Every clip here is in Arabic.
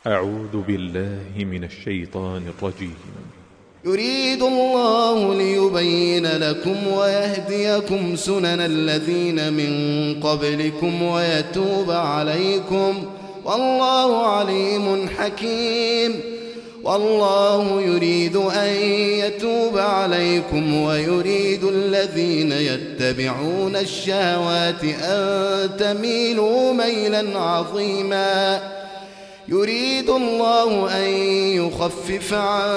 أعوذ بالله من الشيطان الرجيم. يريد الله ليبين لكم ويهديكم سنن الذين من قبلكم ويتوب عليكم، والله عليم حكيم. والله يريد أن يتوب عليكم ويريد الذين يتبعون الشهوات أن تميلوا ميلا عظيما. يريد الله أن يخفف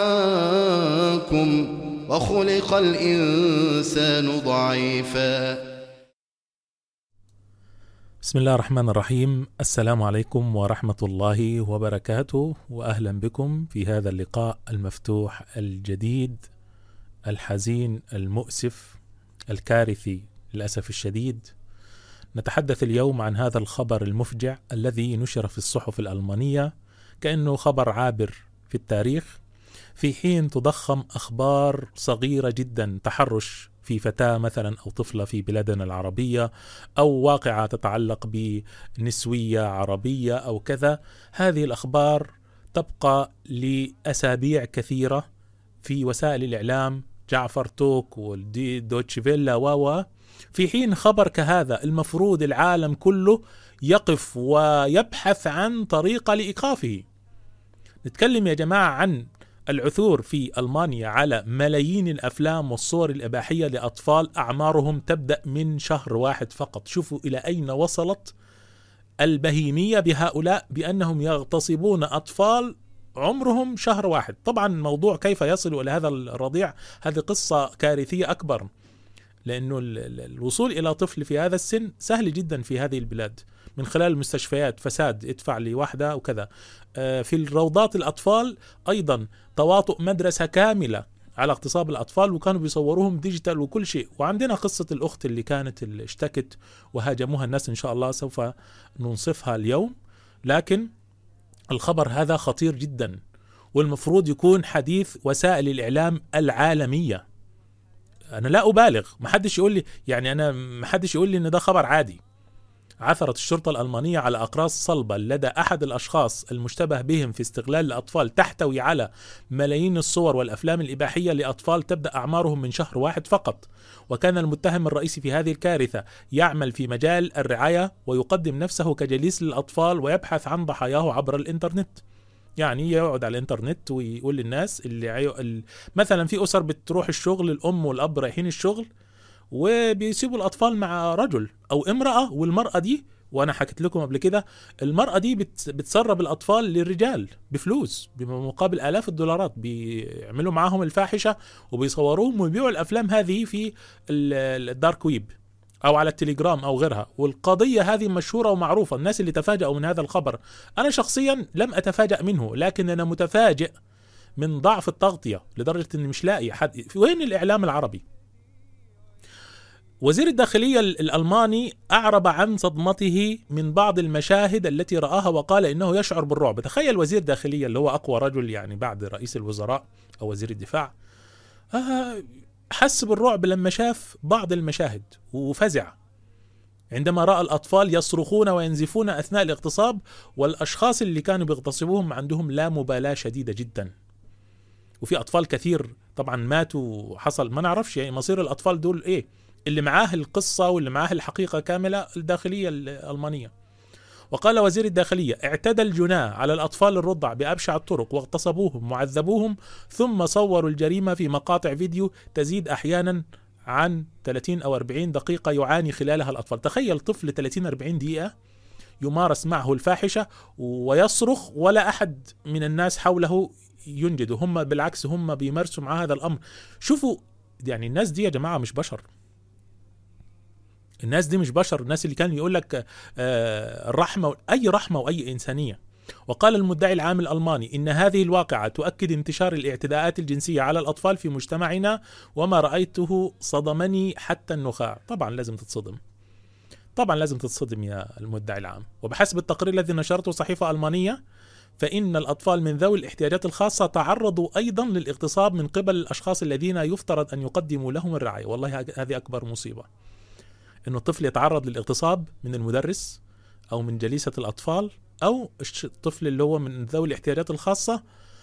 عنكم وخلق الإنسان ضعيفا. بسم الله الرحمن الرحيم. السلام عليكم ورحمة الله وبركاته، وأهلا بكم في هذا اللقاء المفتوح الجديد الحزين المؤسف الكارثي للأسف الشديد. نتحدث اليوم عن هذا الخبر المفجع الذي نشر في الصحف الألمانية كأنه خبر عابر في التاريخ، في حين تضخم أخبار صغيرة جدا، تحرش في فتاة مثلا أو طفلة في بلادنا العربية، أو واقعة تتعلق بنسوية عربية أو كذا. هذه الأخبار تبقى لأسابيع كثيرة في وسائل الإعلام، جعفر توك والدوتش فيلا في حين خبر كهذا المفروض العالم كله يقف ويبحث عن طريقة لإيقافه. نتكلم يا جماعة عن العثور في ألمانيا على ملايين الأفلام والصور الإباحية لأطفال أعمارهم تبدأ من شهر واحد فقط. شوفوا إلى أين وصلت البهيمية بهؤلاء، بأنهم يغتصبون أطفال عمرهم شهر واحد. طبعا موضوع كيف يصل إلى هذا الرضيع هذه قصة كارثية أكبر، لأنه الوصول إلى طفل في هذا السن سهل جدا في هذه البلاد من خلال المستشفيات، فساد ادفع لوحدة وكذا. في الروضات الأطفال أيضا تواطؤ مدرسة كاملة على اغتصاب الأطفال، وكانوا بيصوروهم ديجيتال وكل شيء. وعندنا قصة الأخت اللي كانت اللي اشتكت وهاجموها الناس، إن شاء الله سوف ننصفها اليوم. لكن الخبر هذا خطير جدا، والمفروض يكون حديث وسائل الإعلام العالمية. أنا لا أبالغ، محدش يقول لي محدش يقول لي إن ده خبر عادي. عثرت الشرطة الألمانية على أقراص صلبة لدى أحد الأشخاص المشتبه بهم في استغلال الأطفال، تحتوي على ملايين الصور والأفلام الإباحية لأطفال تبدأ أعمارهم من شهر واحد فقط. وكان المتهم الرئيسي في هذه الكارثة يعمل في مجال الرعاية، ويقدم نفسه كجليس للأطفال ويبحث عن ضحاياه عبر الإنترنت. يعني يقعد على الانترنت ويقول للناس مثلا في أسر بتروح الشغل، الأم والأب رايحين الشغل وبيسيبوا الأطفال مع رجل أو امرأة، والمرأة دي، وأنا حكيت لكم قبل كده، المرأة دي بتسرب الأطفال للرجال بفلوس بمقابل آلاف الدولارات، بيعملوا معاهم الفاحشة وبيصوروهم ويبيعوا الأفلام هذه في الدارك ويب أو على التليجرام أو غيرها. والقضية هذه مشهورة ومعروفة. الناس اللي تفاجأوا من هذا الخبر، أنا شخصيا لم أتفاجأ منه، لكن أنا متفاجئ من ضعف التغطية لدرجة أني مش لاقي حد. وين الإعلام العربي؟ وزير الداخلية الألماني أعرب عن صدمته من بعض المشاهد التي رآها، وقال إنه يشعر بالرعب. تخيل وزير داخلية اللي هو أقوى رجل يعني بعد رئيس الوزراء أو وزير الدفاع، حس بالرعب لما شاف بعض المشاهد وفزع عندما رأى الأطفال يصرخون وينزفون أثناء الاغتصاب، والأشخاص اللي كانوا بيغتصبوهم عندهم لا مبالاة شديدة جدا. وفي أطفال كثير طبعا ماتوا، حصل ما نعرفش يعني مصير الأطفال دول إيه. اللي معاه القصة واللي معاه الحقيقة كاملة الداخلية الألمانية. وقال وزير الداخلية: اعتدى الجناة على الأطفال الرضع بأبشع الطرق واغتصبوهم وعذبوهم، ثم صوروا الجريمة في مقاطع فيديو تزيد أحيانا عن 30 أو 40 دقيقة يعاني خلالها الأطفال. تخيل طفل 30-40 دقيقة يمارس معه الفاحشة ويصرخ، ولا أحد من الناس حوله ينجد، هم بالعكس هم بيمارسوا مع هذا الأمر. شوفوا يعني الناس دي يا جماعة مش بشر. الناس دي مش بشر. الناس اللي كان يقول لك الرحمة، أي رحمة وأي إنسانية. وقال المدعي العام الألماني إن هذه الواقعة تؤكد انتشار الاعتداءات الجنسية على الأطفال في مجتمعنا، وما رأيته صدمني حتى النخاع. طبعا لازم تتصدم، طبعا لازم تتصدم يا المدعي العام. وبحسب التقرير الذي نشرته صحيفة ألمانية، فإن الأطفال من ذوي الاحتياجات الخاصة تعرضوا أيضا للاغتصاب من قبل الأشخاص الذين يفترض أن يقدموا لهم الرعاية. والله هذه أكبر مصيبة، إنه الطفل يتعرض للاغتصاب من المدرس أو من جليسة الأطفال أو الطفل اللي هو من ذوي الاحتياجات الخاصة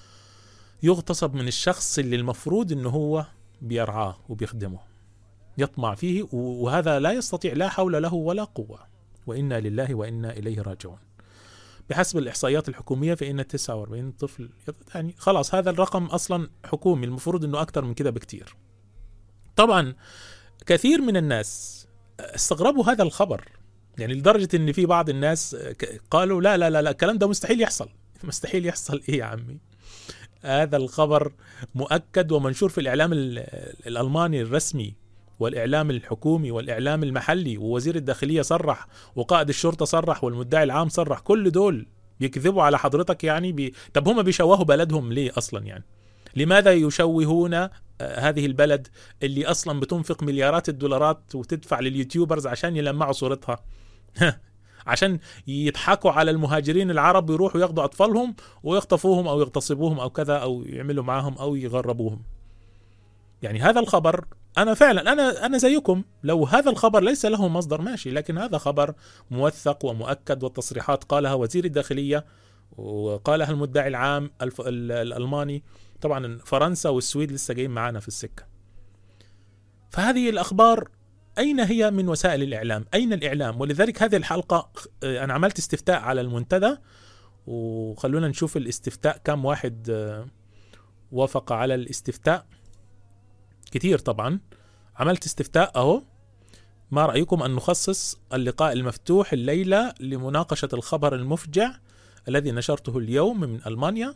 يغتصب من الشخص اللي المفروض إنه هو بيرعاه وبيخدمه، يطمع فيه، وهذا لا يستطيع، لا حول له ولا قوة، وإنا لله وإنا إليه راجعون. بحسب الإحصائيات الحكومية فإن 49 طفل، يعني خلاص هذا الرقم أصلا حكومي، المفروض أنه أكتر من كده بكتير. طبعا كثير من الناس استغربوا هذا الخبر، يعني لدرجة أن في بعض الناس قالوا لا لا لا لا الكلام ده مستحيل يحصل. مستحيل يحصل إيه يا عمي؟ هذا الخبر مؤكد ومنشور في الإعلام الألماني الرسمي والإعلام الحكومي والإعلام المحلي، ووزير الداخلية صرح، وقائد الشرطة صرح، والمدعي العام صرح. كل دول بيكذبوا على حضرتك يعني طب هم بيشوهوا بلدهم ليه أصلا؟ يعني لماذا يشوهون هذه البلد اللي أصلا بتنفق مليارات الدولارات وتدفع لليوتيوبرز عشان يلمعوا صورتها؟ عشان يضحكوا على المهاجرين العرب ويروحوا ياخدوا أطفالهم ويخطفوهم أو يغتصبوهم أو كذا، أو يعملوا معاهم أو يغربوهم. يعني هذا الخبر أنا فعلا أنا زيكم، لو هذا الخبر ليس له مصدر ماشي، لكن هذا خبر موثق ومؤكد، والتصريحات قالها وزير الداخلية وقالها المدعي العام الألماني. طبعا فرنسا والسويد لسه جايين معانا في السكة. فهذه الأخبار أين هي من وسائل الإعلام؟ أين الإعلام؟ ولذلك هذه الحلقة أنا عملت استفتاء على المنتدى، وخلونا نشوف الاستفتاء كم واحد وافق على الاستفتاء. كتير طبعا. عملت استفتاء اهو: ما رأيكم أن نخصص اللقاء المفتوح الليلة لمناقشة الخبر المفجع الذي نشرته اليوم من ألمانيا؟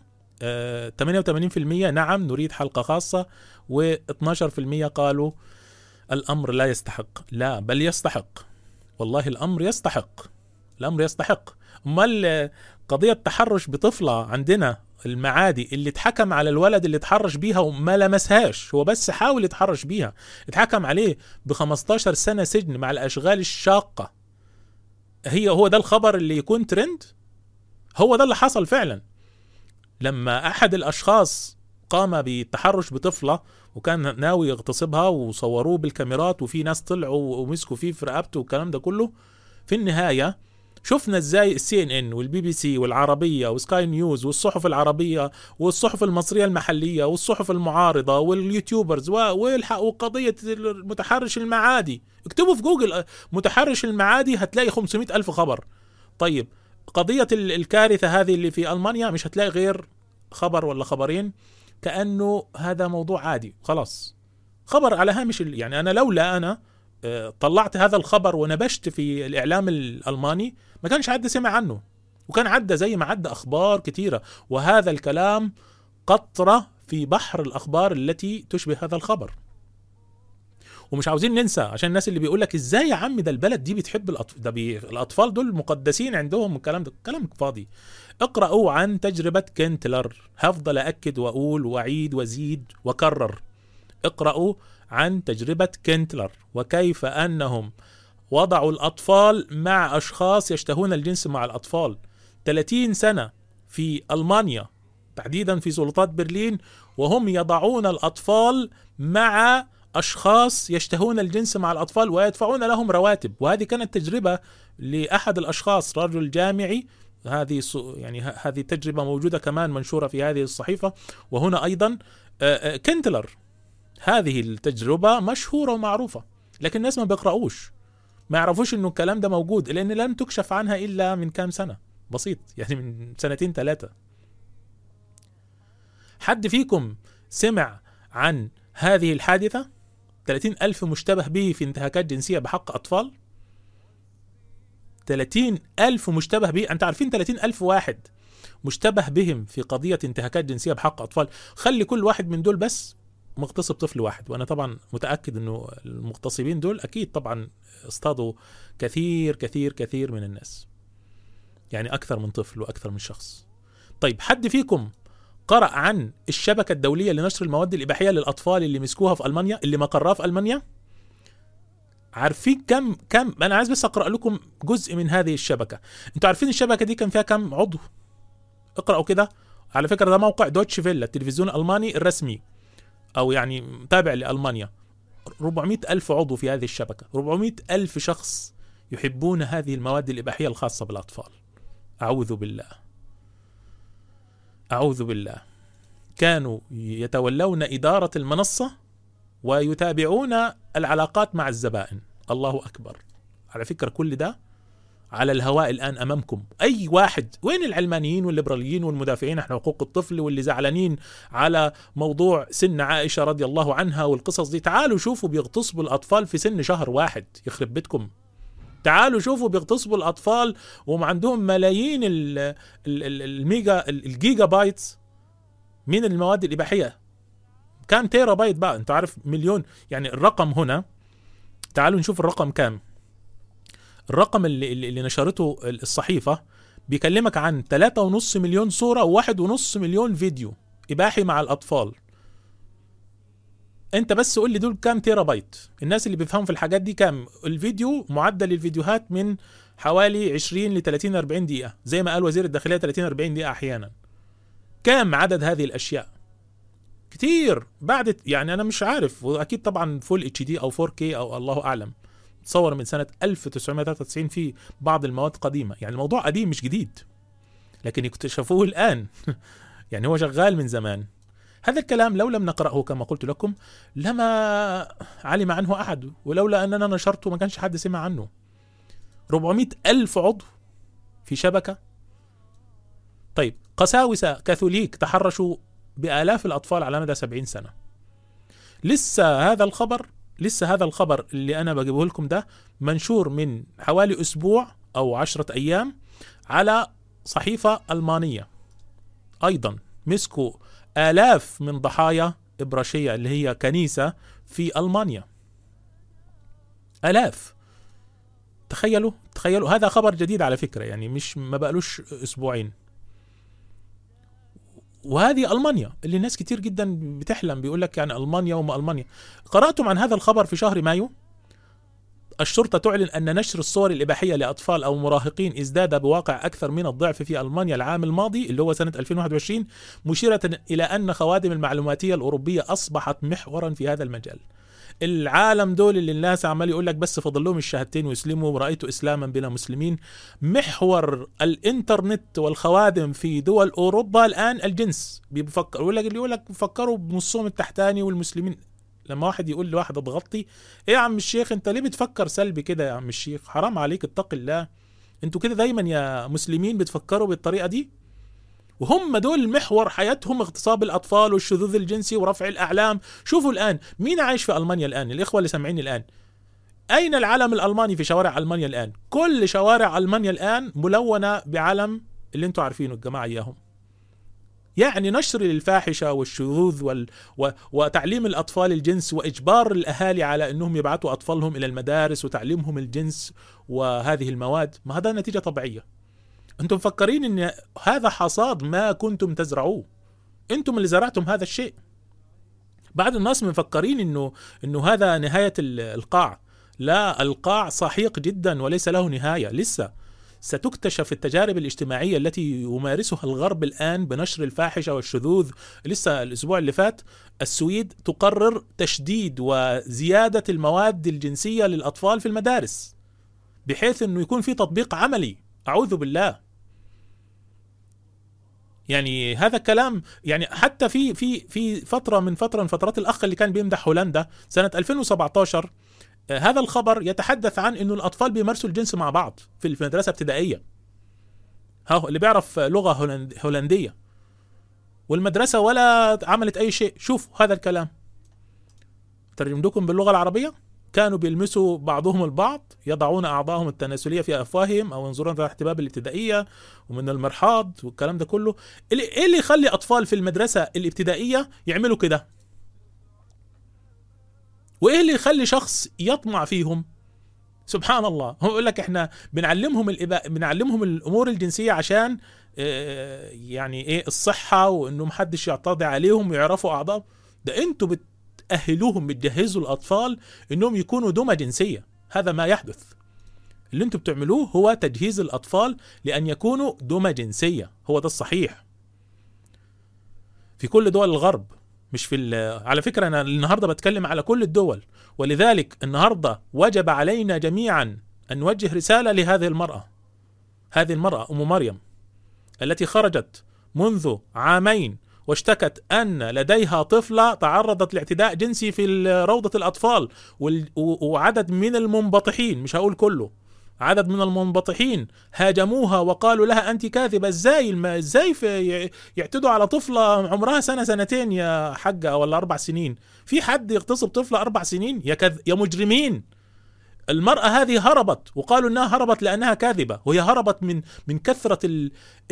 88% نعم نريد حلقة خاصة، و12% قالوا الأمر لا يستحق. لا بل يستحق، والله الأمر يستحق، الأمر يستحق. أمال قضية تحرش بطفلة عندنا المعادي اللي اتحكم على الولد اللي اتحرش بيها وما لمسهاش، هو بس حاول يتحرش بيها، اتحكم عليه ب15 سنة سجن مع الأشغال الشاقة. هو ده الخبر اللي يكون ترند؟ هو ده اللي حصل فعلا. لما أحد الأشخاص قام بالتحرش بطفلة وكان ناوي يغتصبها وصوروه بالكاميرات، وفي ناس طلعوا ومسكوا فيه في رقبته والكلام ده كله، في النهاية شفنا ازاي CNN والBBC والعربية وسكاي نيوز والصحف العربية والصحف المصرية المحلية والصحف المعارضة واليوتيوبرز وقضية المتحرش المعادي. اكتبوا في جوجل متحرش المعادي هتلاقي 500,000 خبر. طيب قضية الكارثة هذه اللي في ألمانيا مش هتلاقي غير خبر ولا خبرين، كأنه هذا موضوع عادي خلاص، خبر على هامش. يعني أنا لولا أنا طلعت هذا الخبر ونبشت في الإعلام الألماني ما كانش حد سمع عنه، وكان عدى زي ما عدى أخبار كتيرة، وهذا الكلام قطرة في بحر الأخبار التي تشبه هذا الخبر. ومش عاوزين ننسى عشان الناس اللي بيقولك ازاي يا عم ده البلد دي بتحب الأطفال دول مقدسين عندهم، الكلام ده كلام فاضي. اقرأوا عن تجربة كنتلر، هفضل أكد وأقول وأعيد وزيد وكرر. اقرأوا عن تجربة كنتلر وكيف أنهم وضعوا الأطفال مع أشخاص يشتهون الجنس مع الأطفال. 30 سنة في ألمانيا تحديدا في سلطات برلين وهم يضعون الأطفال مع أشخاص يشتهون الجنس مع الأطفال ويدفعون لهم رواتب. وهذه كانت تجربة لأحد الأشخاص، رجل جامعي. هذه تجربة موجودة كمان منشورة في هذه الصحيفة. وهنا أيضا كنتلر، هذه التجربة مشهورة ومعروفة، لكن الناس ما بيقرأوش، ما يعرفوش انه الكلام ده موجود، لان لم تكشف عنها الا من كام سنة بسيط، يعني من 2-3. حد فيكم سمع عن هذه الحادثة؟ 30,000 مشتبه به في انتهاكات جنسية بحق أطفال. 30,000 مشتبه به. أنت عارفين 30,000 واحد مشتبه بهم في قضية انتهاكات جنسية بحق أطفال. خلي كل واحد من دول بس مغتصب طفل واحد، وأنا طبعا متأكد أنه المغتصبين دول أكيد طبعا اصطادوا كثير كثير كثير من الناس، يعني أكثر من طفل وأكثر من شخص. طيب حد فيكم قرأ عن الشبكة الدولية لنشر المواد الإباحية للأطفال اللي مسكوها في ألمانيا، اللي مقرها في ألمانيا؟ عارفين كم أنا عايز بس أقرأ لكم جزء من هذه الشبكة. أنتوا عارفين الشبكة دي كان فيها كم عضو؟ اقرأوا كده. على فكرة ده موقع دوتش فيلا، التلفزيون الألماني الرسمي، أو يعني تابع لألمانيا. 400,000 عضو في هذه الشبكة، 400,000 شخص يحبون هذه المواد الإباحية الخاصة بالأطفال. أعوذ بالله، أعوذ بالله. كانوا يتولون إدارة المنصة ويتابعون العلاقات مع الزبائن. الله أكبر. على فكرة كل ده على الهواء الآن أمامكم. أي واحد، وين العلمانيين والليبراليين والمدافعين عن حقوق الطفل واللي زعلانين على موضوع سن عائشة رضي الله عنها والقصص دي؟ تعالوا شوفوا بيغتصبوا الأطفال في سن شهر واحد، يخرب بيتكم. تعالوا شوفوا بيغتصبوا الأطفال وعندهم ملايين الجيجا بايتس من المواد الإباحية. كام تيرا بايت بقى؟ انت عارف مليون. يعني الرقم هنا، تعالوا نشوف الرقم كام. الرقم اللي نشرته الصحيفة بيكلمك عن 3.5 مليون صورة و1.5 مليون فيديو إباحي مع الأطفال. انت بس قول لي دول كام تيرا بايت؟ الناس اللي بيفهموا في الحاجات دي كام الفيديو؟ معدل الفيديوهات من حوالي 20 ل 30 40 دقيقة، زي ما قال وزير الداخلية 30 40 دقيقة أحيانا. كام عدد هذه الأشياء؟ كتير. بعد يعني أنا مش عارف، وأكيد طبعا فول اتش دي أو 4K أو الله أعلم. تصور من سنة 1993 في بعض المواد قديمة. يعني الموضوع قديم مش جديد، لكن اكتشفوه الآن. يعني هو شغال من زمان. هذا الكلام لو لم نقرأه كما قلت لكم لما علم عنه أحد، ولولا أننا نشرته ما كانش حد سمع عنه. 400,000 عضو في شبكة. طيب، قساوسة كاثوليك تحرشوا بآلاف الأطفال على مدى 70 سنة. لسه هذا الخبر اللي أنا بجيبه لكم ده منشور من حوالي أسبوع أو 10 أيام على صحيفة ألمانية. أيضا مسكوا آلاف من ضحايا إبراشية اللي هي كنيسة في ألمانيا. آلاف. تخيلوا هذا خبر جديد على فكرة، يعني مش ما بقالوش أسبوعين. وهذه ألمانيا اللي الناس كتير جدا بتحلم، بيقول لك يعني ألمانيا وما ألمانيا. قرأتم عن هذا الخبر في شهر مايو؟ الشرطة تعلن أن نشر الصور الإباحية لأطفال أو مراهقين ازداد بواقع أكثر من الضعف في ألمانيا العام الماضي اللي هو سنة 2021، مشيرة إلى أن خوادم المعلوماتية الأوروبية أصبحت محورا في هذا المجال. العالم دول اللي الناس عمال يقول لك بس فضل لهم الشهادتين ويسلموا ورأيت إسلاما بلا مسلمين. محور الإنترنت والخوادم في دول أوروبا الآن الجنس. يقول لك بيفكروا بنصهم التحتاني والمسلمين. لما واحد يقول لواحد اضغطي، ايه يا عم الشيخ انت ليه بتفكر سلبي كده يا عم الشيخ؟ حرام عليك، اتق الله. انتوا كده دايما يا مسلمين بتفكروا بالطريقة دي، وهم دول محور حياتهم اغتصاب الأطفال والشذوذ الجنسي ورفع الأعلام. شوفوا الآن مين عايش في ألمانيا الآن؟ الإخوة اللي سامعين الآن، أين العلم الألماني في شوارع ألمانيا الآن؟ كل شوارع ألمانيا الآن ملونة بعلم اللي انتوا عارفينه الجماعة إياهم. يعني نشر الفاحشة والشذوذ وتعليم الأطفال الجنس وإجبار الأهالي على أنهم يبعثوا أطفالهم إلى المدارس وتعليمهم الجنس وهذه المواد. ما هذا نتيجة طبيعية. أنتم مفكرين أن هذا حصاد ما كنتم تزرعوه، أنتم اللي زرعتم هذا الشيء. بعض الناس مفكرين أنه هذا نهاية القاع. لا، القاع سحيق جدا وليس له نهاية. لسه ستكتشف التجارب الاجتماعية التي يمارسها الغرب الآن بنشر الفاحشة والشذوذ. لسه الأسبوع اللي فات السويد تقرر تشديد وزيادة المواد الجنسية للأطفال في المدارس بحيث أنه يكون في تطبيق عملي. أعوذ بالله. يعني هذا كلام، يعني حتى في فترة من فترات الأخ اللي كان بيمدح هولندا سنة 2017، هذا الخبر يتحدث عن انه الاطفال بيمارسوا الجنس مع بعض في المدرسه ابتدائيه. اللي بيعرف لغه هولنديه والمدرسه ولا عملت اي شيء. شوف هذا الكلام ترجم لكم باللغه العربيه. كانوا بيلمسوا بعضهم البعض، يضعون اعضائهم التناسليه في افواههم او ينظرون تحت باب الابتدائيه ومن المرحاض والكلام ده كله. ايه اللي يخلي اطفال في المدرسه الابتدائيه يعملوا كده؟ وايه اللي يخلي شخص يطمع فيهم؟ سبحان الله. هو يقول لك احنا بنعلمهم الامور الجنسيه عشان يعني ايه الصحه وانه محدش يعتدي عليهم ويعرفوا اعضاء. ده انتوا بتأهلوهم، بتجهزوا الاطفال انهم يكونوا دمى جنسيه. هذا ما يحدث. اللي انتوا بتعملوه هو تجهيز الاطفال لان يكونوا دمى جنسيه. هو ده الصحيح في كل دول الغرب، مش على فكرة أنا النهاردة بتكلم على كل الدول. ولذلك النهاردة وجب علينا جميعا أن نوجه رسالة لهذه المرأة، هذه المرأة أم مريم. التي خرجت منذ عامين واشتكت أن لديها طفلة تعرضت لاعتداء جنسي في روضة الأطفال، وعدد من المنبطحين، مش هقول كله، عدد من المنبطحين هاجموها وقالوا لها أنت كاذبة، ازاي يعتدوا على طفلة عمرها سنة سنتين يا حاجة ولا 4 سنين؟ في حد يغتصب طفلة 4 سنين؟ يا مجرمين. المرأة هذه هربت وقالوا انها هربت لأنها كاذبة، وهي هربت من كثرة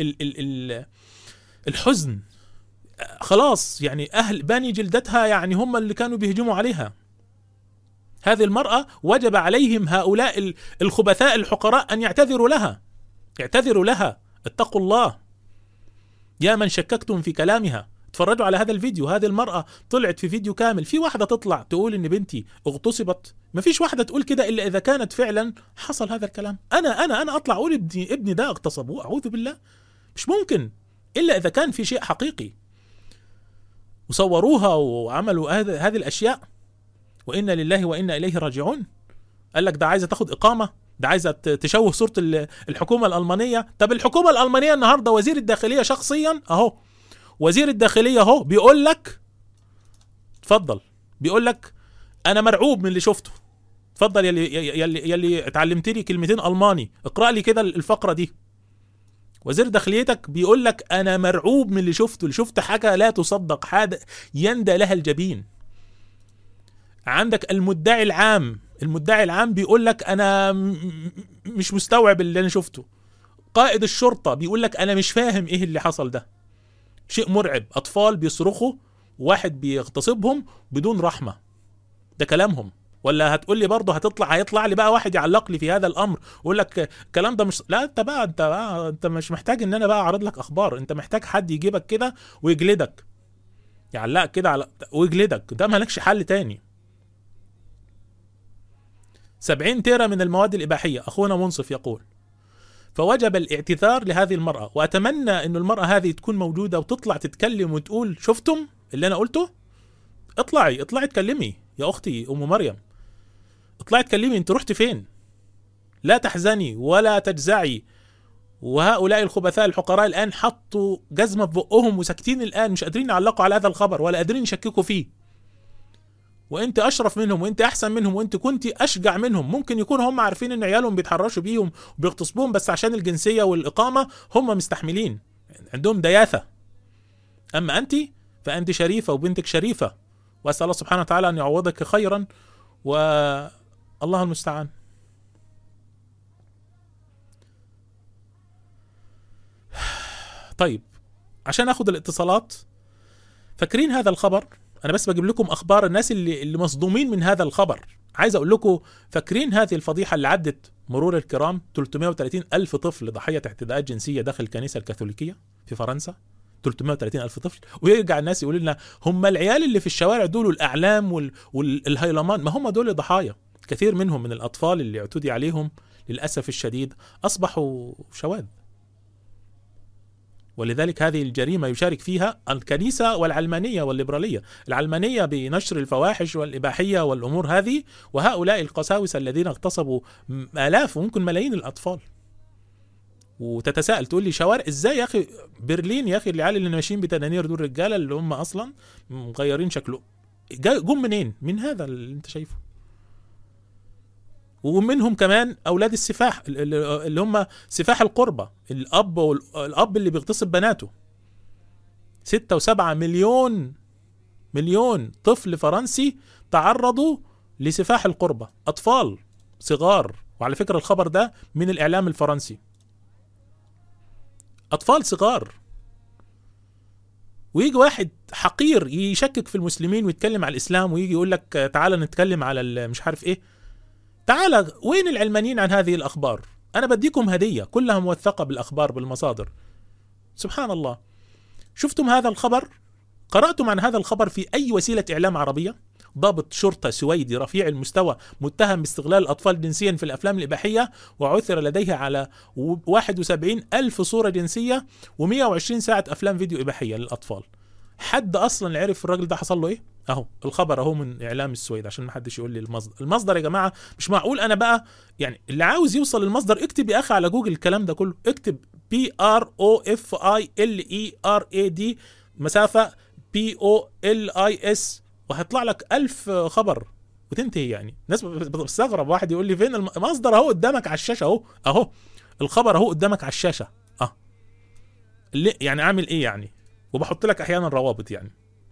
الحزن. خلاص يعني أهل بني جلدتها يعني هم اللي كانوا بيهجموا عليها. هذه المرأة وجب عليهم هؤلاء الخبثاء الحقراء أن يعتذروا لها. اعتذروا لها، اتقوا الله يا من شككتم في كلامها. اتفرجوا على هذا الفيديو، هذه المرأة طلعت في فيديو كامل. في واحدة تطلع تقول ان بنتي اغتصبت؟ ما فيش واحدة تقول كده الا اذا كانت فعلا حصل هذا الكلام. انا اطلع اقول ابني ده اغتصبوه؟ اعوذ بالله، مش ممكن الا اذا كان في شيء حقيقي. وصوروها وعملوا هذه الاشياء، وإنا لله وإنا إليه راجعون. قال لك ده عايزة تاخد إقامة، ده عايزة تشوه صورة الحكومة الألمانية. طب الحكومة الألمانية النهاردة وزير الداخلية شخصيا اهو، وزير الداخلية اهو بيقول لك اتفضل، بيقول لك أنا مرعوب من اللي شفته. اتفضل يلي اتعلمت لي كلمتين ألماني، اقرأ لي كده الفقرة دي. وزير داخليتك بيقول لك أنا مرعوب من اللي شفت حاجة لا تصدق، حاجة يندى لها الجبين. عندك المدعي العام بيقول لك انا مش مستوعب اللي انا شفته. قائد الشرطة بيقول لك انا مش فاهم ايه اللي حصل ده، شيء مرعب. اطفال بيصرخوا، واحد بيغتصبهم بدون رحمة، ده كلامهم. ولا هتقول لي برضه هيطلع لي بقى واحد يعلق لي في هذا الامر ويقول لك الكلام ده مش، لا انت مش محتاج ان انا بقى اعرض لك اخبار، انت محتاج حد يجيبك كده ويجلدك، يعلقك كده ويجلدك، ده مالكش حل تاني. 70 تيرة من المواد الإباحية. أخونا منصف يقول فوجب الاعتذار لهذه المرأة، وأتمنى أن المرأة هذه تكون موجودة وتطلع تتكلم وتقول شفتم اللي أنا قلته؟ اطلعي اتكلمي يا أختي أم مريم، اطلعي اتكلمي، أنت رحت فين؟ لا تحزني ولا تجزعي. وهؤلاء الخبثاء الحقراء الآن حطوا جزمة في بقهم وساكتين الآن، مش قادرين يعلقوا على هذا الخبر ولا قادرين يشككوا فيه. وانت اشرف منهم، وانت احسن منهم، وانت كنت اشجع منهم. ممكن يكون هم عارفين ان عيالهم بيتحرشوا بيهم وبيغتصبوهم، بس عشان الجنسية والإقامة هم مستحملين، عندهم دياثة. اما انت فانت شريفة وبنتك شريفة، واسأل الله سبحانه وتعالى ان يعوضك خيرا، والله المستعان. طيب عشان اخد الاتصالات، فاكرين هذا الخبر؟ انا بس بجيب لكم اخبار الناس اللي مصدومين من هذا الخبر. عايز اقول لكم، فاكرين هذه الفضيحة اللي عدت مرور الكرام؟ 330 ألف طفل ضحية اعتداءات جنسية داخل الكنيسة الكاثوليكية في فرنسا. 330 ألف طفل. ويرجع الناس يقول لنا هم العيال اللي في الشوارع دول الأعلام والهيلمان، ما هم دول ضحايا. كثير منهم من الأطفال اللي اعتدي عليهم للأسف الشديد أصبحوا شواذ، ولذلك هذه الجريمة يشارك فيها الكنيسة والعلمانية والليبرالية. العلمانية بنشر الفواحش والإباحية والأمور هذه، وهؤلاء القساوسة الذين اغتصبوا آلاف وممكن ملايين الأطفال. وتتساءل تقول لي شوارع ازاي يا أخي؟ برلين يا أخي، العيال اللي ماشيين بتنانير دول رجالة اللي هم أصلا مغيرين شكله، جم منين؟ من هذا اللي انت شايفه. ومنهم كمان أولاد السفاح اللي هم سفاح القربة، الأب اللي بيغتصب بناته. 6 و7 مليون طفل فرنسي تعرضوا لسفاح القربة، أطفال صغار. وعلى فكرة الخبر ده من الإعلام الفرنسي، أطفال صغار. ويجي واحد حقير يشكك في المسلمين ويتكلم على الإسلام، ويجي يقول لك تعالى نتكلم على مش عارف إيه. تعالى، وين العلمانيين عن هذه الأخبار؟ أنا بديكم هدية كلها موثقة بالأخبار بالمصادر. سبحان الله. شفتم هذا الخبر؟ قرأتم عن هذا الخبر في أي وسيلة إعلام عربية؟ ضابط شرطة سويدي رفيع المستوى متهم باستغلال الأطفال جنسيا في الأفلام الإباحية، وعثر لديه على 71 ألف صورة جنسية و120 ساعة أفلام فيديو إباحية للأطفال. حد أصلا عرف الراجل ده حصل له إيه؟ اهو الخبر اهو من اعلام السويد، عشان ما حدش يقول لي المصدر يا جماعه. مش معقول انا بقى يعني اللي عاوز يوصل للمصدر اكتب يا اخي على جوجل الكلام ده كله، اكتب PROFILERAD مسافة POLIS، وهيطلع لك 1000 خبر وتنتهي. يعني الناس بتستغرب، واحد يقول لي فين المصدر؟ اهو قدامك على الشاشة، اهو الخبر اهو قدامك على الشاشة. اللي يعني عامل ايه يعني؟ وبحط لك احيانا روابط. يعني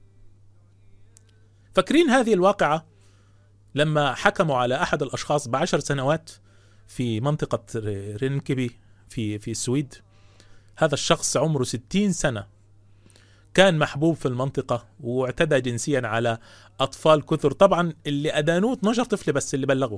فاكرين هذه الواقعة لما حكموا على احد الاشخاص ب10 سنوات في منطقة رينكبي في السويد؟ هذا الشخص عمره 60 سنة، كان محبوب في المنطقة واعتدى جنسيا على أطفال كثر. طبعا اللي أدانوه 12 طفل بس اللي بلغوا.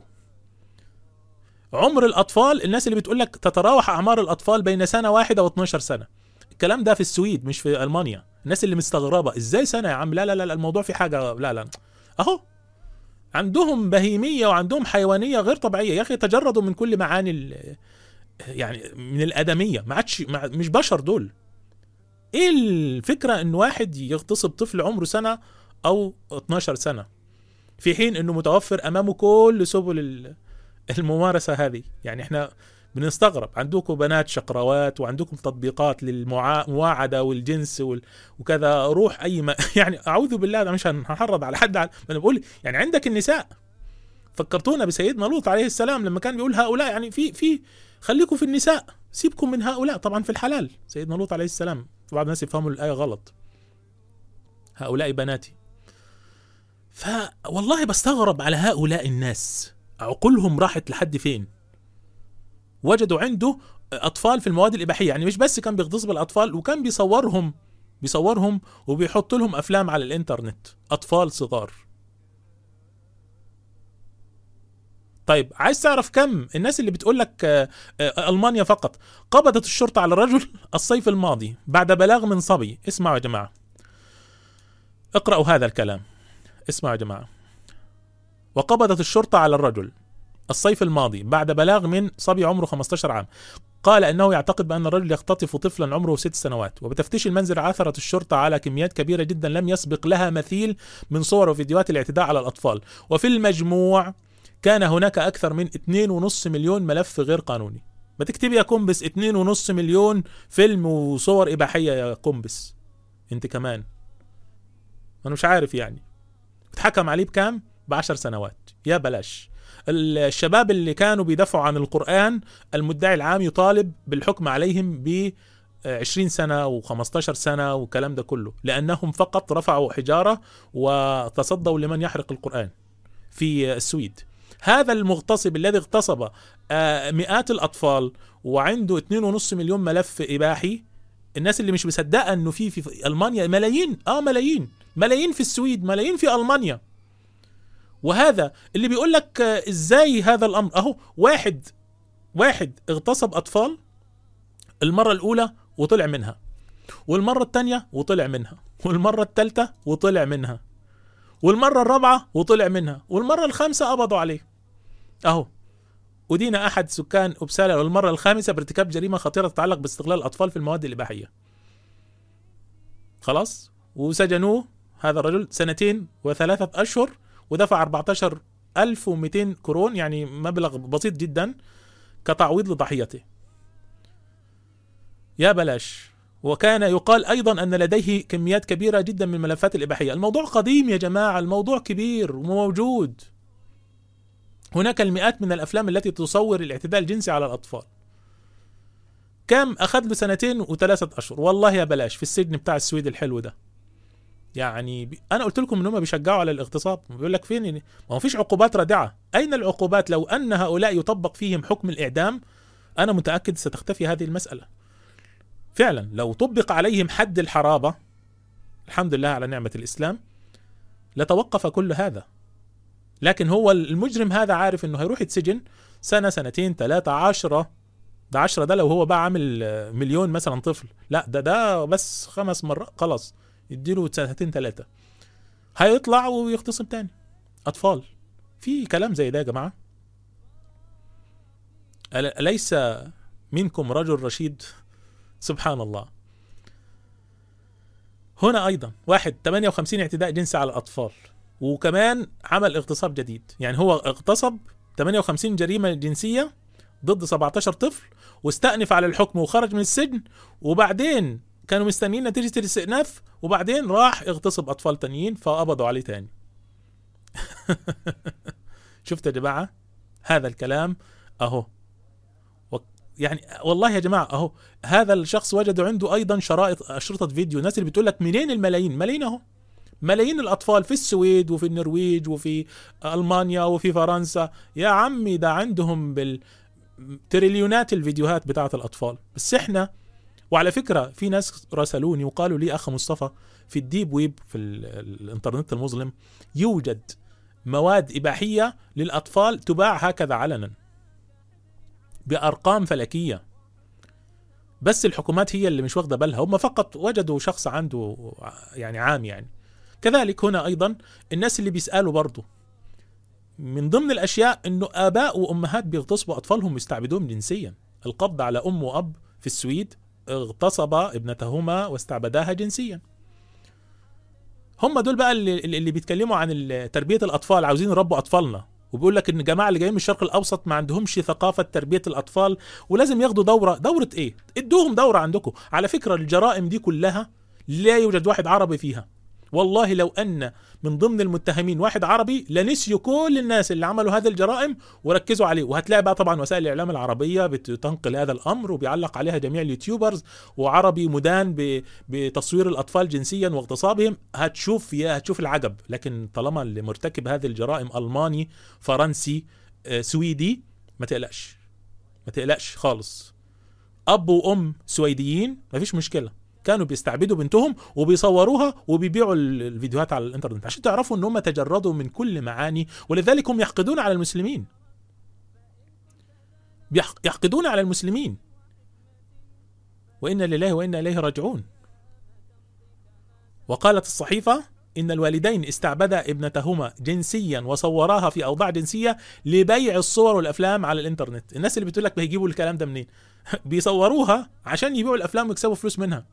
عمر الأطفال، الناس اللي بتقولك تتراوح أعمار الأطفال بين سنة واحدة و12 سنة، الكلام ده في السويد مش في ألمانيا. الناس اللي مستغربة ازاي سنة يا عم؟ لا لا لا الموضوع في حاجة، لا لا اهو عندهم بهيمية وعندهم حيوانية غير طبيعية. يا أخي تجردوا من كل معاني يعني من الآدمية، ما عادش مش بشر دول. ايه الفكرة ان واحد يغتصب طفل عمره سنة او 12 سنة في حين انه متوفر امامه كل سبل الممارسة هذه؟ يعني احنا بنستغرب. عندكم بنات شقروات وعندكم تطبيقات للمواعدة والجنس وكذا. روح اي يعني اعوذ بالله، انا مش هنحرض على حد، انا بقول يعني عندك النساء. فكرتونا بسيدنا لوط عليه السلام لما كان بيقول هؤلاء، يعني في خليكم في النساء، سيبكم من هؤلاء. طبعا في الحلال سيدنا لوط عليه السلام، بعض الناس يفهموا الآية غلط، هؤلاء بناتي. فوالله بستغرب على هؤلاء الناس، عقولهم راحت لحد فين؟ وجدوا عنده أطفال في المواد الإباحية. يعني مش بس كان بيغتصب الأطفال، وكان بيصورهم وبيحط لهم أفلام على الإنترنت، أطفال صغار. طيب عايز تعرف كم الناس اللي بتقولك ألمانيا فقط قبضت الشرطة على الرجل الصيف الماضي بعد بلاغ من صبي؟ اسمعوا يا جماعة، اقرأوا هذا الكلام، اسمعوا يا جماعة. وقبضت الشرطة على الرجل الصيف الماضي بعد بلاغ من صبي عمره 15 عام قال أنه يعتقد بأن الرجل يختطف طفلا عمره 6 سنوات. وبتفتيش المنزل عثرت الشرطة على كميات كبيرة جدا لم يسبق لها مثيل من صور وفيديوهات الاعتداء على الأطفال، وفي المجموع كان هناك أكثر من 2.5 مليون ملف غير قانوني. ما تكتب يا قنبس 2.5 مليون فيلم وصور إباحية يا قنبس انت كمان، أنا مش عارف يعني. اتحكم عليه بكام؟ ب10 سنوات. يا بلاش. الشباب اللي كانوا بيدافعوا عن القرآن، المدعي العام يطالب بالحكم عليهم ب20 سنة و15 سنة والكلام ده كله، لأنهم فقط رفعوا حجارة وتصدوا لمن يحرق القرآن في السويد. هذا المغتصب الذي اغتصب مئات الأطفال وعنده 2.5 مليون ملف إباحي، الناس اللي مش مصدقة انه في ألمانيا ملايين، ملايين في السويد، ملايين في ألمانيا. وهذا اللي بيقول لك ازاي هذا الأمر. اهو واحد اغتصب أطفال المرة الأولى وطلع منها، والمرة الثانية وطلع منها، والمرة الثالثة وطلع منها، والمرة الرابعة وطلع منها، والمرة الخامسة قبضوا عليه. اهو أدين أحد سكان أبسالة والمرة الخامسة بارتكاب جريمة خطيرة تتعلق باستغلال الأطفال في المواد الإباحية. خلاص، وسجنوه هذا الرجل 2 و3 أشهر، ودفع 14,200 كرون، يعني مبلغ بسيط جدا، كتعويض لضحيته. يا بلاش. وكان يقال أيضا أن لديه كميات كبيرة جدا من الملفات الإباحية. الموضوع قديم يا جماعة، الموضوع كبير وموجود. هناك المئات من الأفلام التي تصور الاعتداء الجنسي على الأطفال. كم أخذ له 2 و3 أشهر. والله يا بلاش، في السجن بتاع السويد الحلو ده. يعني أنا قلت لكم إنهم بيشجعوا على الاغتصاب، بيقول لك فين؟ ما فيش عقوبات رادعة. أين العقوبات؟ لو أن هؤلاء يطبق فيهم حكم الإعدام أنا متأكد ستختفي هذه المسألة. فعلا لو طبق عليهم حد الحرابة، الحمد لله على نعمة الإسلام، لتوقف كل هذا. لكن هو المجرم هذا عارف إنه هيروح يتسجن 1 2 3 10. ده 10 ده لو هو بقى عامل 1,000,000 مثلا طفل، لا ده بس 5 مرات خلاص، يديله 2 3 هيطلع ويغتصب تاني أطفال. في كلام زي ده يا جماعة؟ أليس منكم رجل رشيد؟ سبحان الله. هنا أيضا 58 اعتداء جنسي على الأطفال، وكمان عمل اغتصاب جديد. يعني هو اغتصب 58 جريمة جنسية ضد 17 طفل، واستأنف على الحكم وخرج من السجن، وبعدين كانوا مستنيين نتيجة الاستئناف، وبعدين راح اغتصب أطفال تانيين فقبضوا عليه تاني. شفت يا جماعة هذا الكلام اهو. يعني والله يا جماعة اهو، هذا الشخص وجدوا عنده ايضا اشرطة فيديو، ناس اللي بتقول لك منين الملايين، ملايين اهو، ملايين الاطفال في السويد وفي النرويج وفي المانيا وفي فرنسا. يا عمي ده عندهم بالتريليونات الفيديوهات بتاعة الاطفال. بس احنا، وعلى فكرة في ناس راسلوني وقالوا لي اخ مصطفى في الديب ويب في الانترنت المظلم يوجد مواد إباحية للأطفال تباع هكذا علنا بأرقام فلكية، بس الحكومات هي اللي مش واخدة بالها، هم فقط وجدوا شخص عنده يعني عام يعني. كذلك هنا أيضا الناس اللي بيسألوا برضو من ضمن الأشياء إنه آباء وأمهات بيغتصبوا أطفالهم ويستعبدوهم جنسيا. القبض على أم وأب في السويد اغتصب ابنتهما واستعبداها جنسيا. هم دول بقى اللي بيتكلموا عن تربية الأطفال، عاوزين يربوا أطفالنا، وبيقول لك إن الجماعة اللي جايين من الشرق الأوسط ما عندهمش ثقافة تربية الأطفال ولازم ياخدوا دورة إيه؟ ادوهم دورة عندكم. على فكرة الجرائم دي كلها لا يوجد واحد عربي فيها. والله لو أن من ضمن المتهمين واحد عربي لنسيوا كل الناس اللي عملوا هذه الجرائم وركزوا عليه. وهتلاقي بقى طبعا وسائل الإعلام العربية بتنقل هذا الأمر وبيعلق عليها جميع اليوتيوبرز، وعربي مدان بتصوير الأطفال جنسيا واغتصابهم. هتشوف العجب. لكن طالما اللي مرتكب هذه الجرائم ألماني فرنسي سويدي، ما تقلقش خالص. أب وأم سويديين ما فيش مشكلة، كانوا بيستعبدوا بنتهم وبيصوروها وبيبيعوا الفيديوهات على الانترنت عشان تعرفوا ان هم تجردوا من كل معاني. ولذلك هم يحقدون على المسلمين، يحقدون على المسلمين. وإنا لله وإنا إليه راجعون. وقالت الصحيفة إن الوالدين استعبدا ابنتهما جنسيا وصوراها في أوضاع جنسية لبيع الصور والأفلام على الانترنت. الناس اللي بتقول لك بيجيبوا الكلام ده منين؟ بيصوروها عشان يبيعوا الأفلام ويكسبوا فلوس منها.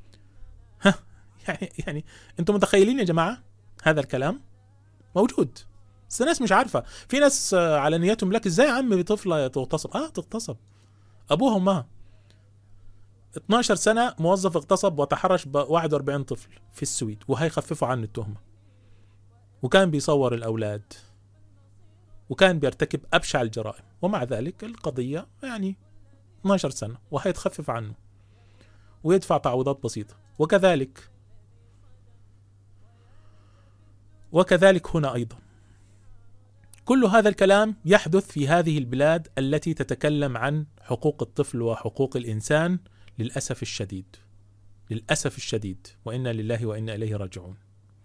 يعني انتم متخيلين يا جماعة هذا الكلام موجود، بس الناس مش عارفة. في ناس على نيتهم لك ازاي يا عم بطفلة تغتصب؟ تغتصب ابوها وامها. 12 سنة موظف اغتصب وتحرش ب 41 طفل في السويد وهيخففوا عنه التهمة، وكان بيصور الأولاد وكان بيرتكب أبشع الجرائم، ومع ذلك القضية يعني 12 سنة وهيتخفف عنه ويدفع تعويضات بسيطة. وكذلك هنا أيضا كل هذا الكلام يحدث في هذه البلاد التي تتكلم عن حقوق الطفل وحقوق الإنسان. للأسف الشديد وإنا لله وإنا إليه راجعون.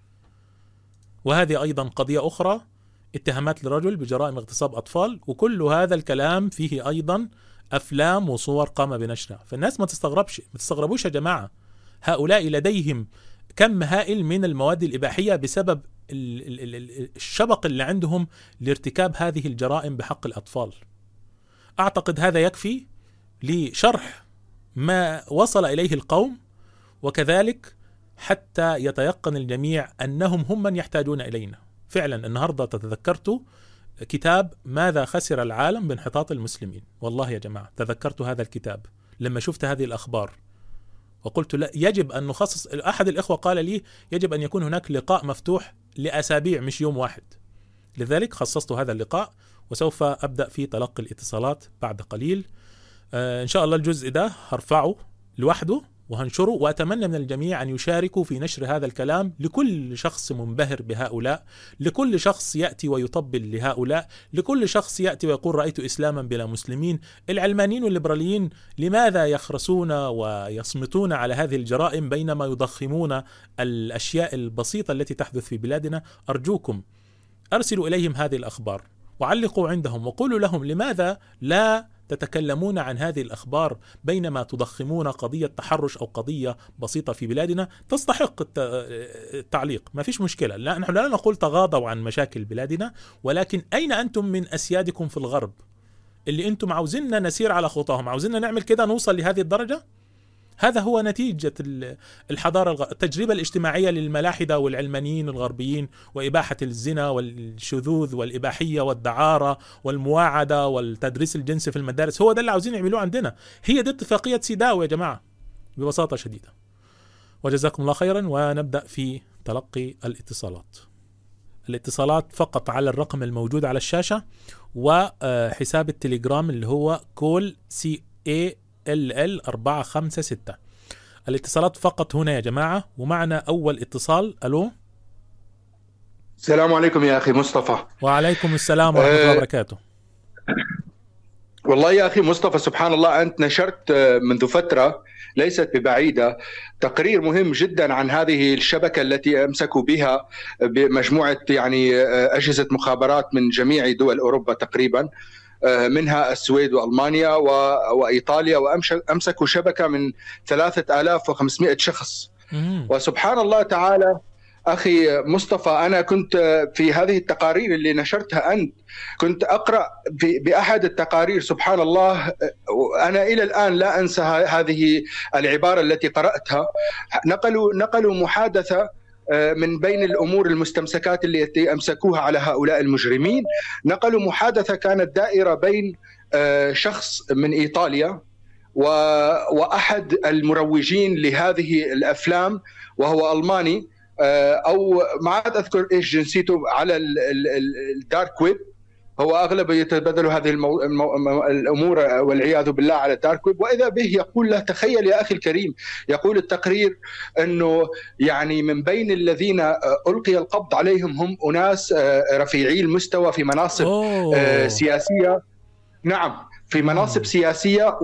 وهذه أيضا قضية أخرى، اتهامات لرجل بجرائم اغتصاب أطفال، وكل هذا الكلام فيه أيضا أفلام وصور قام بنشرها. فالناس ما تستغربوش يا جماعة، هؤلاء لديهم كم هائل من المواد الإباحية بسبب الشبق اللي عندهم لارتكاب هذه الجرائم بحق الأطفال. أعتقد هذا يكفي لشرح ما وصل إليه القوم، وكذلك حتى يتيقن الجميع أنهم هم من يحتاجون إلينا. فعلا النهاردة تذكرت كتاب ماذا خسر العالم بانحطاط المسلمين. والله يا جماعة تذكرت هذا الكتاب لما شفت هذه الأخبار، وقلت لا، يجب أن نخصص. أحد الإخوة قال لي يجب أن يكون هناك لقاء مفتوح لأسابيع مش يوم واحد. لذلك خصصت هذا اللقاء، وسوف أبدأ في تلقي الاتصالات بعد قليل. إن شاء الله الجزء ده هرفعه لوحده وهنشره، وأتمنى من الجميع أن يشاركوا في نشر هذا الكلام لكل شخص منبهر بهؤلاء، لكل شخص يأتي ويطبل لهؤلاء، لكل شخص يأتي ويقول رأيت إسلاما بلا مسلمين. العلمانيين والليبراليين لماذا يخرسون ويصمتون على هذه الجرائم بينما يضخمون الأشياء البسيطة التي تحدث في بلادنا؟ أرجوكم أرسلوا إليهم هذه الأخبار وعلقوا عندهم وقولوا لهم لماذا لا تتكلمون عن هذه الأخبار بينما تضخمون قضية تحرش أو قضية بسيطة في بلادنا تستحق التعليق. ما فيش مشكلة، لا نحن لا نقول تغاضوا عن مشاكل بلادنا، ولكن أين أنتم من أسيادكم في الغرب اللي أنتم عاوزيننا نسير على خطاهم، عاوزيننا نعمل كده نوصل لهذه الدرجة؟ هذا هو نتيجة الحضارة، التجربة الاجتماعية للملاحدة والعلمانيين الغربيين، وإباحة الزنا والشذوذ والإباحية والدعارة والمواعدة والتدريس الجنسي في المدارس. هو ده اللي عاوزين يعملوه عندنا. هي دي اتفاقية سيداو يا جماعة ببساطة شديدة. وجزاكم الله خيرا. ونبدأ في تلقي الاتصالات فقط على الرقم الموجود على الشاشة، وحساب التليجرام اللي هو كول CALL 456. الاتصالات فقط هنا يا جماعة. ومعنا أول اتصال. ألو. السلام عليكم يا أخي مصطفى. وعليكم السلام ورحمة الله وبركاته. والله يا أخي مصطفى، سبحان الله، أنت نشرت منذ فترة ليست ببعيدة تقرير مهم جدا عن هذه الشبكة التي أمسكوا بها بمجموعة يعني أجهزة مخابرات من جميع دول أوروبا تقريبا، منها السويد وألمانيا وإيطاليا، وأمسكوا شبكة من 3500 شخص. وسبحان الله تعالى أخي مصطفى، أنا كنت في هذه التقارير اللي نشرتها أنت كنت أقرأ بأحد التقارير، سبحان الله، أنا إلى الآن لا أنسى هذه العبارة التي قرأتها. نقلوا محادثة من بين الأمور المستمسكات التي أمسكوها على هؤلاء المجرمين. نقلوا محادثة كانت دائرة بين شخص من إيطاليا وأحد المروجين لهذه الأفلام وهو ألماني، أو ما عاد أذكر إيش جنسيته، على الدارك ويب. هو أغلب يتبادلوا هذه الأمور والعياذ بالله على الدارك ويب. وإذا به يقول له، تخيل يا أخي الكريم، يقول التقرير أنه يعني من بين الذين ألقي القبض عليهم هم أناس رفيعي المستوى في مناصب سياسية. نعم، في مناصب سياسية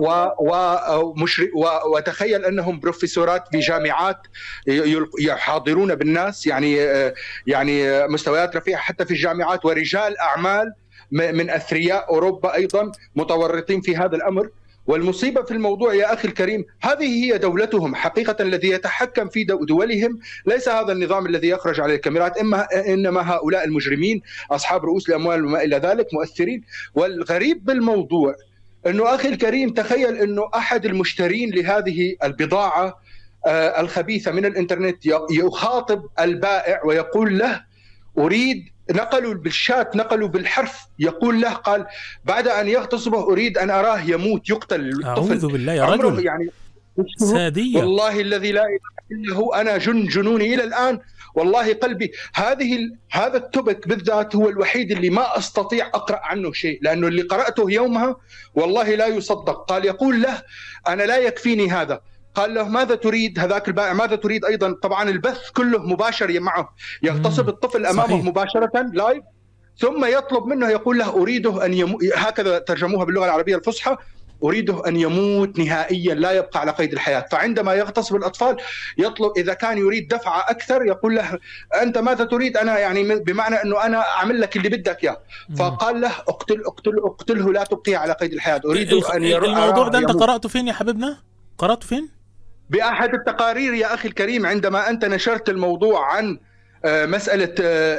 وتخيل أنهم بروفيسورات في جامعات يحاضرون بالناس، يعني مستويات رفيعة حتى في الجامعات، ورجال أعمال من أثرياء أوروبا أيضا متورطين في هذا الأمر. والمصيبة في الموضوع يا أخي الكريم، هذه هي دولتهم حقيقة. الذي يتحكم في دولهم ليس هذا النظام الذي يخرج على الكاميرات، إنما هؤلاء المجرمين أصحاب رؤوس الأموال وما إلى ذلك مؤثرين. والغريب بالموضوع أنه أخي الكريم، تخيل أنه أحد المشترين لهذه البضاعة الخبيثة من الإنترنت يخاطب البائع ويقول له أريد، نقلوا بالشات، نقلوا بالحرف، يقول له، قال بعد أن يغتصبه أريد أن أراه يموت، يقتل الطفل. أعوذ بالله يا رجل، يعني سادية. والله الذي لا إله إلا هو، أنا جنوني إلى الآن، والله قلبي. هذا التوبك بالذات هو الوحيد اللي ما أستطيع أقرأ عنه شيء، لأنه اللي قرأته يومها والله لا يصدق. قال يقول له أنا لا يكفيني هذا. قال له ماذا تريد؟ هذاك البائع ماذا تريد أيضا؟ طبعا البث كله مباشر معه، يغتصب الطفل أمامه صحيح. مباشرة لايف، ثم يطلب منه، يقول له أريده أن يموت، هكذا ترجموها باللغة العربية الفصحى، أريده أن يموت نهائيا لا يبقى على قيد الحياة. فعندما يغتصب الأطفال يطلب، إذا كان يريد دفعة أكثر يقول له أنت ماذا تريد؟ أنا يعني بمعنى أنه أنا أعمل لك اللي بدك إياه. فقال له اقتله لا تبقيه على قيد الحياة. أريد أن الموضوع ده أنت قرأته فين يا حبيبنا؟ قرأته فين؟ بأحد التقارير يا أخي الكريم، عندما أنت نشرت الموضوع عن مسألة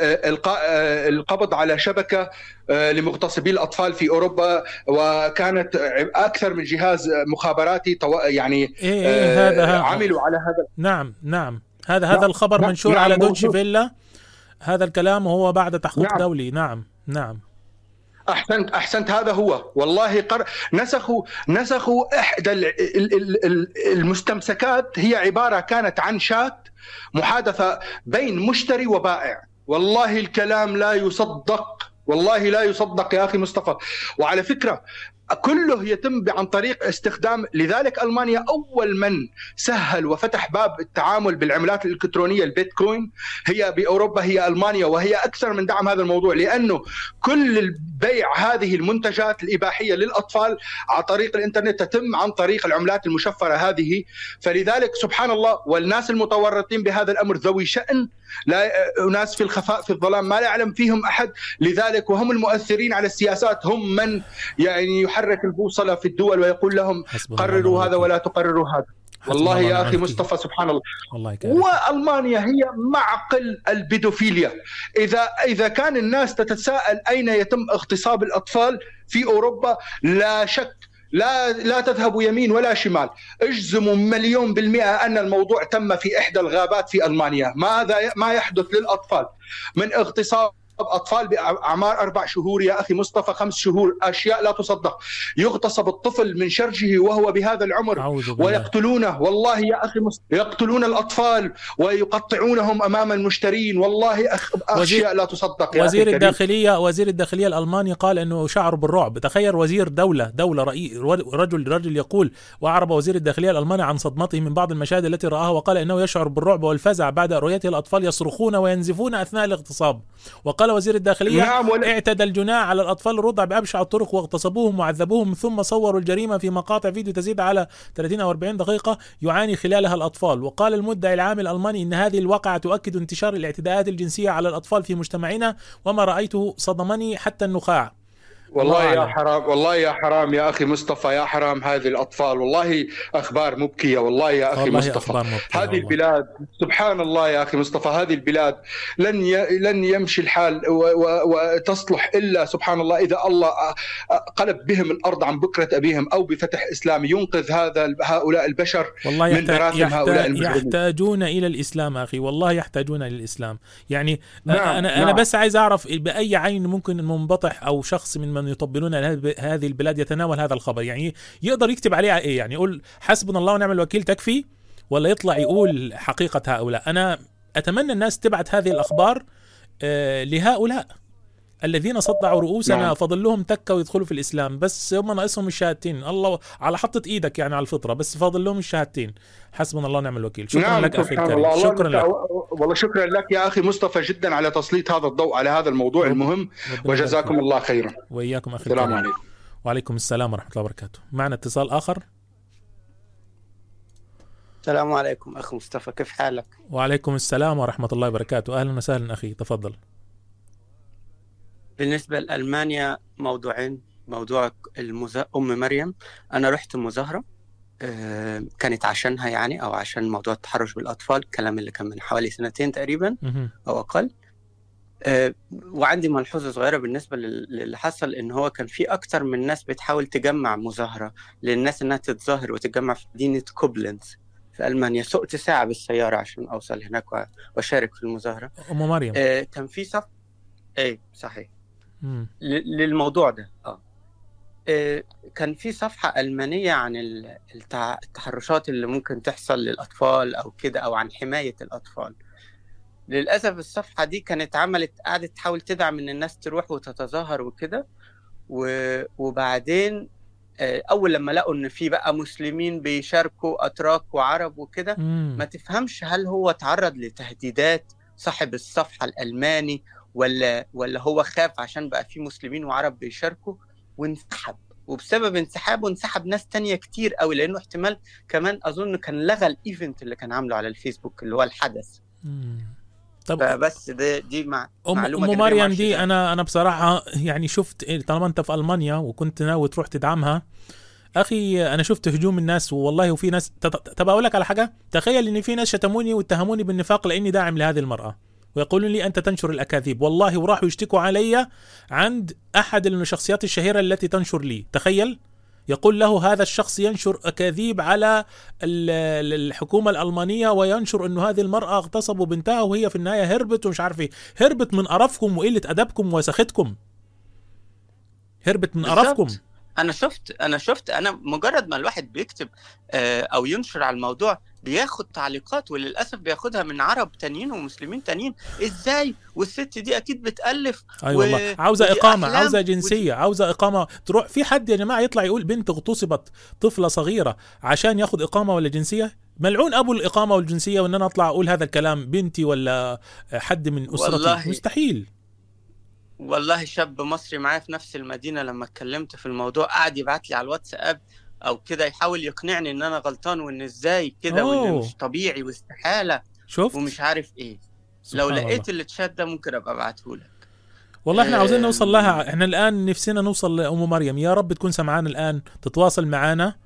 القبض على شبكة لمغتصبي الأطفال في أوروبا، وكانت أكثر من جهاز مخابراتي يعني عملوا على هذا. نعم هذا الخبر منشور على دوتشي فيلا، هذا الكلام وهو بعد تحقيق دولي. نعم أحسنت هذا هو. والله نسخوا إحدى المستمسكات، هي عبارة كانت عن شات محادثة بين مشتري وبائع. والله الكلام لا يصدق، والله لا يصدق يا أخي مصطفى. وعلى فكرة كله يتم عن طريق استخدام، لذلك ألمانيا أول من سهل وفتح باب التعامل بالعملات الإلكترونية البيتكوين هي بأوروبا، هي ألمانيا، وهي أكثر من دعم هذا الموضوع، لأنه كل البيع هذه المنتجات الإباحية للأطفال عن طريق الإنترنت تتم عن طريق العملات المشفرة هذه. فلذلك سبحان الله، والناس المتورطين بهذا الأمر ذوي شأن، لا ناس في الخفاء في الظلام ما لا يعلم فيهم أحد. لذلك وهم المؤثرين على السياسات، هم من يعني يحرك البوصلة في الدول ويقول لهم قرروا هذا ولا تقرروا هذا. والله يا أخي مصطفى سبحان الله. وألمانيا هي معقل البيدوفيليا. إذا كان الناس تتساءل أين يتم اغتصاب الأطفال في أوروبا، لا لا تذهبوا يمين ولا شمال، اجزموا 100% أن الموضوع تم في إحدى الغابات في ألمانيا. ما يحدث للأطفال من اغتصاب أطفال بأعمار 4 شهور يا أخي مصطفى، 5 شهور، أشياء لا تصدق. يغتصب الطفل من شرجه وهو بهذا العمر ويقتلونه، والله يا أخي يقتلون الأطفال ويقطعونهم أمام المشترين، والله أشياء لا تصدق. وزير الداخلية الألماني قال أنه شعر بالرعب. تخيل وزير دولة رجل يقول، وأعرب وزير الداخلية الألماني عن صدمته من بعض المشاهد التي رآها، وقال إنه يشعر بالرعب والفزع بعد رؤيته الأطفال يصرخون وينزفون أثناء الاغتصاب. وقال وزير الداخلية اعتدى الجناح على الأطفال الرضع بأبشع الطرق واغتصبوهم وعذبوهم، ثم صوروا الجريمة في مقاطع فيديو تزيد على 30 أو 40 دقيقة يعاني خلالها الأطفال. وقال المدعي العام الألماني إن هذه الواقعة تؤكد انتشار الاعتداءات الجنسية على الأطفال في مجتمعنا، وما رأيته صدمني حتى النخاع. والله يا حرام، والله يا حرام يا أخي مصطفى، يا حرام هذه الأطفال، والله أخبار مبكية والله يا أخي مصطفى. هذه البلاد سبحان الله يا أخي مصطفى، هذه البلاد لن يمشي الحال وتصلح إلا سبحان الله إذا الله قلب بهم الأرض عن بكرة أبيهم، أو بفتح إسلامي ينقذ هؤلاء البشر من براثم هؤلاء المجرمين. يحتاجون إلى الإسلام أخي، والله يحتاجون إلى الإسلام. يعني أنا بس عايز أعرف بأي عين ممكن المنبطح أو شخص من يطبلون هذه البلاد يتناول هذا الخبر، يعني يقدر يكتب عليه ايه؟ يعني يقول حسبنا الله ونعم الوكيل تكفي، ولا يطلع يقول حقيقة هؤلاء؟ انا اتمنى الناس تبعت هذه الاخبار لهؤلاء الذين صدعوا رؤوسنا فضلهم تكة ويدخلوا في الإسلام، بس هم ناقصهم الشهادتين. الله على حطة إيدك يعني على الفطرة، بس فاضل لهم الشهادتين. حسبنا الله ونعم الوكيل. شكرا لك أخي الكريم. شكرا لك والله، شكرا لك يا أخي مصطفى جدا على تسليط هذا الضوء على هذا الموضوع المهم، وجزاكم الله خيرا. وإياكم أخي السلام الكريم. عليكم. وعليكم السلام ورحمة الله وبركاته. معنا اتصال آخر. السلام عليكم أخي مصطفى، كيف حالك؟ وعليكم السلام ورحمة الله وبركاته. أهلا وسهلا أخي، تفضل. بالنسبة لألمانيا موضوعين. موضوع أم مريم، أنا رحت مظاهرة كانت عشانها يعني، أو عشان موضوع التحرش بالأطفال، الكلام اللي كان من حوالي 2 تقريبا أو أقل. وعندي ملحوظة صغيرة بالنسبة للي حصل، إن هو كان في أكتر من ناس بتحاول تجمع مظاهرة للناس إنها تتظاهر وتجمع في مدينة كوبلنز في ألمانيا. سقت ساعة بالسيارة عشان أوصل هناك وأشارك في المظاهرة. أم مريم كان في صف صحيح للموضوع ده. كان في صفحة ألمانية عن التحرشات اللي ممكن تحصل للأطفال أو كده، أو عن حماية الأطفال. للأسف الصفحة دي كانت قعدت تحاول تدعم إن الناس تروح وتتظاهر وكده، وبعدين أول لما لقوا إن في بقى مسلمين بيشاركوا، أتراك وعرب وكده، ما تفهمش هل هو تعرض لتهديدات صاحب الصفحة الألماني، ولا هو خاف عشان بقى في مسلمين وعرب بيشاركوا وانسحب. وبسبب انسحابه انسحب ناس تانية كتير قوي، لأنه احتمال كمان أظن كان لغى الإيفنت اللي كان عامله على الفيسبوك اللي هو الحدث. طب بس دي معلومة أم مريم دي أنا بصراحة يعني شفت، طالما أنت في ألمانيا وكنت ناوي تروح تدعمها أخي، أنا شفت هجوم الناس والله. وفي ناس طب أقول لك على حاجة، تخيل إن في ناس شتموني واتهموني بالنفاق لأني داعم لهذه المرأة، ويقولون لي أنت تنشر الأكاذيب والله، وراحوا يشتكوا علي عند أحد الشخصيات الشهيرة التي تنشر لي. تخيل، يقول له هذا الشخص ينشر أكاذيب على الحكومة الألمانية، وينشر أنه هذه المرأة اغتصبوا بنتها وهي في النهاية هربت ومش عارف ايه. هربت من قرفكم وقلة أدبكم وسختكم، هربت من قرفكم. أنا شفت مجرد ما الواحد بيكتب أو ينشر على الموضوع بياخد تعليقات، وللأسف بياخدها من عرب تانيين ومسلمين تانيين. إزاي؟ والست دي أكيد بتألف. والله عاوزة إقامة، عاوزة جنسية، عاوزة إقامة. تروح في حد يا جماعة يطلع يقول بنت اغتصبت، طفلة صغيرة، عشان ياخد إقامة ولا جنسية؟ ملعون أبو الإقامة والجنسية. وإن أنا أطلع أقول هذا الكلام بنتي ولا حد من أسرتي؟ مستحيل. والله شاب مصري معايا في نفس المدينة لما اتكلمت في الموضوع قاعد يبعت لي على الواتساب او كده يحاول يقنعني ان انا غلطان، وان ازاي كده، وان مش طبيعي واستحالة ومش عارف ايه. لو لقيت اللي تشات ده ممكن ابقى ابعته لك. والله احنا عاوزين نوصل لها. احنا الان نفسنا نوصل لأم مريم. يا رب تكون سمعانا الان، تتواصل معانا،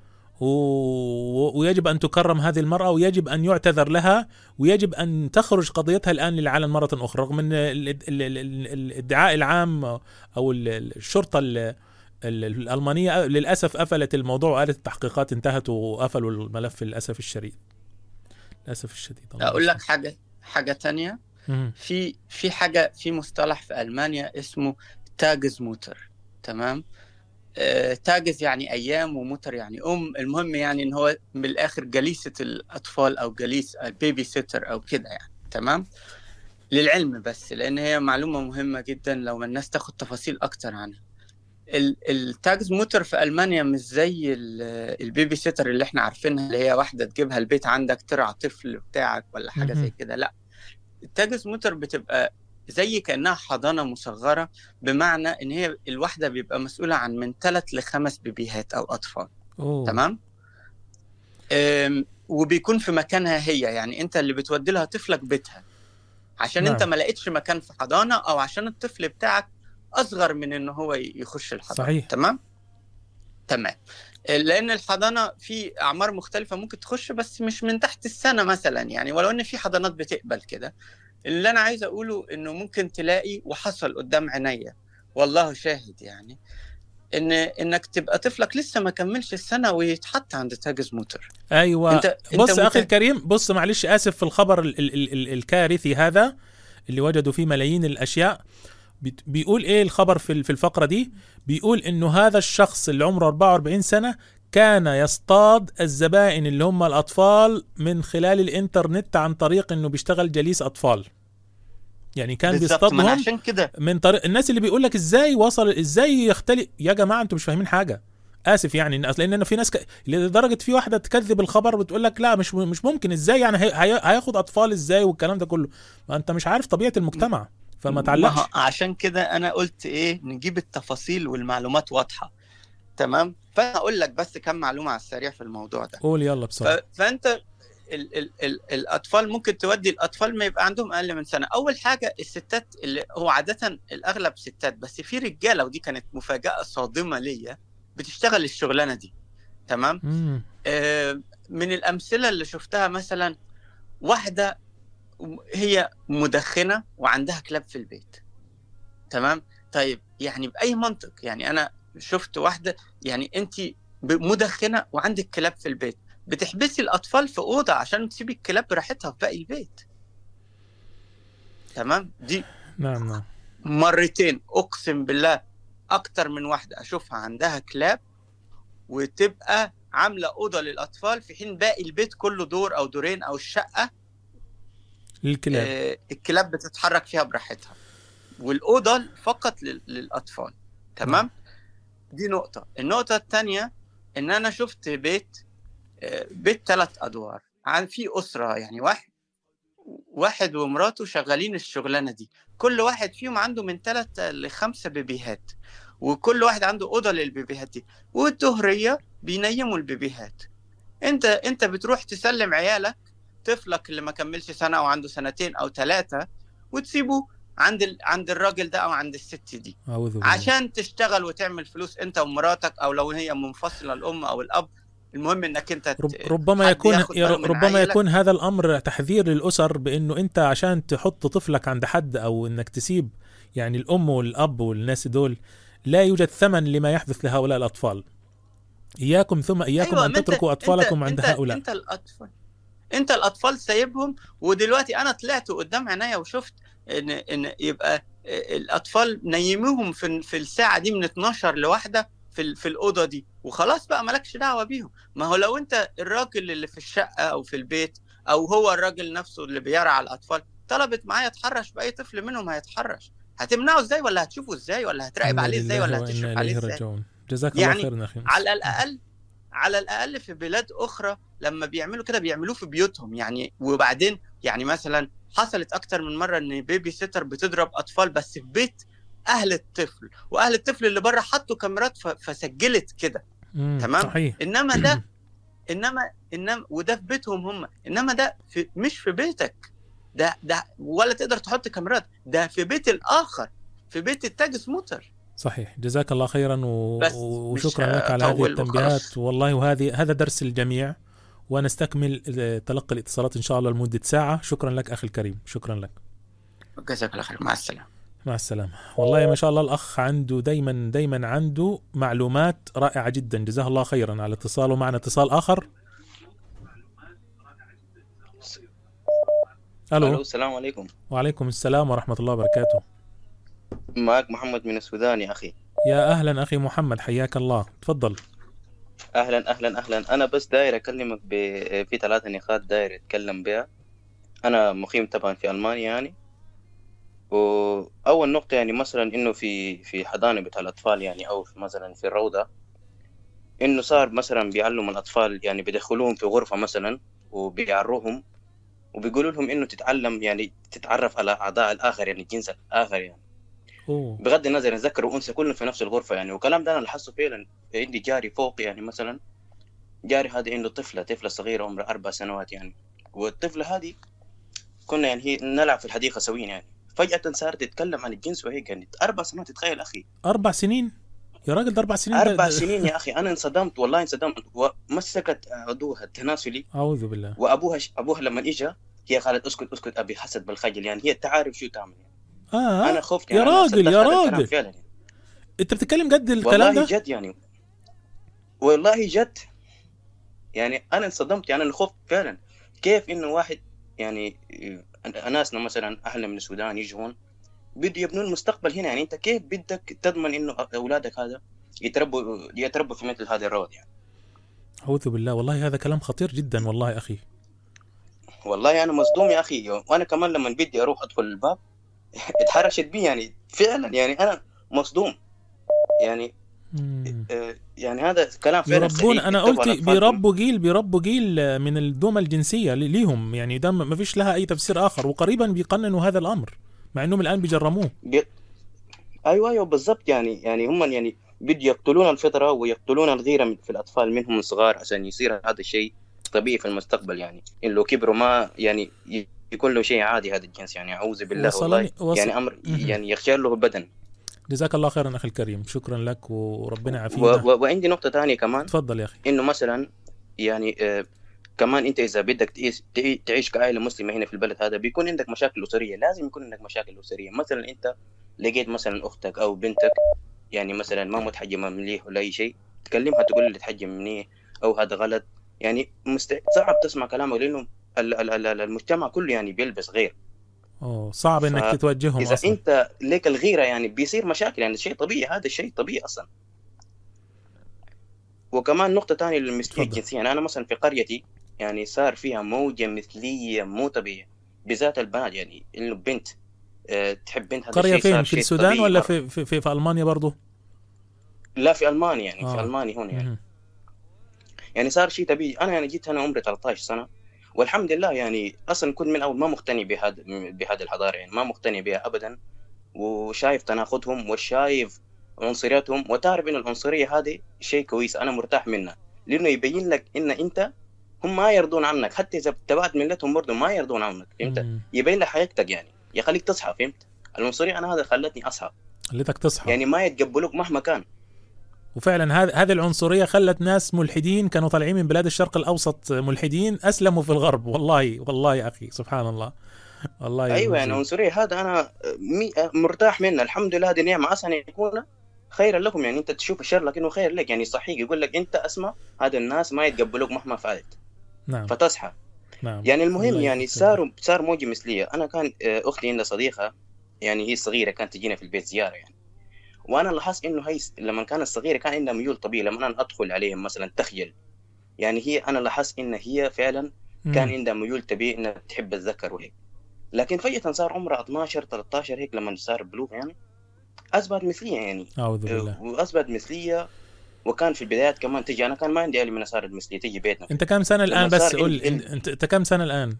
ويجب أن تكرم هذه المرأة، ويجب أن يعتذر لها، ويجب أن تخرج قضيتها الآن للعلن مرة أخرى، رغم أن الادعاء العام أو الشرطة الألمانية للأسف قفلت الموضوع وقالت التحقيقات انتهت وقفلوا الملف للأسف الشديد. أقول لك حاجة تانية. في حاجة، في مصطلح في ألمانيا اسمه تاجز موتر. تمام. تاجز يعني أيام، وموتر يعني المهم يعني إن هو بالآخر جليسة الأطفال أو جليس بيبي سيتر أو كده يعني. تمام. للعلم بس، لأن هي معلومة مهمة جدا لو الناس تاخد تفاصيل أكتر عنها. التاجز موتر في ألمانيا مش زي البيبي سيتر اللي احنا عارفينها، اللي هي واحدة تجيبها البيت عندك ترعى طفل بتاعك ولا حاجة زي كده. لا، التاجز موتر بتبقى زي كأنها حضانة مصغرة، بمعنى ان هي الواحدة بيبقى مسؤولة عن من 3 ل 5 بيبيهات او اطفال. تمام. وبيكون في مكانها هي، يعني انت اللي بتودي لها طفلك بيتها، عشان انت ما لقيتش مكان في حضانة، او عشان الطفل بتاعك اصغر من ان هو يخش الحضانة. صحيح. تمام. لان الحضانة في اعمار مختلفة ممكن تخش، بس مش من تحت السنة مثلا يعني، ولو ان في حضانات بتقبل كده. اللي انا عايز اقوله انه ممكن تلاقي، وحصل قدام عينيا والله شاهد يعني، انك تبقى طفلك لسه ما كملش السنة ويتحط عند تاجز موتر. ايوه. انت بص اخي الكريم، بص معلش اسف في الخبر الكارثي هذا اللي وجدوا فيه ملايين الاشياء. بيقول ايه الخبر في الفقرة دي؟ بيقول انه هذا الشخص اللي عمره 44 سنة كان يصطاد الزبائن اللي هم الأطفال من خلال الإنترنت عن طريق إنه بيشتغل جليس أطفال. يعني كان بيصطادهم عشان كده من طريق الناس اللي بيقول لك إزاي وصل، إزاي يختلف. يا جماعة أنتم مش فاهمين حاجة. آسف يعني، لأن أنا في ناس لدرجة في واحدة تكذب الخبر بتقول لك لا مش ممكن، إزاي يعني هياخد أطفال إزاي والكلام ده كله. ما أنت مش عارف طبيعة المجتمع، فما تعلقش. عشان كده أنا قلت إيه، نجيب التفاصيل والمعلومات واضحة. تمام. فأنا أقول لك بس كم معلومة على السريع في الموضوع ده. قول يلا بسرعة. فأنت الأطفال ممكن تودي الأطفال ما يبقى عندهم أقل من سنة. أول حاجة الستات، اللي هو عادة الأغلب ستات، بس في رجالة، ودي كانت مفاجأة صادمة ليا، بتشتغل الشغلانة دي. تمام. من الأمثلة اللي شفتها مثلا واحدة هي مدخنة وعندها كلاب في البيت. تمام. طيب يعني بأي منطق يعني أنا شفت واحدة، يعني أنت مدخنة وعندك كلاب في البيت، بتحبسي الأطفال في أوضة عشان تسيبي الكلاب براحتها في باقي البيت. تمام. دي نعم مرتين أقسم بالله، أكتر من واحدة أشوفها عندها كلاب وتبقى عاملة أوضة للأطفال، في حين باقي البيت كله دور أو دورين أو الشقة للكلاب. الكلاب بتتحرك فيها براحتها، والأوضة فقط للأطفال. تمام. دي نقطة. النقطة الثانية إن أنا شفت بيت 3 أدوار، عن في أسرة يعني واحد ومراته شغالين الشغلانة دي، كل واحد فيهم عنده من 3 ل 5 بيبيهات، وكل واحد عنده أوضة للبيبيهات دي، والظهرية بينيموا البيبيهات. انت بتروح تسلم عيالك، طفلك اللي ما كملش سنة أو عنده 2 أو 3، وتسيبه عند الراجل ده أو عند الست دي عشان تشتغل وتعمل فلوس انت ومراتك، أو لو هي منفصلة الأم أو الأب. المهم انك انت ربما يكون هذا الامر تحذير للاسر، بانه انت عشان تحط طفلك عند حد، او انك تسيب يعني الام والاب والناس دول، لا يوجد ثمن لما يحدث لهؤلاء الاطفال. اياكم أيوة، ان تتركوا اطفالكم عند هؤلاء. انت الاطفال سايبهم. ودلوقتي انا طلعت قدام عينيا وشفت ان يبقى الاطفال نيموهم في الساعه دي من 12 لواحدة في الأوضة دي، وخلاص بقى مالكش دعوة بيهم. ما هو لو انت الراجل اللي في الشقة او في البيت، او هو الراجل نفسه اللي بيرعى الأطفال، طلبت معايا يتحرش بأي طفل منهم هيتحرش، هتمنعه ازاي؟ ولا هتشوفه ازاي؟ ولا هتراقب عليه ازاي؟ ولا هتشرف عليه ازاي؟ جزاك الله خير أخي. على الأقل في بلاد أخرى لما بيعملوا كده بيعملوه في بيوتهم يعني. وبعدين يعني مثلا حصلت أكتر من مرة ان بيبي سيتر بتضرب أطفال بس في بيت أهل الطفل، وأهل الطفل اللي بره حطوا كاميرات فسجلت كده. تمام. صحيح. إنما ده وده في بيتهم هم، إنما ده مش في بيتك، ده ولا تقدر تحط كاميرات، ده في بيت الآخر، في بيت التاجس موتر. صحيح. جزاك الله خيرا وشكرا لك على هذه التنبيهات والله، هذا درس للجميع، ونستكمل تلقي الاتصالات إن شاء الله لمدة ساعة. شكرا لك أخي الكريم، شكرا لك. جزاك الله خير، مع السلامة. مع السلامة. والله ما شاء الله الأخ عنده دايما عنده معلومات رائعة جدا، جزاه الله خيرا على اتصاله معنا. اتصال آخر. ألو، السلام عليكم. وعليكم السلام ورحمة الله وبركاته. معك محمد من السودان يا أخي. يا أهلا أخي محمد، حياك الله، تفضل. أهلا أهلا أهلا. أنا بس داير أكلمك في 3 نقاط داير أتكلم بها. أنا مقيم طبعا في ألمانيا يعني، وأول نقطة يعني مثلا إنه في حضانة بتاع الأطفال يعني، أو مثلا في الروضة، إنه صار مثلا بيعلموا الأطفال يعني، بيدخلوهم في غرفة مثلا وبيعروهم وبيقولوا لهم إنه تتعلم يعني تتعرف على أعضاء الآخر يعني الجنس الآخر يعني. بغض النظر ذكر وأنثى كلهم في نفس الغرفة يعني. وكلام ده أنا لاحظته فعلا. عندي جاري فوق يعني، مثلا جاري هذا عنده طفلة صغيرة عمرها 4 سنوات يعني، والطفلة هذه كنا يعني هي نلعب في الحديقة سويا يعني، فجأة صارت تتكلم عن الجنس وهيك يعني. 4 سنوات، تتخيل أخي. 4 سنين يا راجل، ده 4 سنين. 4 سنين يا أخي. أنا انصدمت والله، انصدمت. ومسكت عضوها التناسلي. أعوذ بالله. وأبوها لما إجا هي قالت اسكت أبي، حسد بالخجل يعني. هي تعرف شو تعمل يعني. أنا خفت يعني. يا راجل فعلا. أنت بتتكلم جد الكلام ده؟ والله جد يعني، والله جد يعني. أنا انصدمت يعني. أنا خفت فعلا. كيف إنه واحد يعني، ناسنا مثلا أهلنا من السودان يجون بده يبنوا المستقبل هنا يعني. أنت كيف بدك تضمن إنه أولادك هذا يتربوا في مثل هذه الروض يعني؟ أعوذ بالله. والله هذا كلام خطير جدا والله أخي. والله أنا مصدوم يا أخي. وأنا كمان لما بدي أروح أدخل الباب اتحرشت بي يعني، فعلا يعني. أنا مصدوم يعني. يعني هذا كلام فعلا صحيح. أنا قلت بيربوا جيل من الدومة الجنسية ليهم يعني. ده ما فيش لها أي تفسير آخر. وقريبا بيقننوا هذا الأمر مع إنهم الآن بيجرموه. أيوة بالضبط يعني هم يعني بدي يقتلون الفطرة ويقتلون الغيرة في الأطفال منهم صغار، عشان يصير هذا الشيء طبيعي في المستقبل يعني. إن لو كبروا ما يعني يكون له شيء عادي هذا الجنس يعني. أعوذ بالله والله. يعني أمر يعني يخجل له بدن. جزاك الله خيرا أخي الكريم، شكرا لك وربنا يعافينا. وعندي نقطة ثانية كمان. تفضل يا أخي. إنه مثلا يعني كمان أنت إذا بدك تعيش كعائلة مسلمة هنا في البلد هذا، بيكون عندك مشاكل أسرية. لازم يكون عندك مشاكل أسرية. مثلا أنت لقيت مثلا أختك أو بنتك يعني مثلا ما متحجمة مليح ولا أي شيء، تكلمها تقول لي تحجم مني أو هذا غلط يعني. صعب تسمع كلامه لأنه المجتمع كله يعني بيلبس غير. صعب انك تتوجههم اذا أصلاً. انت ليك الغيره يعني بيصير مشاكل يعني. شيء طبيعي، هذا الشيء طبيعي اصلا. وكمان نقطه ثانيه للمثليه الجنسيه يعني. انا مثلا في قريتي يعني صار فيها موجه مثليه مو طبيعيه، بالذات البنات يعني. انه بنت تحب بنت، هذا قريه الشيء فين؟ في السودان ولا في المانيا برضو؟ لا في المانيا يعني. في المانيا هون يعني. يعني صار شيء طبيعي. انا يعني جيت هنا عمري 13 سنه والحمد لله يعني. اصلا كنت من اول ما مقتني بهذه الحضاره يعني، ما مقتني بها ابدا. وشايف تناقضهم وشايف عنصريتهم، وتعرف ان العنصريه هذه شيء كويس، انا مرتاح منها، لانه يبين لك ان انت هم ما يرضون عنك. حتى اذا اتبعت ملتهم برضه ما يرضون عنك، فهمت؟ يبين لك حقيقتك يعني، يخليك تصحى. فهمت؟ العنصريه انا هذا خلتني اصحى، خليتك تصحى يعني ما يتقبلوك مهما كان. وفعلا هذه العنصرية خلت ناس ملحدين كانوا طالعين من بلاد الشرق الأوسط ملحدين أسلموا في الغرب. والله يا أخي سبحان الله. والله أيوة يعني العنصرية هذا أنا مرتاح منها الحمد لله. هذه نعمة أصلا يكون خيرا لكم يعني. أنت تشوف الشر لكنه خير لك يعني. صحيح يقول لك أنت أسمع هذا الناس ما يتقبلوك مهما فعلت. نعم. فتصحى. نعم. يعني المهم يعني صار موجة مثلية. أنا كان أختي عندها صديقة يعني، هي صغيرة كانت تجينا في البيت زيارة يعني. وانا لاحظت انه هي لما كانت صغيره كان عندها ميول طبيعي. لما انا ادخل عليهم مثلا تخجل يعني. هي انا لاحظت ان هي فعلا كان عندها ميول طبيعي انها تحب الذكر وهيك. لكن فجاه صار عمرها 12 13 هيك لما صار بلوغ يعني، اثبت مثليه يعني. اعوذ بالله. واثبت مثليه. وكان في البدايات كمان تجي، انا كان ما عندي اهلي من صارت مثليه تجي بيتنا. انت كم سنه الان؟ بس قول انت كم سنه الان؟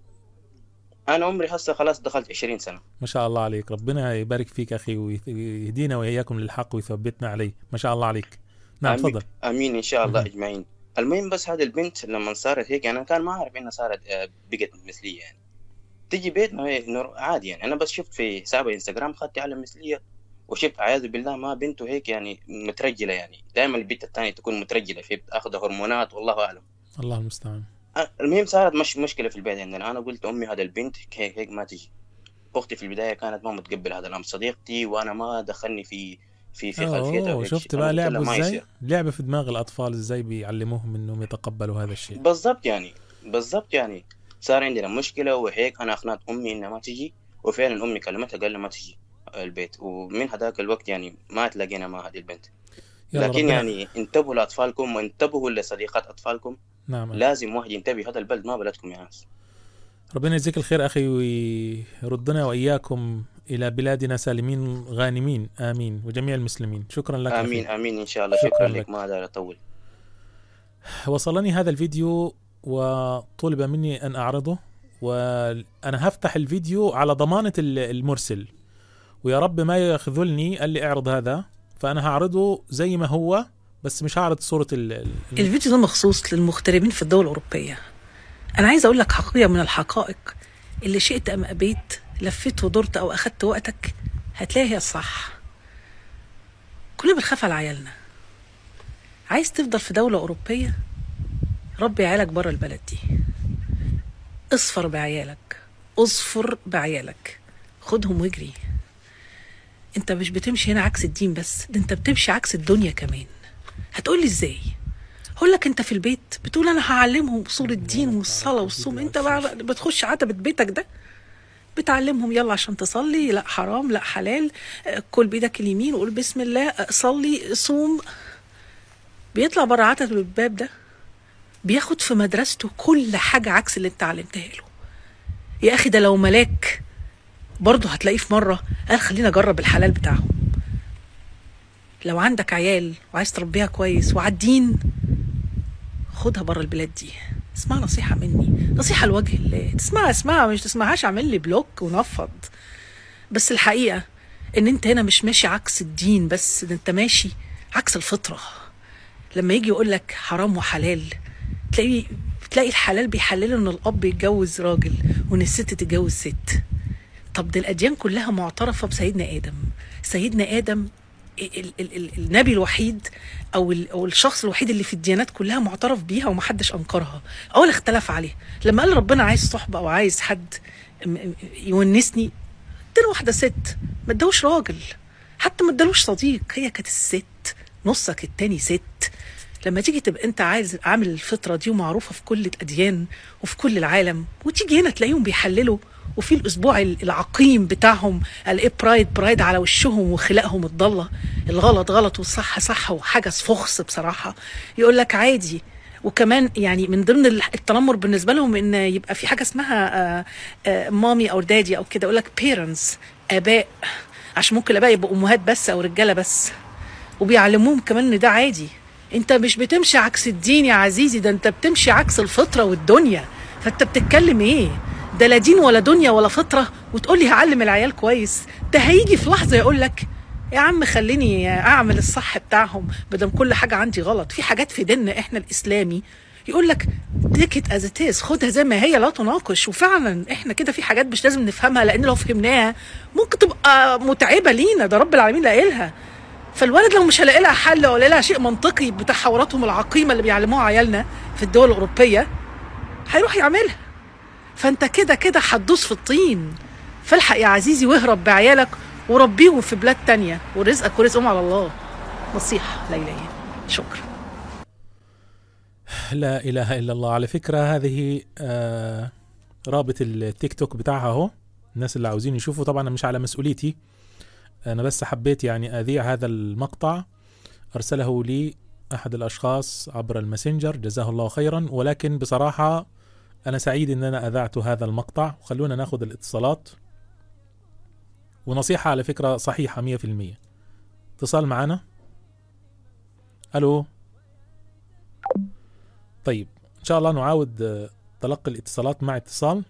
أنا عمري هسه خلاص دخلت 20 سنة. ما شاء الله عليك، ربنا يبارك فيك أخي ويهدينا وإياكم للحق ويثبتنا عليه. ما شاء الله عليك. نعم تفضل. آمين إن شاء الله أجمعين. المهم بس هذه البنت لما صارت هيك أنا كان ما أعرف إنها صارت بقت مثلية يعني. تيجي بيتنا عادي يعني. أنا بس شفت في حساب الإنستغرام خدت على مثلية، وشفت عياذ بالله ما بنته هيك يعني مترجلة يعني. دائما البنت الثانية تكون مترجلة، في أخذ هرمونات والله أعلم. الله المستعان. المهم صارت مش مشكلة في البيت عندنا. أنا قلت أمي هذا البنت هيك ما تجي. اختي في البدايه كانت ما متقبل هذا الامر، صديقتي، وانا ما دخلني في خلفيتها. شفت بقى لعبوا ازاي؟ لعبه في دماغ الاطفال ازاي بيعلموهم انهم يتقبلوا هذا الشيء. بالضبط يعني صار عندنا مشكله، وهيك انا اقنعت امي انها ما تجي، وفعلا امي كلمتها قال لها ما تجي البيت، ومن هذاك الوقت يعني ما تلاقينا مع هذه البنت. لكن يعني انتبهوا لاطفالكم وانتبهوا لصديقات اطفالكم. نعم. لازم واحد ينتبه، هذا البلد ما بلدكم يا ناس. ربنا يجزيك الخير أخي ويردنا وإياكم إلى بلادنا سالمين غانمين، آمين، وجميع المسلمين. شكرا لك آمين أخي. آمين إن شاء الله. شكرا لك. ما أقدر أطول. وصلني هذا الفيديو وطلب مني أن أعرضه، وأنا هفتح الفيديو على ضمانة المرسل، ويا رب ما يخذلني قال لي اعرض هذا، فأنا هعرضه زي ما هو، بس مش هعرض صورة الفيديو ده مخصوص للمغتربين في الدول الأوروبية. أنا عايز أقول لك حقيقة من الحقائق اللي شئت أم أبيت، لفت ودرت أو أخدت وقتك، هتلاقي هي الصح. كلنا بنخاف على عيالنا. عايز تفضل في دولة أوروبية، ربي عيالك برا البلد دي. اصفر بعيالك، اصفر بعيالك، خدهم واجري. انت مش بتمشي هنا عكس الدين بس، ده انت بتمشي عكس الدنيا كمان. هتقولي ازاي؟ هقول لك انت في البيت بتقول انا هعلمهم اصول الدين والصلاه والصوم، انت بقى بتخش عتبه بيتك ده بتعلمهم يلا عشان تصلي، لا حرام لا حلال، كل بايدك اليمين وقول بسم الله، صلي صوم. بيطلع بره عتبه الباب ده بياخد في مدرسته كل حاجه عكس اللي انت علمتها له. يا اخي ده لو ملاك برضه هتلاقيه في مره قال خلينا اجرب الحلال بتاعهم. لو عندك عيال وعايز تربيها كويس وعالدين، خدها بره البلاد دي. اسمع نصيحة مني، نصيحة لوجه الله، اسمعها مش تسمعهاش اعمل لي بلوك ونفض. بس الحقيقة ان انت هنا مش ماشي عكس الدين بس، ده انت ماشي عكس الفطرة. لما يجي يقول لك حرام وحلال، تلاقي الحلال بيحلله ان الاب يتجوز راجل وان الست تتجوز ست. طب ده الاديان كلها معترفة بسيدنا ادم. سيدنا ادم النبي الوحيد او الشخص الوحيد اللي في الديانات كلها معترف بيها ومحدش انكرها او اختلف عليها. لما قال ربنا عايز صحبه او عايز حد يونسني، اداله واحده ست، ما ادالوش راجل، حتى ما ادالوش صديق، هي كانت الست، نصك التاني ست. لما تيجي تبقى انت عايز عامل الفطره دي ومعروفه في كل الاديان وفي كل العالم، وتيجي هنا تلاقيهم بيحللوا، وفي الاسبوع العقيم بتاعهم الايه برايد على وشهم وخلاقهم الضاله، الغلط غلط والصح صح وحاجه فخص بصراحه. يقول لك عادي. وكمان يعني من ضمن التنمر بالنسبه لهم ان يبقى في حاجه اسمها مامي او دادي او كده، يقول لك بيرنتس، اباء، عشان ممكن الاباء يبقوا امهات بس او رجاله بس، وبيعلموهم كمان ان ده عادي. انت مش بتمشي عكس الدين يا عزيزي، ده انت بتمشي عكس الفطره والدنيا. فانت بتتكلم ايه؟ ده لا دين ولا دنيا ولا فطره وتقول لي هعلم العيال كويس. ده هيجي في لحظه يقول لك يا عم خليني اعمل الصح بتاعهم بدل كل حاجه عندي غلط. في حاجات في ديننا احنا الاسلامي يقول لك take it as it is، خدها زي ما هي لا تناقش. وفعلا احنا كده في حاجات مش لازم نفهمها، لان لو فهمناها ممكن تبقى متعبه لينا، ده رب العالمين لاقيلها. فالولد لو مش هلاقي لها حل ولا لها شيء منطقي بتحوراتهم العقيمه اللي بيعلموها عيالنا في الدول الاوروبيه، هيروح يعملها. فانت كده هتدوس في الطين. فالحق يا عزيزي واهرب بعيالك وربيهم في بلاد تانية، ورزقك ورزقهم على الله. نصيحة ليلية. شكرا. لا إله إلا الله. على فكرة هذه رابط التيك توك بتاعها اهو، الناس اللي عاوزين يشوفوا. طبعا مش على مسؤوليتي، أنا بس حبيت يعني أذيع هذا المقطع. أرسله لي أحد الأشخاص عبر الماسنجر، جزاه الله خيرا. ولكن بصراحة أنا سعيد أن أنا أذعت هذا المقطع. وخلونا ناخذ الاتصالات. ونصيحة على فكرة صحيحة 100%. اتصال معنا. ألو. طيب إن شاء الله نعاود تلقي الاتصالات مع اتصال.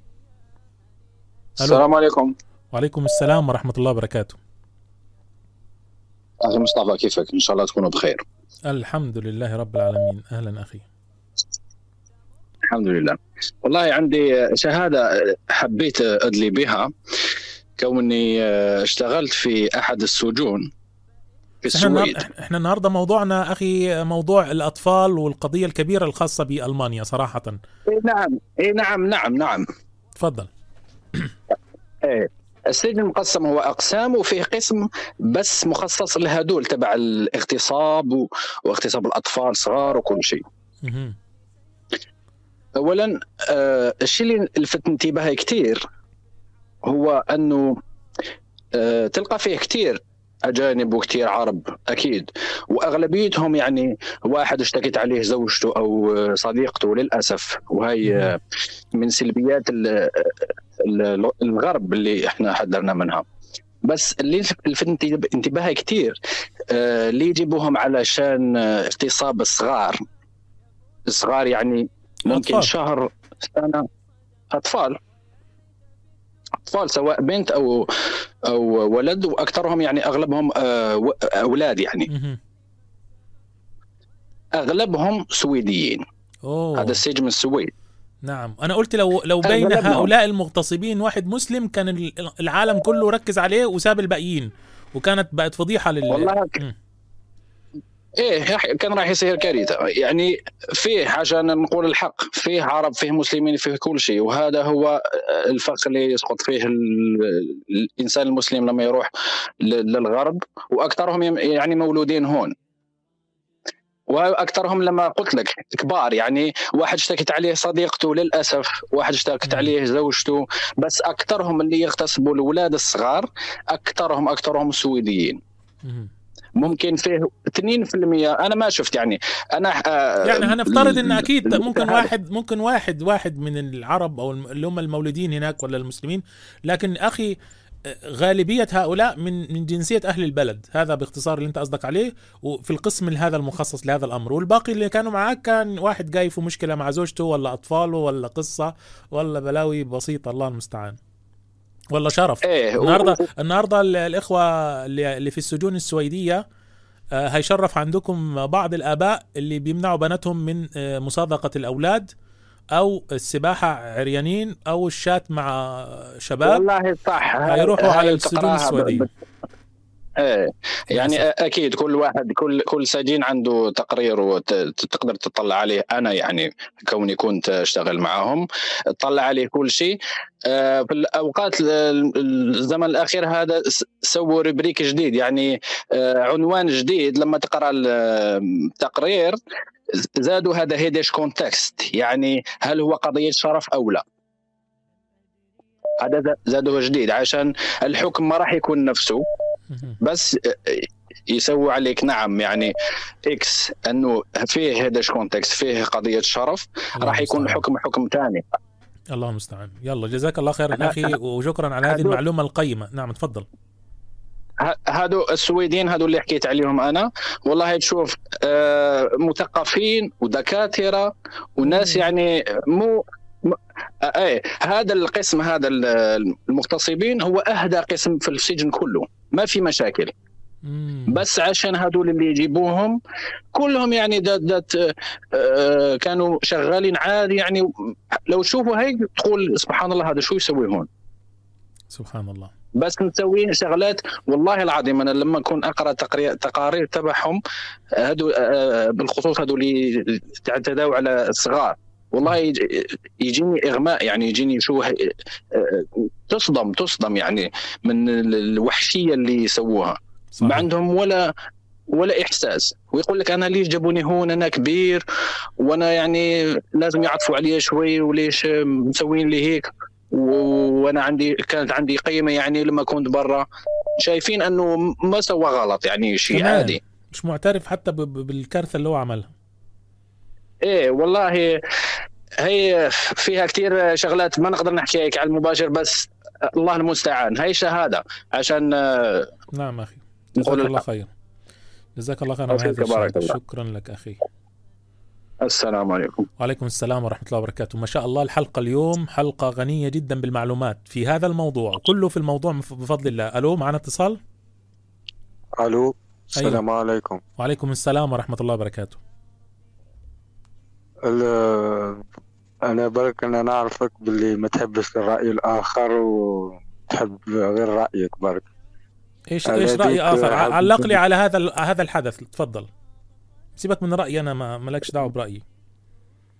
السلام عليكم. وعليكم السلام ورحمة الله وبركاته. أخي مصطفى كيفك؟ إن شاء الله تكونوا بخير. الحمد لله رب العالمين. أهلا أخي. الحمد لله. والله عندي شهادة حبيت أدلي بها، كوني اشتغلت في أحد السجون في السويد. احنا النهاردة موضوعنا أخي موضوع الأطفال والقضية الكبيرة الخاصة بألمانيا صراحة. نعم. تفضل. السجن مقسم، هو أقسام، وفيه قسم بس مخصص لهدول تبع الاغتصاب واغتصاب الأطفال صغار وكل شيء. أولا الشيء اللي لفت انتباهي كتير هو أنه تلقى فيه كتير أجانب وكتير عرب أكيد، وأغلبيتهم يعني واحد اشتكت عليه زوجته أو صديقته للأسف، وهي من سلبيات الغرب اللي احنا حذرنا منها. بس اللي لفت انتباهي كتير اللي يجيبوهم علشان اغتصاب الصغار يعني ممكن أطفال. شهر سنة، أطفال سواء بنت أو ولد، وأكثرهم يعني أغلبهم أولاد يعني أغلبهم سويديين. هذا السجن من السويد. نعم، أنا قلت لو بين هؤلاء المغتصبين واحد مسلم كان العالم كله ركز عليه وساب الباقيين، وكانت بقت فضيحة والله إيه كان راح يصير كارثة يعني. فيه عشان نقول الحق، فيه عرب، فيه مسلمين، فيه كل شيء، وهذا هو الفخ اللي يسقط فيه الإنسان المسلم لما يروح للغرب، وأكثرهم يعني مولودين هون، وأكثرهم لما قلت لك كبار يعني. واحد اشتكت عليه صديقته للأسف، واحد اشتكت عليه زوجته، بس أكثرهم اللي يغتصبوا الأولاد الصغار أكثرهم سويديين. ممكن فيه 2%، أنا ما شفت يعني. أنا يعني هنفترض إن أكيد ممكن واحد من العرب أو اللي هم المولودين هناك ولا المسلمين، لكن أخي غالبية هؤلاء من جنسية أهل البلد. هذا باختصار اللي أنت قصدك عليه، وفي القسم هذا المخصص لهذا الأمر. والباقي اللي كانوا معاك كان واحد جاي في مشكلة مع زوجته ولا أطفاله ولا قصة ولا بلاوي بسيطة، الله المستعان، والله شرف. النهاردة الإخوة اللي في السجون السويدية هيشرف عندكم بعض الآباء اللي بيمنعوا بناتهم من مصادقة الأولاد أو السباحة عريانين أو الشات مع شباب. والله صح، هيروحوا على السجون السويدية. يعني أكيد كل واحد كل سجين عنده تقرير وتقدر تطلع عليه. أنا يعني كوني كنت أشتغل معهم تطلع عليه كل شيء. في الأوقات الزمن الأخير هذا سووا ربريك جديد، يعني عنوان جديد. لما تقرأ التقرير زادوا هذا هيدش كونتكست، يعني هل هو قضية شرف أو لا. هذا زادوه جديد عشان الحكم ما راح يكون نفسه، بس يسوي عليك نعم يعني إكس أنه فيه هيدش كونتكست، فيه قضية شرف، راح يكون حكم ثاني. الله المستعان. يلا جزاك الله خير أخي، وشكرا على هذه المعلومة القيمة. نعم تفضل. هادو السويدين هادو اللي حكيت عليهم أنا، والله تشوف مثقفين ودكاترة وناس يعني هذا القسم، هذا المغتصبين هو أهدى قسم في السجن كله، ما في مشاكل. بس عشان هذول اللي يجيبوهم كلهم يعني دات كانوا شغالين عادي يعني. لو تشوفوا هيك تقول سبحان الله، هذا شو يسوي هون؟ سبحان الله. بس مسوين شغلات والله العظيم. أنا لما أكون أقرأ تقارير تبعهم هذو بالخصوص هذو اللي تعتدوا على الصغار، والله يجيني إغماء يعني، يجيني شو تصدم يعني من الوحشية اللي يسووها. ما عندهم ولا إحساس، ويقول لك أنا ليش جابوني هون، أنا كبير وأنا يعني لازم يعطفوا علي شوي، وليش مسوين لي هيك، وأنا كانت عندي قيمة يعني لما كنت برا. شايفين أنه ما سوى غلط يعني، شيء عادي، مش معترف حتى بالكارثة اللي هو عملها. إيه والله هي فيها كتير شغلات ما نقدر نحكيها على المباشر، بس الله المستعان. هي شهادة عشان نعم أخي، جزاك الله خير. جزاك الله خير على هذا الشيء. شكرا لك أخي. السلام عليكم. وعليكم السلام ورحمة الله وبركاته. ما شاء الله الحلقة اليوم حلقة غنية جدا بالمعلومات في هذا الموضوع كله، في الموضوع بفضل الله. ألو، معنا اتصال. ألو، السلام عليكم. وعليكم السلام ورحمة الله وبركاته. أنا برك أنا نعرفك باللي ما تحبش الرأي الآخر وتحب غير رأيك برك. إيش رأي آخر؟ علق لي على هذا الحدث، تفضل. سيبك من رأيي أنا، مالكش دعوة برأيي.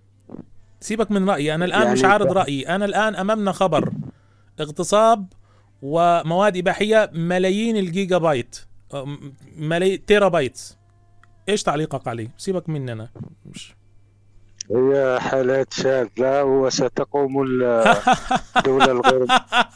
سيبك من رأيي أنا الآن، يعني مش عارض رأيي. أنا الآن أمامنا خبر اغتصاب ومواد إباحية ملايين الجيجا بايت، ملايين تيرا بايت. ايش تعليقك عليه؟ سيبك مننا. هي حالات شاذة وستقوم الدولة الغرب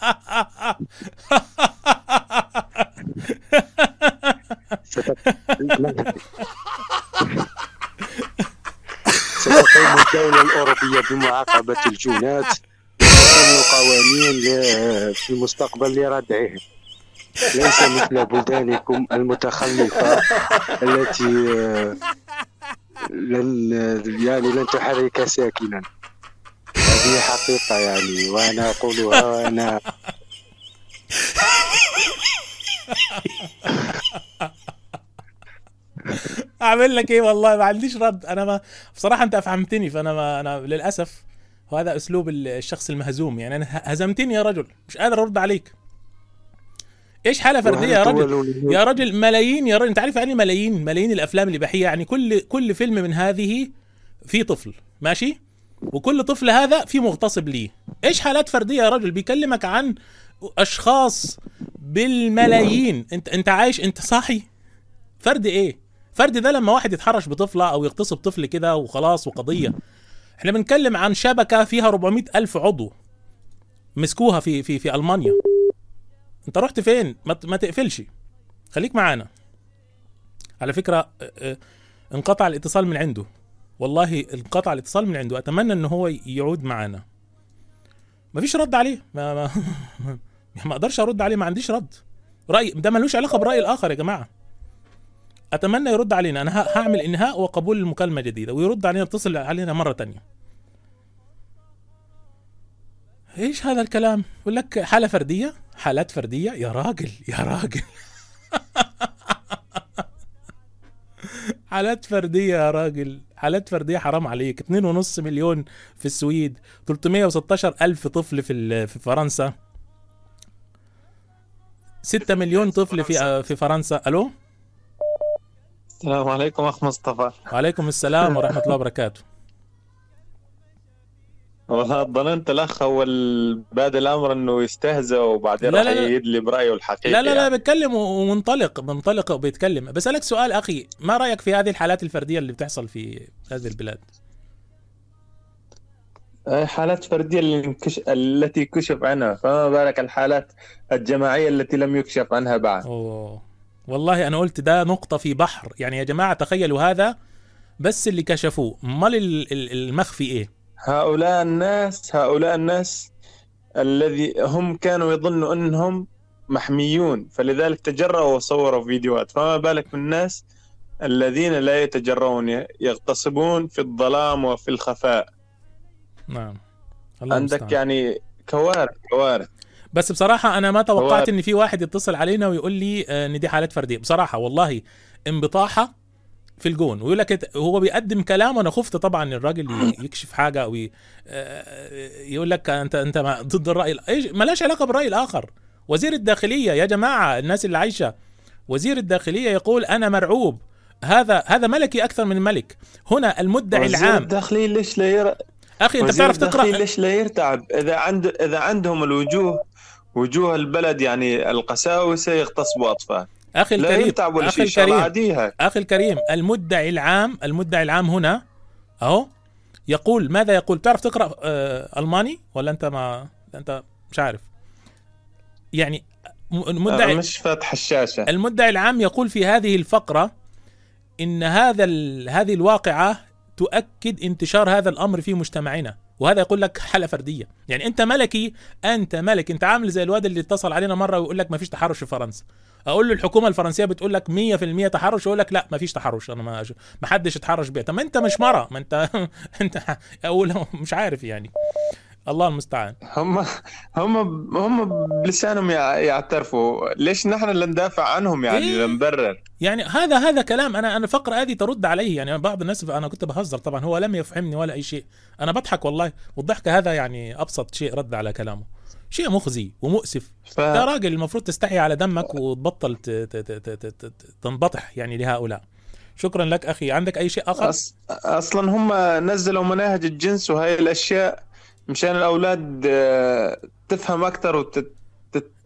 ستقوم الدولة الأوروبية بمعاقبة الجنات وتكون قوانين في المستقبل لردعهم، ليس مثل بلدانكم المتخلفة التي لن تحرك ساكنا. هذه حقيقة يعني، وأنا أقولها وأنا أعمل لك إيه والله، ما عنديش رد. أنا ما بصراحة أنت أفهمتني، فأنا ما أنا للأسف وهذا أسلوب الشخص المهزوم. يعني أنا هزمتني يا رجل، مش قادر أرد عليك. إيش حالة فردية يا رجل؟ يا رجل ملايين يا رجل، أنت عارف يعني ملايين الأفلام الإباحية. يعني كل فيلم من هذه فيه طفل ماشي، وكل طفل هذا فيه مغتصب ليه. إيش حالات فردية يا رجل؟ بيكلمك عن أشخاص بالملايين. أنت عايش، أنت صاحي؟ فرد إيه؟ فرد ده لما واحد يتحرش بطفلة أو يغتصب طفل كده وخلاص وقضية. احنا بنتكلم عن شبكة فيها 400,000 عضو مسكوها في ألمانيا. انت رحت فين؟ ما تقفلش، خليك معانا. على فكرة انقطع الاتصال من عنده، والله انقطع الاتصال من عنده. اتمنى ان هو يعود معانا. ما فيش رد عليه، ما اقدرش ارد عليه، ما عنديش رد. رأي ده ملوش علاقة برأي الآخر يا جماعة. اتمنى يرد علينا. انا هعمل انهاء وقبول المكالمة جديدة ويرد علينا، يتصل علينا مرة تانية. ايش هذا الكلام؟ يقول لك حالة فردية، حالات فردية. يا راجل يا راجل حالات فردية يا راجل، حالات فردية، حرام عليك. 2.5 مليون في السويد، 316,000 طفل في فرنسا، 6 مليون طفل في فرنسا. الو، السلام عليكم اخ مصطفى. وعليكم السلام ورحمة الله وبركاته. والله ظننت الاخ اول بادئ الامر انه يستهزأ وبعدين راح يدلي برايه الحقيقي. لا يعني. بيتكلم ومنطلق وبيتكلم. بسألك سؤال اخي، ما رايك في هذه الحالات الفرديه اللي بتحصل في هذه البلاد؟ حالات فرديه التي كشف عنها، فما بالك الحالات الجماعيه التي لم يكشف عنها بعد. والله انا قلت ده نقطه في بحر. يعني يا جماعه تخيلوا، هذا بس اللي كشفوه، امال المخفي ايه؟ هؤلاء الناس الذي هم كانوا يظنوا أنهم محميون، فلذلك تجرؤوا وصوروا فيديوهات. فما بالك من الناس الذين لا يتجرؤون، يغتصبون في الظلام وفي الخفاء. نعم، عندك يعني كوارث. بس بصراحة أنا ما توقعت إن في واحد يتصل علينا ويقول لي إن دي حالات فردية. بصراحة والله انبطاحة في الجون، ويقول لك هو بيقدم كلام، وانا خفت طبعا الراجل يكشف حاجه او يقول لك انت ضد الراي. ملاش علاقه بالراي الاخر. وزير الداخليه يا جماعه، الناس اللي عايشه، وزير الداخليه يقول انا مرعوب. هذا ملكي اكثر من ملك. هنا المدعي العام. وزير الداخليه ليش لا اخي انت بتعرف تقرا؟ ليش لا يرتعب اذا عندهم وجوه البلد، يعني القساوسه يغتصبوا اطفال. أخي الكريم، المدعي العام هنا أهو يقول ماذا يقول؟ تعرف تقرأ ألماني ولا أنت مش عارف؟ يعني المدعي مش فاتح الشاشة. المدعي العام يقول في هذه الفقرة إن هذه الواقعة تؤكد انتشار هذا الأمر في مجتمعنا، وهذا يقول لك حالة فردية. يعني أنت ملكي، أنت عامل زي الواد اللي اتصل علينا مرة ويقول لك ما فيش تحرش في فرنسا. اقول له الحكومه الفرنسيه بتقول لك 100% تحرش، يقول لك لا ما فيش تحرش، انا ما حدش اتحرش بيه. طب ما انت مش مره، ما انت اقول مش عارف يعني. الله المستعان. هم بلسانهم يعترفوا. ليش نحن اللي ندافع عنهم يعني؟ اللي نبرر يعني هذا كلام. انا الفقره هذه ترد عليه. يعني بعض الناس، انا كنت بهزر طبعا، هو لم يفهمني ولا اي شيء، انا بضحك والله، والضحك هذا يعني ابسط شيء رد على كلامه. شيء مخزي ومؤسف. يا راجل المفروض تستحي على دمك وتبطل تنبطح يعني لهؤلاء. شكرا لك أخي. عندك أي شيء آخر؟ أصلا هم نزلوا مناهج الجنس وهي الأشياء مشان الأولاد تفهم أكتر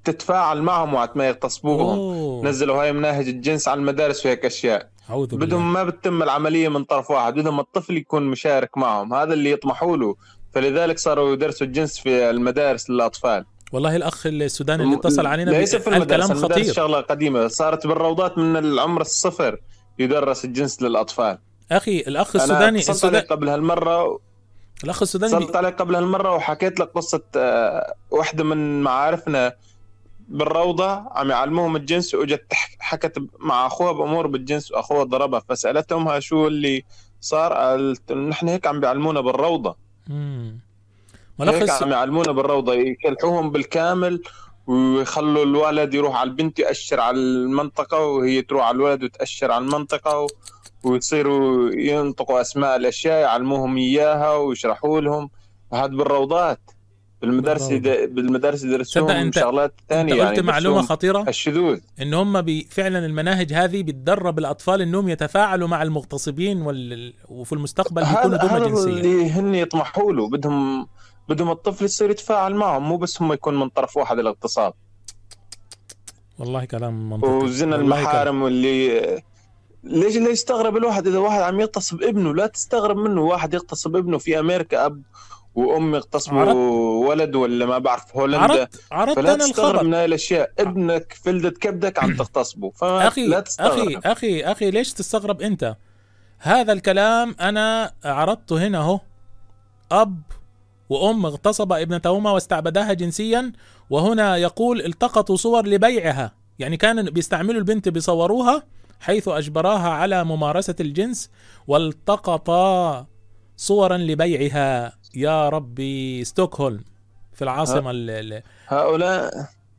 تتفاعل معهم وقت ما يغتصبوهم. نزلوا هاي مناهج الجنس على المدارس وهيك أشياء. بدهم ما بتتم العملية من طرف واحد، بدهم الطفل يكون مشارك معهم، هذا اللي يطمحوا له. فلذلك صاروا يدرسوا الجنس في المدارس للأطفال. والله الأخ السوداني اللي اتصل علينا ليس في المدارس، الكلام خطير. شغلة قديمة صارت بالروضات من العمر الصفر يدرس الجنس للأطفال. أخي الأخ السوداني اتصلت عليه قبل هالمرة، الأخ السوداني اتصلت عليه قبل هالمرة وحكيت لك قصة واحدة من معارفنا بالروضة عم يعلموهم الجنس، وجت حكت مع أخوها بأمور بالجنس وأخوها ضربها، فسألت أمها شو اللي صار، قالت نحن هيك عم بيعلمونا بالروضة. هيك عم يعلمونا بالروضة، يكلحوهم بالكامل ويخلوا الولد يروح على البنت يأشر على المنطقة وهي تروح على الولد وتأشر على المنطقة، ويصيروا ينطقوا أسماء الأشياء يعلموهم إياها ويشرحوا لهم. هذا بالروضات. بالمدارس يدرسوهم شغلات ثانية. انت قلت يعني معلومة خطيرة، الشذوذ، ان هم فعلا المناهج هذه بتدرب الاطفال انهم يتفاعلوا مع المغتصبين وفي المستقبل بيكونوا دوما جنسية. هذا اللي هن يطمحوا له. بدهم الطفل يصير يتفاعل معهم، مو بس هم يكون من طرف واحد الاغتصاب. والله كلام منطقي. وزنا المحارم واللي ليش يستغرب الواحد اذا واحد عم يغتصب ابنه؟ لا تستغرب منه واحد يغتصب ابنه. في امريكا اب وام يغتصبوا ولد، ولا ما بعرف هولندا. فلا تستغرب من هاي الاشياء. ابنك فلدة كبدك عم تغتصبه، لا تستغرب. اخي ليش تستغرب انت؟ هذا الكلام انا عرضته هنا اهو. اب وام اغتصب ابنتهما واستعبداها جنسيا، وهنا يقول التقطوا صور لبيعها. يعني كانوا بيستعملوا البنت بيصوروها حيث اجبراها على ممارسة الجنس، والتقطا صورا لبيعها. يا ربي، ستوكهولم في العاصمة هؤلاء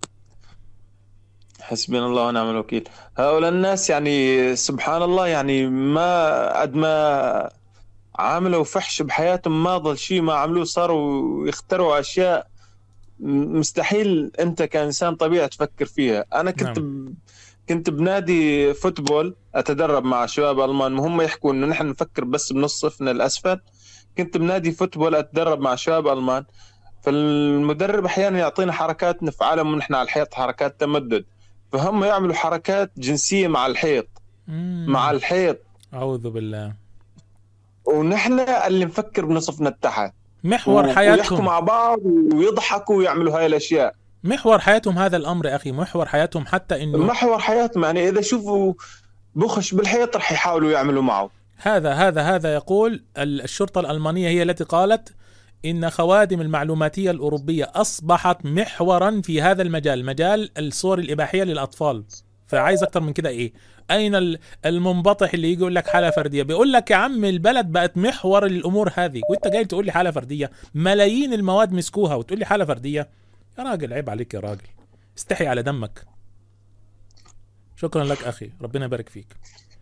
حسبنا الله ونعم الوكيل. هؤلاء الناس يعني سبحان الله، يعني ما قد ما عاملوا فحش بحياتهم ما ضل شيء ما عملوه. صاروا يخترعوا أشياء مستحيل أنت كإنسان طبيعي تفكر فيها. أنا كنت بنادي فوتبول أتدرب مع شباب ألمان، وهم يحكوا إنه نحن نفكر بس بنص صفنا الأسفل. كنت بنادي فوتبول أتدرب مع شباب ألمان، فالمدرب أحيانا يعطينا حركات نفعلها ونحن على الحيط، حركات تمدد، فهم يعملوا حركات جنسية مع الحيط. مع الحيط، أعوذ بالله. ونحن اللي نفكر بنصفنا التحت. محور حياتهم ويحكوا مع بعض ويضحكوا ويعملوا هاي الأشياء. محور حياتهم هذا الأمر أخي، محور حياتهم. حتى إنه محور حياتهم يعني إذا شوفوا بخش بالحيط رح يحاولوا يعملوا معه. هذا يقول الشرطة الألمانية هي التي قالت إن خوادم المعلوماتية الأوروبية أصبحت محورا في هذا المجال، مجال الصور الإباحية للأطفال. فعايز أكتر من كده إيه؟ أين المنبطح اللي يقول لك حالة فردية؟ بيقول لك يا عم البلد بقت محور للأمور هذه، وإنت جاي تقول لي حالة فردية؟ ملايين المواد مسكوها وتقول لي حالة فردية؟ يا راجل عيب عليك يا راجل، استحي على دمك. شكرا لك أخي، ربنا يبارك فيك.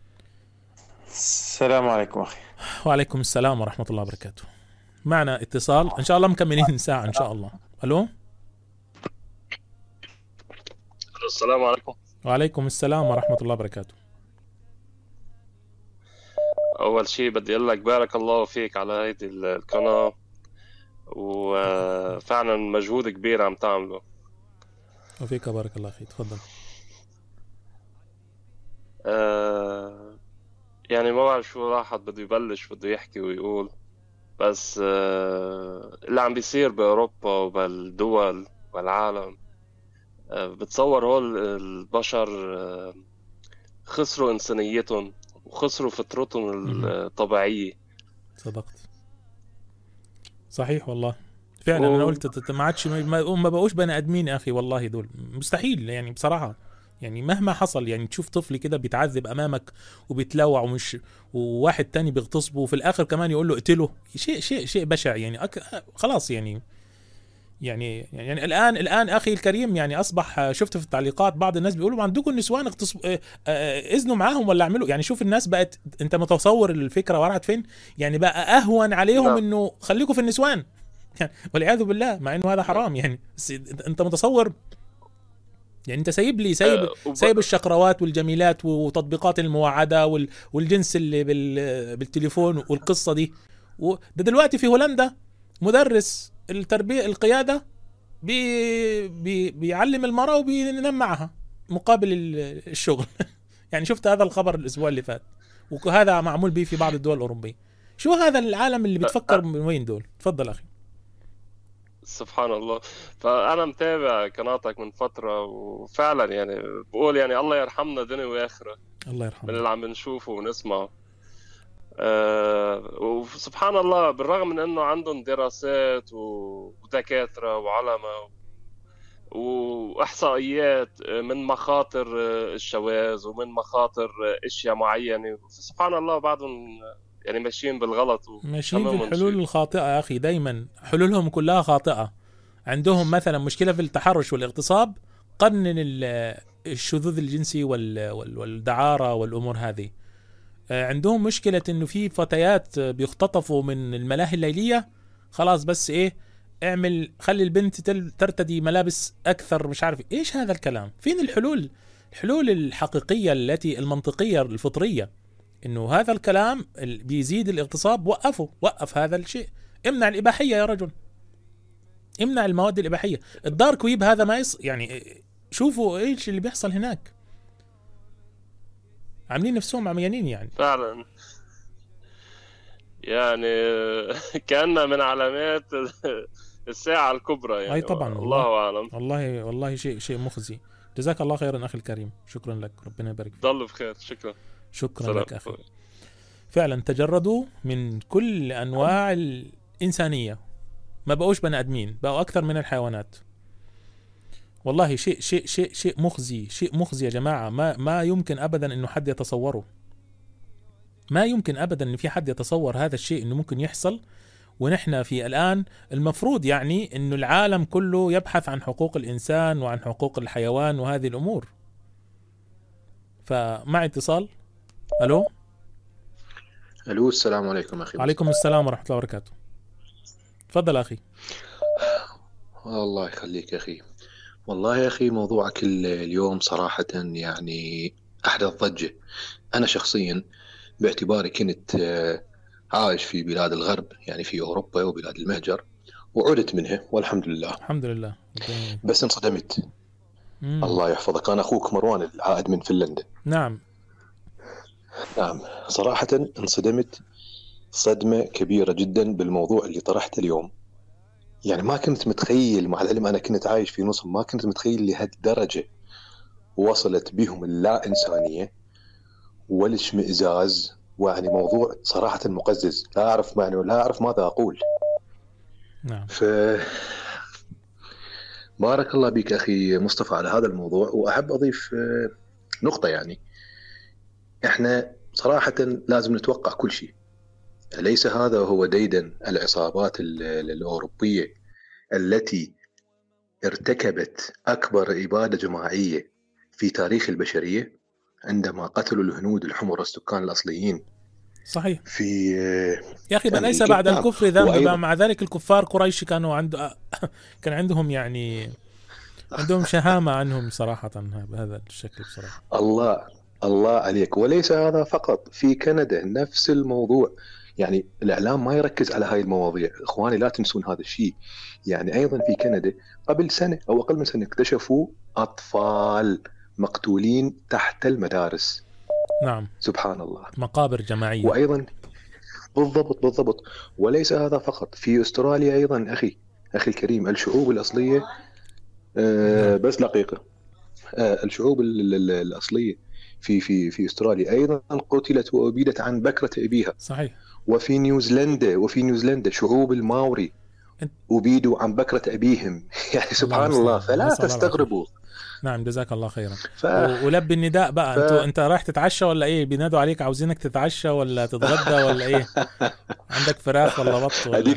السلام عليكم أخي. وعليكم السلام ورحمة الله وبركاته. معنا اتصال إن شاء الله، مكملين ساعة إن شاء الله. ألو. السلام عليكم. وعليكم السلام ورحمة الله وبركاته. أول شيء بدي أقول لك بارك الله فيك على هيدي القناة، وفعلا مجهود كبير عم تعمله. وفيك بارك الله فيك. تفضل. يعني ما بعرف شو واحد بده يبلش بده يحكي ويقول، بس اللي عم بيصير بأوروبا وبالدول والعالم، بتصور هول البشر خسروا إنسانيتهم وخسروا فطرتهم الطبيعية. صدقت، صحيح والله فعلا. أنا قلت ما عادش ما بقوش بني آدمين أخي، والله دول مستحيل يعني بصراحة. يعني مهما حصل، يعني تشوف طفل كده بيتعذب امامك وبيتلوع وواحد تاني بيغتصبه، وفي الاخر كمان يقول له اقتله. شيء بشع يعني. خلاص يعني الان اخي الكريم، يعني اصبح شفت في التعليقات بعض الناس بيقولوا عندكم النسوان اغتصبوا، اذنوا معاهم ولا اعملوا. يعني شوف الناس بقت، انت متصور الفكره ورعت فين؟ يعني بقى اهون عليهم انه خليكم في النسوان يعني، والعياذ بالله، مع انه هذا حرام يعني. بس انت متصور يعني انت سايب الشقروات والجميلات وتطبيقات المواعدة والجنس اللي بالتليفون والقصة دي. وده دلوقتي في هولندا مدرس التربية القيادة بيعلم المرأة وبينام معها مقابل الشغل. يعني شفت هذا الخبر الأسبوع اللي فات، وهذا معمول به في بعض الدول الأوروبية. شو هذا العالم اللي بتفكر من وين دول؟ تفضل أخي. سبحان الله. فأنا متابع قناتك من فترة، وفعلا يعني بقول يعني الله يرحمنا دنيا وآخرة الله يرحمنا من اللي عم بنشوفه ونسمعه. وسبحان الله بالرغم من انه عندهم دراسات ودكاترة وعلماء واحصائيات من مخاطر الشواذ ومن مخاطر اشياء معينة، سبحان الله بعضهم يعني ماشيين بالغلط ماشيين في الحلول الخاطئة يا اخي. دايما حلولهم كلها خاطئة. عندهم مثلا مشكلة في التحرش والاغتصاب، قنن الشذوذ الجنسي والدعارة والامور هذه. عندهم مشكلة انه في فتيات بيختطفوا من الملاهي الليلية، خلاص بس ايه اعمل خلي البنت ترتدي ملابس اكثر، مش عارف ايش هذا الكلام. فين الحلول الحقيقية التي المنطقية الفطرية؟ انه هذا الكلام بيزيد الاغتصاب، وقف هذا الشيء. امنع الاباحية يا رجل، امنع المواد الاباحية. الدارك ويب هذا ما يعني شوفوا ايش اللي بيحصل هناك، عاملين نفسهم عميانين يعني. فعلا يعني كأنها من علامات الساعة الكبرى يعني. أي طبعا، الله أعلم. والله شيء مخزي. جزاك الله خيرا أخي الكريم، شكرا لك، ربنا يبارك فيك. ضل بخير. شكرا لك أخي. فعلا تجردوا من كل أنواع الإنسانية، ما بقوش بني آدمين، بقوا أكثر من الحيوانات. والله شيء مخزي يا جماعة. ما يمكن أبدا إنه حد يتصوره. ما يمكن أبدا إن في حد يتصور هذا الشيء إنه ممكن يحصل. ونحن في الآن المفروض يعني إنه العالم كله يبحث عن حقوق الإنسان وعن حقوق الحيوان وهذه الأمور. فمع اتصال. ألو السلام عليكم أخي. عليكم السلام ورحمة الله وبركاته. تفضل أخي. الله يخليك أخي. والله يا أخي موضوعك اليوم صراحة يعني أحدث ضجة. أنا شخصيا باعتباري كنت عايش في بلاد الغرب، يعني في أوروبا وبلاد المهجر، وعدت منها والحمد لله. الحمد لله. بس انصدمت. الله يحفظك. أنا أخوك مروان العائد من فنلندا. نعم صراحة انصدمت صدمة كبيرة جدا بالموضوع اللي طرحته اليوم. يعني ما كنت متخيل، مع العلم أنا كنت عايش في مصر، ما كنت متخيل لهالدرجة وصلت بهم اللا إنسانية والاشمئزاز. ويعني موضوع صراحة مقزز، لا أعرف ماذا أقول. نعم. بارك الله بك أخي مصطفى على هذا الموضوع. وأحب أضيف نقطة، يعني إحنا صراحة لازم نتوقع كل شيء. ليس هذا هو ديدن العصابات الأوروبية التي ارتكبت أكبر إبادة جماعية في تاريخ البشرية عندما قتلوا الهنود الحمر السكان الأصليين. صحيح. في يا أخي ليس بعد الكفر ذنب. مع ذلك الكفار قريش كان عندهم يعني عندهم شهامة عنهم صراحة بهذا الشكل بصراحة. الله عليك. وليس هذا فقط، في كندا نفس الموضوع. يعني الإعلام ما يركز على هاي المواضيع. إخواني لا تنسون هذا الشيء. يعني أيضا في كندا قبل سنة أو أقل من سنة اكتشفوا أطفال مقتولين تحت المدارس. نعم. سبحان الله. مقابر جماعية. وأيضا بالضبط. وليس هذا فقط، في أستراليا أيضا أخي الكريم الشعوب الأصلية بس دقيقة. الشعوب الأصلية في أستراليا أيضا قتلت وأبيدت عن بكرة أبيها. صحيح. وفي نيوزيلندا شعوب الماوري أبيدوا عن بكرة أبيهم. يعني سبحان الله. فلا تستغربوا. نعم جزاك الله خيرا. ولب النداء بقى. انت رايح تتعشى ولا ايه؟ بينادوا عليك عاوزينك تتعشى ولا تتغدى ولا ايه؟ عندك فراخ ولا بط ولا؟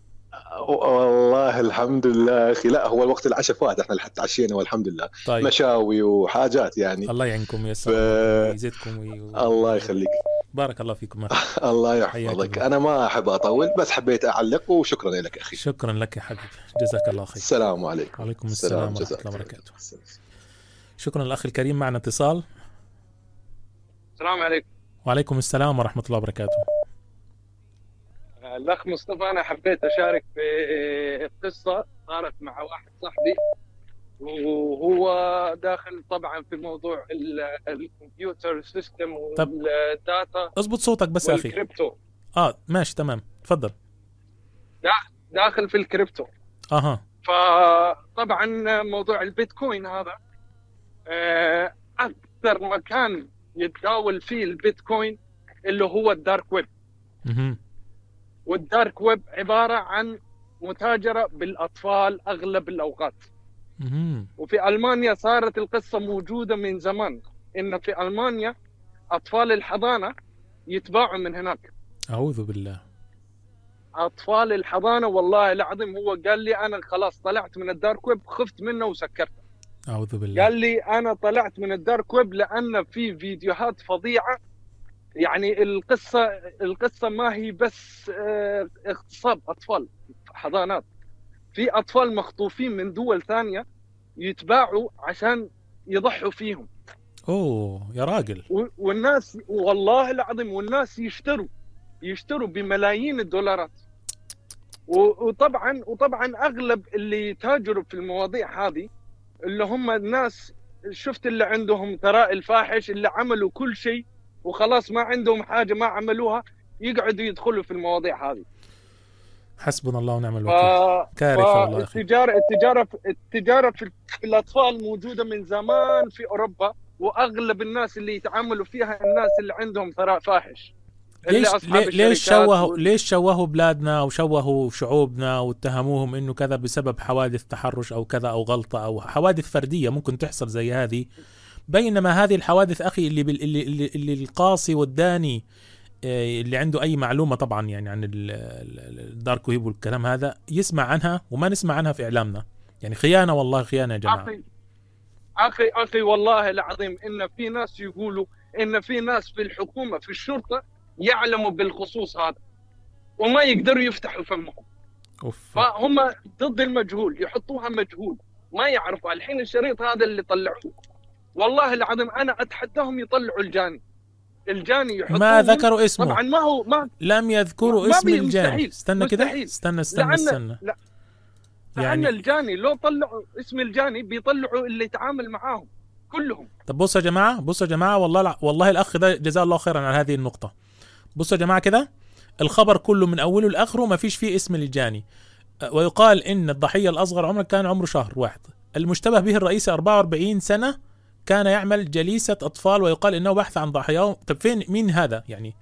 والله الحمد لله اخي. لا هو الوقت العشاء فات، احنا لحد تعشينا والحمد لله. طيب. مشاوي وحاجات يعني. الله يعينكم ويسر ويزيدكم الله يخليك. بارك الله فيكم. الله يحفظك. انا ما احب اطول، بس حبيت اعلق. وشكرا لك اخي. شكرا لك يا حبيبي، جزاك الله خير. السلام عليكم. وعليكم السلام ورحمة الله وبركاته. شكرا الأخ الكريم. معنا اتصال. السلام عليكم. وعليكم السلام ورحمة الله وبركاته. الأخ مصطفى، أنا حبيت أشارك في قصة صارت مع واحد صاحبي، وهو داخل طبعا في موضوع الكمبيوتر سيستم والداتا. اضبط صوتك بس يا اخي. والكريبتو. ماشي تمام، تفضل. داخل في الكريبتو. فطبعا موضوع البيتكوين هذا اكثر مكان يتداول فيه البيتكوين اللي هو الدارك ويب. والدارك ويب عبارة عن متاجرة بالأطفال أغلب الأوقات. وفي ألمانيا صارت القصة موجودة من زمان، إن في ألمانيا أطفال الحضانة يتباعوا من هناك. أعوذ بالله. أطفال الحضانة والله العظيم، هو قال لي أنا خلاص طلعت من الدارك ويب، خفت منه وسكرته. أعوذ بالله. قال لي أنا طلعت من الدارك ويب لأن في فيديوهات فظيعة. يعني القصة ما هي بس اغتصاب أطفال حضانات، في أطفال مخطوفين من دول ثانية يتباعوا عشان يضحوا فيهم. يا راجل. والناس والله العظيم، والناس يشتروا بملايين الدولارات. وطبعا أغلب اللي يتاجروا في المواضيع هذه اللي هم الناس شفت اللي عندهم ثراء الفاحش، اللي عملوا كل شيء وخلاص ما عندهم حاجة ما عملوها، يقعدوا يدخلوا في المواضيع هذه. حسبنا الله ونعم الوكيل. كارثة والله. التجارة في الأطفال موجودة من زمان في أوروبا، وأغلب الناس اللي يتعاملوا فيها الناس اللي عندهم ثراء فاحش. ليش شوهوا بلادنا وشوهوا شعوبنا واتهموهم انه كذا بسبب حوادث تحرش او كذا او غلطة او حوادث فردية ممكن تحصل زي هذه، بينما هذه الحوادث اخي اللي القاصي والداني اللي عنده اي معلومة طبعا يعني عن الدارك ويب والكلام هذا يسمع عنها وما نسمع عنها في اعلامنا. يعني خيانة والله، خيانة يا جماعة. اخي والله العظيم ان في ناس يقولوا ان في ناس في الحكومة في الشرطة يعلموا بالخصوص هذا وما يقدروا يفتحوا فمهم. فهم ضد المجهول، يحطوها مجهول، ما يعرفوا. الحين الشريط هذا اللي طلعوه والله العظيم انا اتحداهم يطلعوا الجاني يحطوه. ما ذكروا اسمه طبعا، ما لم يذكروا اسم الجاني. استنى كده، استنى لا يعني الجاني لو طلعوا اسم الجاني بيطلعوا اللي يتعامل معاهم كلهم. طب بصوا يا جماعة والله الأخ ده جزاه الله خيرا على هذه النقطة. بصوا يا جماعة كده، الخبر كله من أوله لآخره ما فيش فيه اسم الجاني، ويقال إن الضحية الأصغر عمره كان عمره شهر واحد. المشتبه به الرئيسي 44 سنة، كان يعمل جليسة أطفال، ويقال إنه بحث عن ضحاياهم. طب مين هذا يعني؟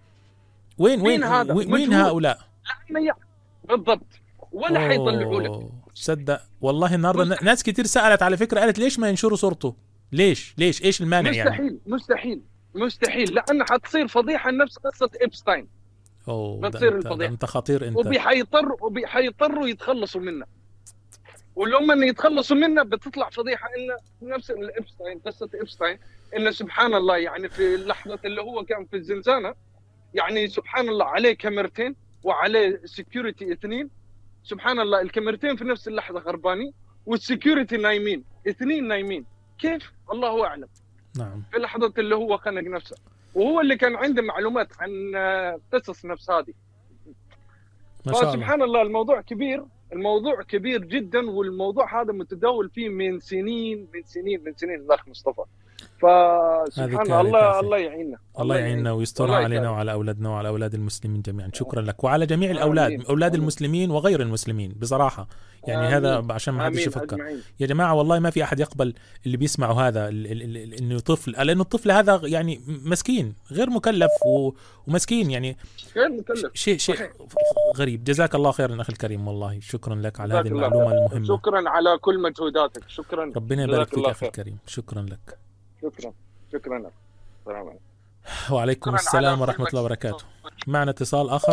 وين هؤلاء؟ بالضبط، ولا حيطلعوا لك. صدق والله النهارده ناس كتير سألت على فكرة، قالت ليش ما ينشروا صورته؟ ليش ايش المانع؟ مستحيل لأن حتصير فضيحة نفس قصة إبستاين. بتصير الفضيحة. انت خطير انت. وبيحيضطروا يتخلصوا منه، ولما ان يتخلصوا منه بتطلع فضيحة إن نفس الإبستاين، قصة إبستاين، إن سبحان الله يعني في اللحظة اللي هو كان في الزنزانة، يعني سبحان الله عليه كاميرتين وعليه سيكيورتي 2. سبحان الله الكاميرتين في نفس اللحظة خربانين، والسيكيورتي نايمين، 2 نايمين. كيف؟ الله أعلم. نعم. في لحظة اللي هو خنق نفسه، وهو اللي كان عنده معلومات عن قصص نفس هذه. سبحان الله الموضوع كبير جدا، والموضوع هذا متداول فيه من سنين الأخ مصطفى. فسبحان الله يعيننا، الله يعيننا ويسترها علينا وعلى أولادنا وعلى أولاد المسلمين جميعا. شكرا لك وعلى جميع الأولاد، أولاد المسلمين وغير المسلمين بصراحة. يعني هذا عشان ما حدش يفكر يا جماعة، والله ما في أحد يقبل اللي بيسمعوا هذا إنه طفل، لأنه الطفل هذا يعني مسكين غير مكلف ومسكين، يعني غير مكلف، شيء غريب. جزاك الله خيرا أخي الكريم، والله شكرا لك على هذه المعلومة المهمة. شكرا على كل مجهوداتك. شكرا، ربنا يبارك فيك أخي الكريم. شكرا لك. شكرا لك. السلام عليكم. وعليكم السلام ورحمة الله وبركاته. معنا اتصال آخر.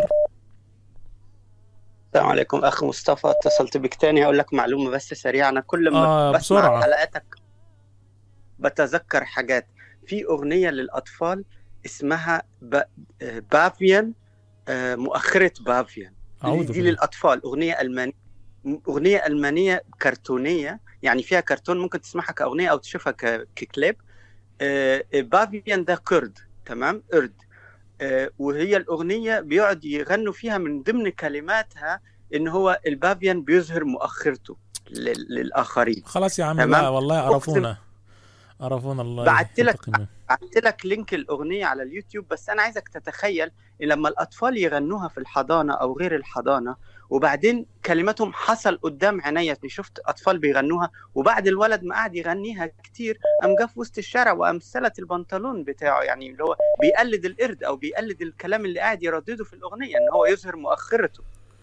السلام عليكم أخ مصطفى، اتصلت بك تاني أقول لك معلومة بس سريعة. أنا كل ما بسمع حلقاتك بتذكر حاجات. في أغنية للأطفال اسمها بافيان، مؤخرة بافيان، دي للأطفال. أغنية ألمانية كرتونية، يعني فيها كرتون، ممكن تسمعها كأغنية أو تشوفها ككليب. بافيان ده قرد، تمام، قرد. وهي الأغنية بيقعد يغنوا فيها من ضمن كلماتها إن هو البافيان بيظهر مؤخرته. للآخرين. خلاص يا عم لا والله عرفونا الله. بعت لك لينك الأغنية على اليوتيوب، بس أنا عايزك تتخيل إن لما الأطفال يغنوها في الحضانة أو غير الحضانة وبعدين كلماتهم حصل قدام عينيا، شفت أطفال بيغنوها وبعد الولد ما قاعد يغنيها كتير قام جه في وسط الشارع وقام سلت البنطلون بتاعه، يعني اللي هو بيقلد القرد أو بيقلد الكلام اللي قاعد يردده في الأغنية إن هو يظهر مؤخرته.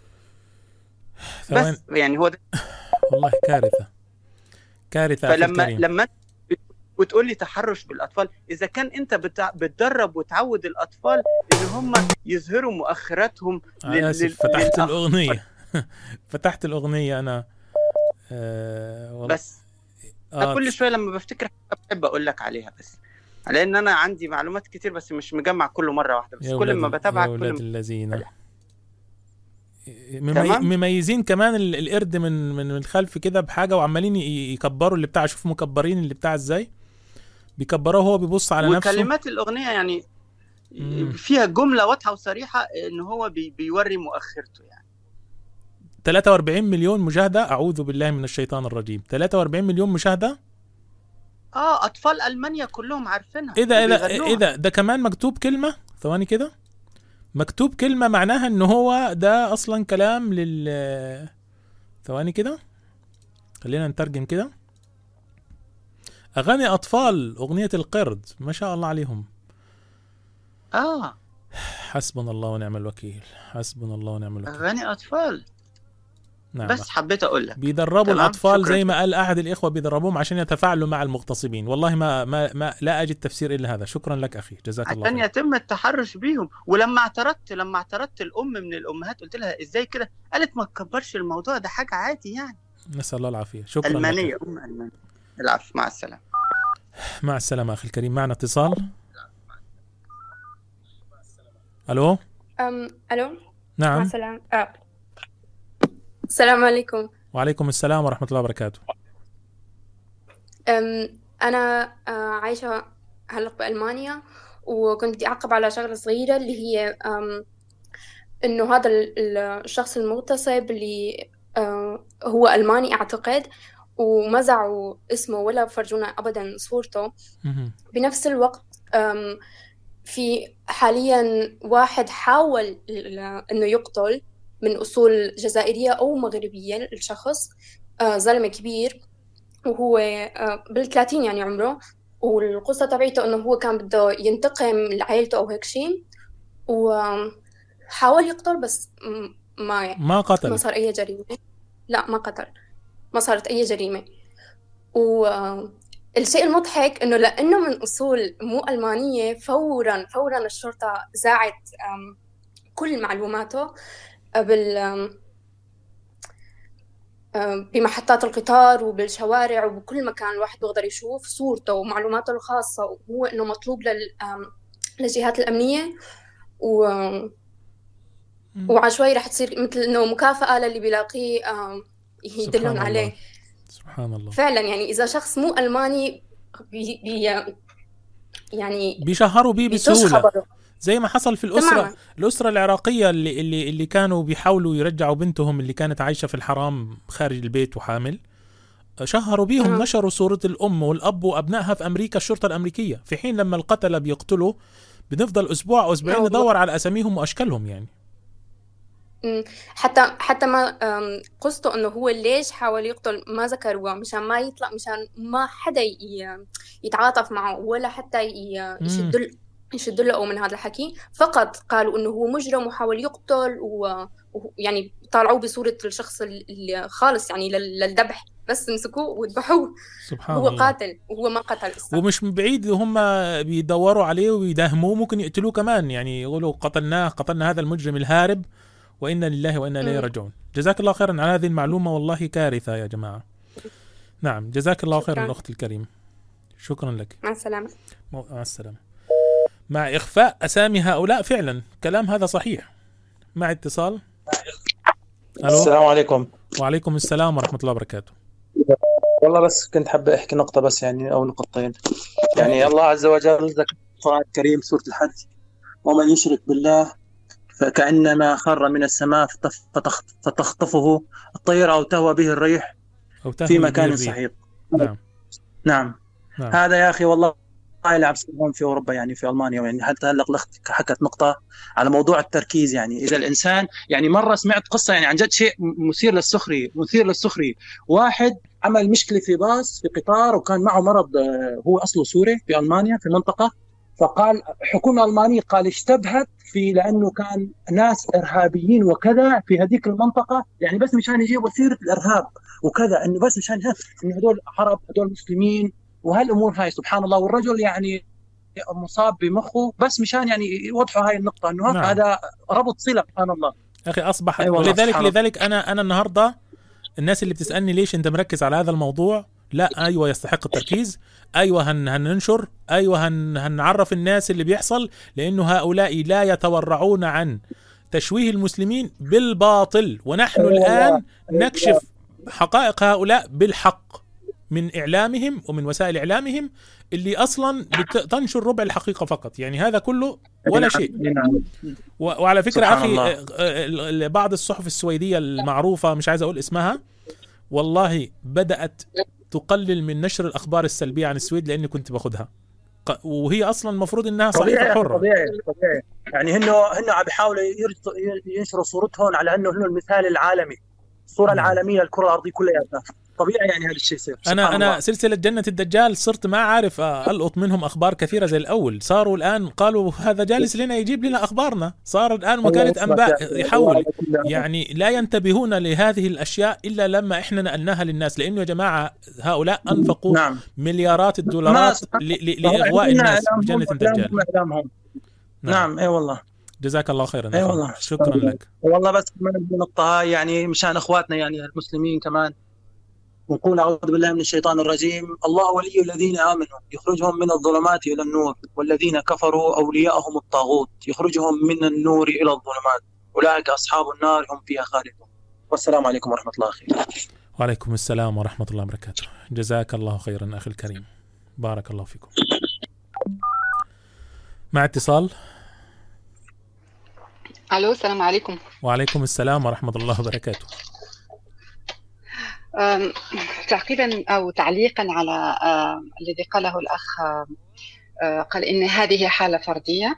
بس يعني هو ده والله كارثة. فلما وتقول لي تحرش بالأطفال، إذا كان أنت بتدرب وتعود الأطفال إن هم يظهروا مؤخراتهم فتحت الأغنية فتحت الأغنية أنا بس كل شوية لما بفتكر بحب أقول لك عليها، بس لأن أنا عندي معلومات كتير بس مش مجمع كله مرة واحدة، بس كل ما بتابعك كل الذين مميزين كمان القرد من الخلف كده بحاجة وعمالين يكبروا اللي بتاع، شوف مكبرين اللي بتاع ازاي بيكبروه هو بيبص على نفسه. وكلمات الأغنية يعني فيها جملة واضحة وصريحة ان هو بيوري مؤخرته. يعني 43 مليون مشاهدة، أعوذ بالله من الشيطان الرجيم، 43 مليون مشاهدة. أطفال ألمانيا كلهم عارفينها. إيه ده كمان مكتوب كلمة، ثواني كده، مكتوب كلمة معناها إنه هو ده أصلا كلام ثواني كده خلينا نترجم كده. أغاني أطفال، أغنية القرد، ما شاء الله عليهم. حسبنا الله ونعم الوكيل، حسبنا الله ونعم الوكيل. أغاني أطفال. نعم. بس حبيت أقول لك بيدربوا الأطفال زي ما قال أحد الإخوة، بيدربوهم عشان يتفاعلوا مع المغتصبين. والله ما لا أجد تفسير إلا هذا. شكرا لك أخي، جزاك الله خير. عشان يتم التحرش بيهم. ولما اعترضت الأم من الأمهات قلت لها إزاي كده، قالت ما تكبرش الموضوع ده، حاجة عادي يعني. نسأل الله العافية. شكرا ألمانية لك. ألمانية. العفو، مع السلامة. مع السلامة أخي الكريم. معنا اتصال. ألو. ألو. نعم. مع السلامة. السلام عليكم. وعليكم السلام ورحمة الله وبركاته. أنا عايشة هلأ بألمانيا، وكنت بدي أعقب على شغلة صغيرة اللي هي إنه هذا الشخص المغتصب اللي هو ألماني أعتقد، ومزعوا اسمه ولا فرجونا أبدا صورته. بنفس الوقت في حاليا واحد حاول إنه يقتل من أصول جزائرية أو مغربية، الشخص زلمة كبير وهو بال30 يعني عمره، والقصة تبعته إنه هو كان بده ينتقم لعائلته أو هيك شيء، وحاول يقتل بس ما قتل، ما صار أي جريمة. لا ما قتل، ما صارت أي جريمة. والشيء المضحك إنه لأنه من أصول مو ألمانية، فورا الشرطة زاعت كل معلوماته بمحطات القطار وبالشوارع وبكل مكان الواحد بيقدر يشوف صورته ومعلوماته الخاصة، وهو إنه مطلوب للجهات الأمنية، وعشوائي رح تصير مثل إنه مكافأة للي بيلاقيه يدلون عليه. سبحان الله. فعلا يعني إذا شخص مو ألماني يعني بيشهروا بيه بسهولة، زي ما حصل في الأسرة العراقية اللي كانوا بيحاولوا يرجعوا بنتهم اللي كانت عايشة في الحرام خارج البيت وحامل، شهروا بيهم، نشروا صورة الأم والأب وأبنائها في أمريكا، الشرطة الأمريكية، في حين لما القتلة بيقتلوا بنفضل أسبوع أو أسبوعين ندور على أساميهم وأشكالهم. يعني حتى ما قصته انه هو ليش حاول يقتل ما ذكروا، مشان ما يطلع، مشان ما حدا يتعاطف معه ولا حتى يشد له من هذا الحكي. فقط قالوا انه هو مجرم وحاول يقتل، ويعني طالعوه بصورة الشخص اللي خالص يعني للذبح، بس مسكوه وذبحوه. سبحان هو الله. قاتل وهو ما قتل إصلا. ومش من بعيد هم بيدوروا عليه ويداهموه، ممكن يقتلوه كمان، يعني يقولوا قتلنا هذا المجرم الهارب وإنا لله وإنا إليه راجعون. جزاك الله خيرا على هذه المعلومة، والله كارثة يا جماعة. نعم، جزاك الله خيرا الأخت الكريمة، شكرا لك. مع السلامة. مع السلامة. مع إخفاء أسامي هؤلاء فعلا كلام هذا صحيح. مع اتصال. ألو. السلام عليكم. وعليكم السلام ورحمة الله وبركاته. والله بس كنت حابب أحكي نقطة بس يعني أو نقطتين. يعني الله عز وجل ذكر في القرآن الكريم سورة الحج: ومن يشرك بالله فكأنما خر من السماء فتخطفه الطير أو تهوى به الريح في مكان صحيح. نعم. هذا يا أخي والله يلعب في أوروبا، يعني في ألمانيا، يعني حتى هلا حكت نقطة على موضوع التركيز. يعني إذا الإنسان، يعني مرة سمعت قصة يعني عن جد شيء مثير للسخرية. واحد عمل مشكلة في باص في قطار وكان معه مرض، هو أصله سوري في ألمانيا في المنطقة، فقال الحكومة الألمانية قال اشتبهت في لأنه كان ناس إرهابيين وكذا في هذيك المنطقة، يعني بس مشان يجيبوا سيرة الإرهاب وكذا، إنه بس مشان إنه هذول عرب هذول مسلمين وهالأمور هاي. سبحان الله. والرجل يعني مصاب بمخه بس مشان يعني يوضحوا هاي النقطة إنه هذا ربط صلة. سبحان الله أخي أصبح. ولذلك أنا النهاردة الناس اللي بتسألني ليش أنت مركز على هذا الموضوع، لا أيوة يستحق التركيز، أيوة هننشر، أيوة هنعرف الناس اللي بيحصل، لأنه هؤلاء لا يتورعون عن تشويه المسلمين بالباطل، ونحن الآن نكشف حقائق هؤلاء بالحق من إعلامهم ومن وسائل إعلامهم اللي أصلا تنشر ربع الحقيقة فقط. يعني هذا كله ولا شيء. وعلى فكرة أخي بعض الصحف السويدية المعروفة مش عايز أقول اسمها، والله بدأت تقلل من نشر الأخبار السلبية عن السويد لأني كنت باخدها، وهي أصلا المفروض إنها صحيفة حرة. طبيعي. يعني هنو عم بيحاولوا ينشروا صورتهم على أنه هنو المثال العالمي، الصورة العالمية للكرة الأرضية كلها. طبيعي يعني هذا الشيء يصير. أنا سلسلة جنة الدجال صرت ما عارف ألقط منهم أخبار كثيرة زي الأول. صاروا الآن قالوا هذا جالس لنا يجيب لنا أخبارنا، صار الآن وكالة أنباء يحول. يعني لا ينتبهون لهذه الأشياء إلا لما إحنا نقلناها للناس، لأنه يا جماعة هؤلاء أنفقوا مليارات الدولارات لإغواء الناس بجنة الدجال. نعم أي والله. جزاك الله خيرا. أي والله. شكرا لك. والله بس كمان النقطة هاي يعني مشان أخواتنا يعني المسلمين كمان، ونقول أعوذ بالله من الشيطان الرجيم. الله ولي الذين آمنوا يخرجهم من الظلمات إلى النور، والذين كفروا أولياءهم الطاغوت يخرجهم من النور إلى الظلمات، أولئك أصحاب النار هم فيها خالدون. والسلام عليكم ورحمة الله خير. وعليكم السلام ورحمة الله وبركاته. جزاك الله خيرا أخي الكريم، بارك الله فيكم. مع اتصال. ألو السلام عليكم. وعليكم السلام ورحمة الله وبركاته. تعقيبا أو تعليقا على الذي قاله الأخ، قال إن هذه حالة فردية.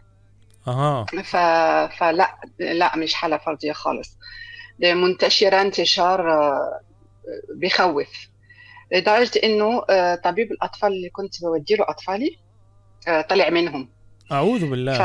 فلا مش حالة فردية خالص، منتشرة انتشار بيخوف، لدرجة إنه طبيب الأطفال اللي كنت بودي له أطفالي طلع منهم. أعوذ بالله.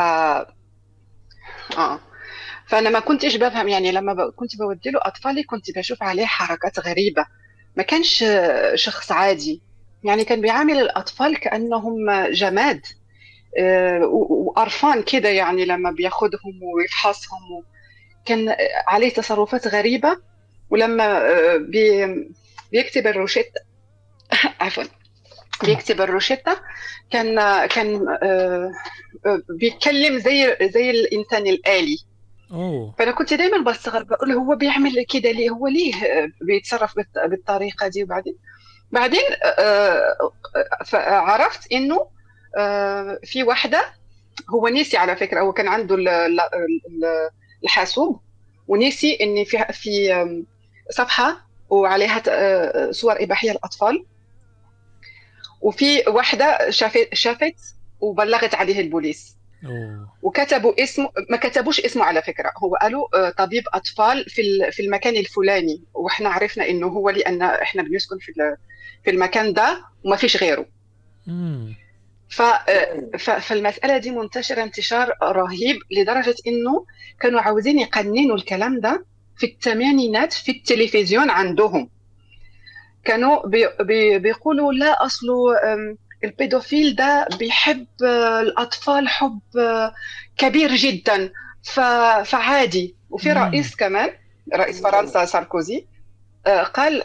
فأنا ما كنتش بفهم، يعني لما كنت بودي له أطفالي كنت بشوف عليه حركات غريبة، ما كانش شخص عادي، يعني كان بيعامل الأطفال كأنهم جماد وقرفان كده، يعني لما بياخدهم ويفحصهم كان عليه تصرفات غريبة. ولما بيكتب الروشتة عفوا بيكتب الروشتة كان بيتكلم زي الإنسان الآلي. فأنا كنت دايما بستغرب، بقول هو بيعمل كده ليه، هو ليه بيتصرف بالطريقة دي. بعدين عرفت إنه في واحدة، هو نسي على فكرة، هو كان عنده الحاسوب ونسي إن في صفحة وعليها صور إباحية للأطفال، وفي واحدة شافت وبلغت عليه البوليس. وكتبوا اسمه، ما كتبوش اسمه على فكرة، هو قالوا طبيب أطفال في المكان الفلاني، وإحنا عرفنا إنه هو لأن إحنا بنسكن في المكان ده وما فيش غيره. فالمسألة دي منتشرة انتشار رهيب، لدرجة إنه كانوا عاوزين يقننوا الكلام ده في الثمانينات في التلفزيون عندهم. كانوا بيقولوا لا أصله البيدوفيل ده بيحب الأطفال حب كبير جدا فعادي. وفي رئيس كمان، رئيس فرنسا ساركوزي قال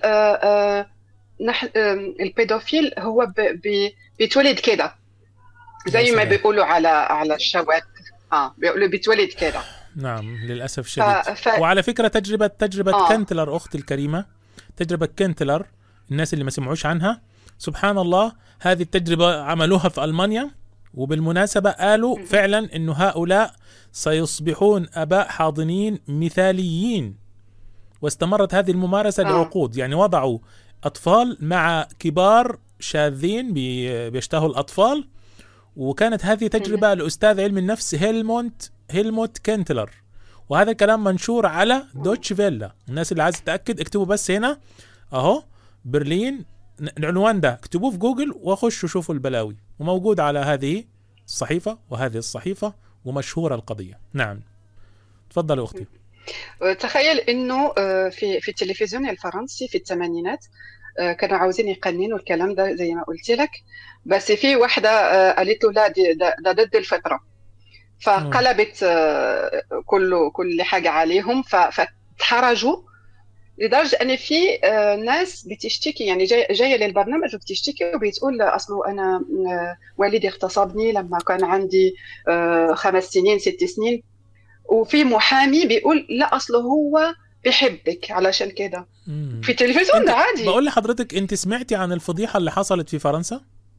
البيدوفيل هو بيتولد كده، زي ما بيقولوا على الشواذ، بيقولوا بيتولد كده. نعم للأسف شديد. وعلى فكرة تجربة كنتلر أختي الكريمة، تجربة كنتلر الناس اللي ما سمعوش عنها، سبحان الله هذه التجربة عملوها في ألمانيا، وبالمناسبة قالوا فعلا إنه هؤلاء سيصبحون آباء حاضنين مثاليين. واستمرت هذه الممارسة لعقود، يعني وضعوا أطفال مع كبار شاذين بيشتهوا الأطفال. وكانت هذه تجربة لأستاذ علم النفس هيلموت كنتلر، وهذا الكلام منشور على دوتش فيلا. الناس اللي عايز تتأكد اكتبوا بس هنا اهو برلين، العنوان ده اكتبوه في جوجل وخشوا شوفوا البلاوي، وموجود على هذه الصحيفة وهذه الصحيفة، ومشهورة القضية. نعم تفضل أختي. تخيل انه في التلفزيون الفرنسي في الثمانينات كانوا عاوزين يقننوا الكلام ده زي ما قلت لك، بس في واحدة قالت له لا ده ضد الفطرة، فقلبت كل حاجة عليهم، فتحرجوا لدرجة أن في ناس بتشتكي، يعني جاية للبرنامج وبتشتكي وبتقول أصله أنا والدي اغتصبني لما كان عندي 5 سنين 6 سنين، وفي محامي بيقول لا أصله هو بيحبك علشان كده في التلفزيون عادي. بقول لحضرتك أنت سمعتي عن الفضيحة اللي حصلت في فرنسا؟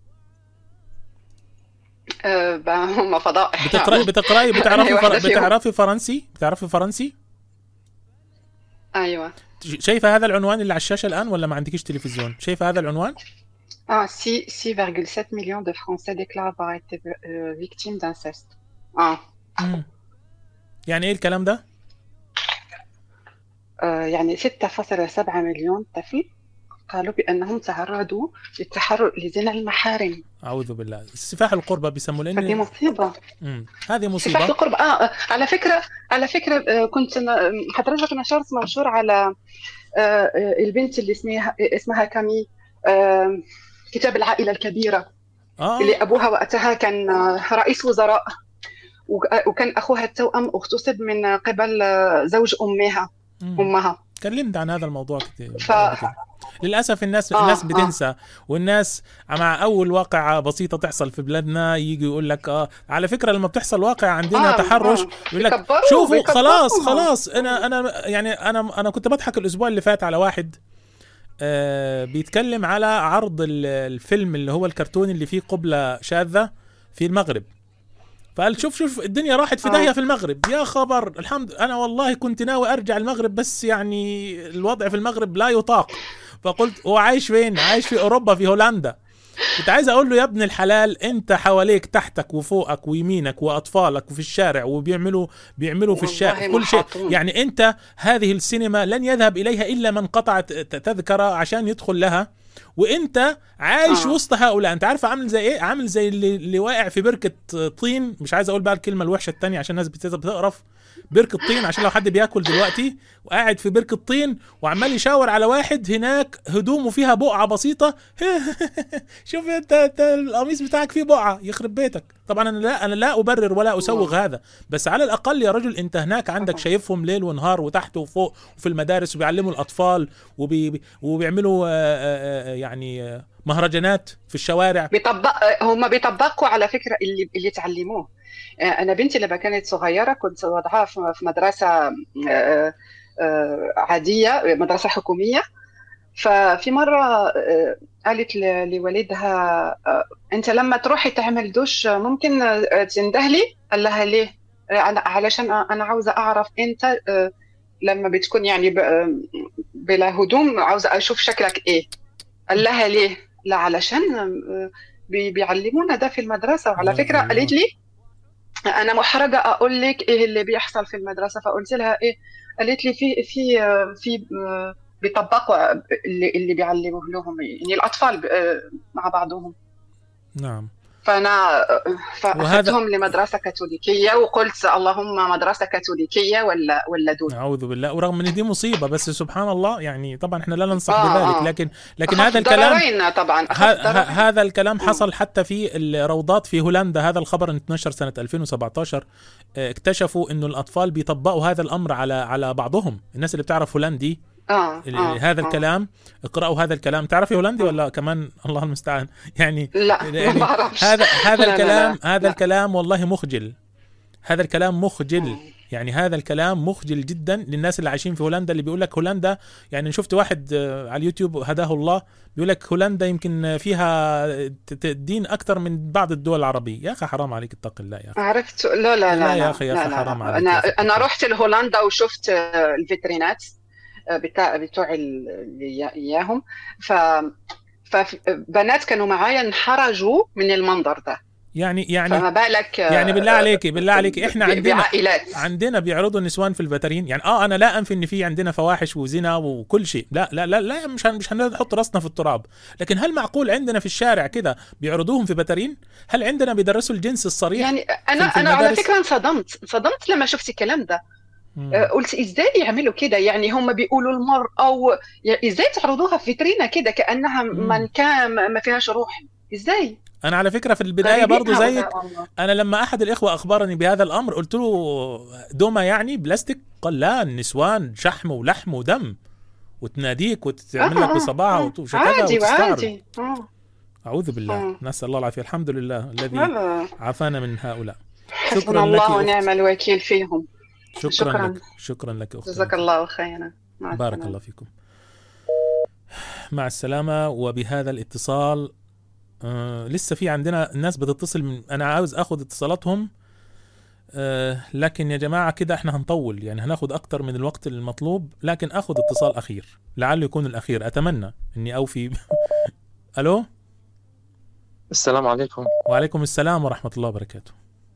هم فضائح. بتعرفي فرنسي؟ ايوه. شايفه هذا العنوان اللي على الشاشه الان ولا ما عندكيش تلفزيون؟ شايفه هذا العنوان؟ 6,7 مليون de Français déclarent avoir été victimes d'inceste. يعني ايه الكلام ده؟ يعني 6.7 مليون طفل قالوا بأنهم تعرضوا لزنا المحارم. أعوذ بالله. سفاح القربة بيسموا لأن هذه مصيبة. هذه مصيبة. سفاح القربة. على فكرة كنت حضرتك نشرت منشور على البنت اللي اسمها كامي، كتاب العائلة الكبيرة، اللي أبوها وقتها كان رئيس وزراء، وكان أخوها التوأم اغتصب من قبل زوج أمها. تكلمت عن هذا الموضوع كتير. للأسف الناس بتنسى، والناس مع أول واقعة بسيطة تحصل في بلادنا يجي يقول لك على فكرة لما بتحصل واقع عندنا تحرش يقول لك شوفوا خلاص أنا كنت بضحك الأسبوع اللي فات على واحد بيتكلم على عرض الفيلم اللي هو الكرتون اللي فيه قبلة شاذة في المغرب، فقال شوف الدنيا راحت في داهية في المغرب. يا خبر الحمد، أنا والله كنت ناوي أرجع المغرب بس يعني الوضع في المغرب لا يطاق. فقلت هو عايش فين؟ عايش في أوروبا في هولندا. كنت عايز أقول له يا ابن الحلال أنت حواليك تحتك وفوقك ويمينك وأطفالك وفي الشارع وبيعملوا في الشارع كل شيء. يعني أنت هذه السينما لن يذهب إليها إلا من قطع تذكرة عشان يدخل لها، وانت عايش وسط هؤلاء. انت عارف عامل زي ايه؟ عامل زي اللي واقع في بركة طين. مش عايز اقول بقى الكلمة الوحشة التانية عشان الناس بتقرف. بركة طين عشان لو حد بياكل دلوقتي وقاعد في بركة طين وعمال يشاور على واحد هناك هدومه فيها بقعة بسيطة شوف انت القميص بتاعك فيه بقعة، يخرب بيتك. طبعا انا لا ابرر ولا اسوغ هذا، بس على الاقل يا رجل انت هناك عندك شايفهم ليل ونهار وتحت وفوق وفي المدارس وبيعلموا الاطفال وبيعملوا يعني مهرجانات في الشوارع. هم بيطبقوا على فكرة اللي تعلموه. أنا بنتي لما كانت صغيرة كنت وضعها في مدرسة عادية، مدرسة حكومية. ففي مرة قالت لوالدها أنت لما تروحي تعمل دوش ممكن تندهلي؟ قال لها ليه؟ علشان أنا عاوزة أعرف أنت لما بتكون يعني بلا هدوم عاوزة أشوف شكلك إيه. قال لها ليه؟ لا علشان بيعلمونا ده في المدرسة. وعلى فكرة قالت لي أنا محرجة أقول لك إيه اللي بيحصل في المدرسة. فقلت لها إيه؟ قالت لي في بيطبقوا اللي بيعلموه لهم، يعني الأطفال مع بعضهم. نعم. فأنا فأخذتهم لمدرسة كاثوليكية وقلت اللهم مدرسة كاثوليكية ولا دون. أعوذ بالله. ورغم أن دي مصيبة بس سبحان الله، يعني طبعا إحنا لا ننصح بذلك، لكن هذا الكلام طبعا هذا الكلام حصل حتى في الروضات في هولندا. هذا الخبر انتشر سنة 2017. اكتشفوا إنه الأطفال بيطبقوا هذا الأمر على بعضهم. الناس اللي بتعرف هولندي هذا الكلام، اقرأوا هذا الكلام. تعرفي هولندي ولا كمان؟ الله المستعان. يعني لا يعني ما بعرفش. هذا الكلام والله مخجل. هذا الكلام مخجل، يعني هذا الكلام مخجل جدا للناس اللي عايشين في هولندا، اللي بيقول لك هولندا، يعني شفت واحد على اليوتيوب هداه الله بيقول لك هولندا يمكن فيها دين اكثر من بعض الدول العربية. يا اخي حرام عليك، اتق الله يا اخي. عرفت؟ لا يا اخي حرام عليك. انا رحت لهولندا وشفت الفيترينات. بتوع اللي اياهم. فبنات كانوا معايا انحرجوا من المنظر ده. يعني فما بالك يعني بالله عليك احنا عندنا بيعرضوا النسوان في الفاترين. يعني انا لا انفي ان في عندنا فواحش وزنا وكل شيء، لا لا لا, لا مش هنحط راسنا في التراب، لكن هل معقول عندنا في الشارع كده بيعرضوهم في فاترين؟ هل عندنا بيدرسوا الجنس الصريح؟ يعني انا على فكره انصدمت لما شفت الكلام ده. قلت ازاي يعملوا كده؟ يعني هم بيقولوا المرأة ازاي تعرضوها في فيترينا كده كأنها من كان ما فيهاش روح؟ ازاي؟ انا على فكره في البدايه برضو زيك، انا لما احد الاخوه اخبرني بهذا الامر قلت له دوما يعني بلاستيك؟ قال لا، النسوان شحم ولحم ودم، وتناديك وتعمل لك بصباعها وشكلها وتستعرض. اعوذ بالله، نسال الله العافيه. الحمد لله الذي عافانا من هؤلاء. شكرا الله ونعم الوكيل فيهم. شكرا لك أختي. جزاك الله خيرا. بارك الله فيكم. مع السلامة. وبهذا الاتصال لسه في عندنا الناس بتتصل أنا عاوز أخذ اتصالاتهم، لكن يا جماعة كده احنا هنطول، يعني هناخد أكتر من الوقت المطلوب، لكن أخذ اتصال أخير لعله يكون الأخير، أتمنى أني أوفي. ألو، السلام عليكم. وعليكم السلام ورحمة الله وبركاته.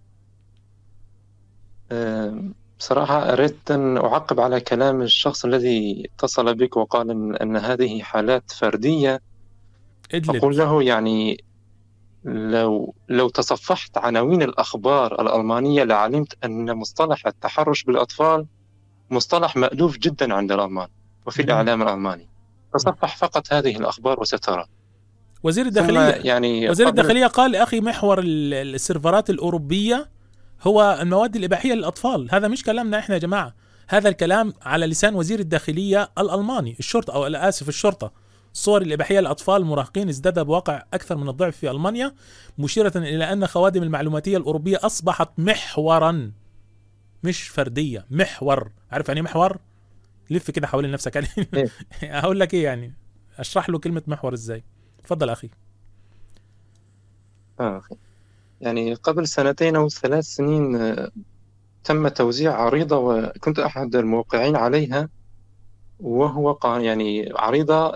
بصراحة أردت أن أعقب على كلام الشخص الذي اتصل بك وقال أن هذه حالات فردية. أقول له يعني لو تصفحت عناوين الأخبار الألمانية لعلمت أن مصطلح التحرش بالأطفال مصطلح مألوف جدا عند الألمان وفي الإعلام الألماني. تصفح فقط هذه الأخبار وسترى. وزير الداخلية قال أخي محور السيرفرات الأوروبية هو المواد الإباحية للأطفال. هذا مش كلامنا إحنا يا جماعة، هذا الكلام على لسان وزير الداخلية الألماني. الشرطة أو آسف الشرطة، الصور الإباحية للأطفال المراهقين ازداد بواقع أكثر من الضعف في ألمانيا، مشيرة إلى أن خوادم المعلوماتية الأوروبية أصبحت محورا مش فردية، محور. عارف يعني محور؟ لف كده حوالين نفسك يعني. هقول لك إيه يعني، أشرح له كلمة محور إزاي. تفضل أخي. أخي يعني قبل 2 أو 3 سنين تم توزيع عريضة وكنت أحد الموقعين عليها، وهو يعني عريضة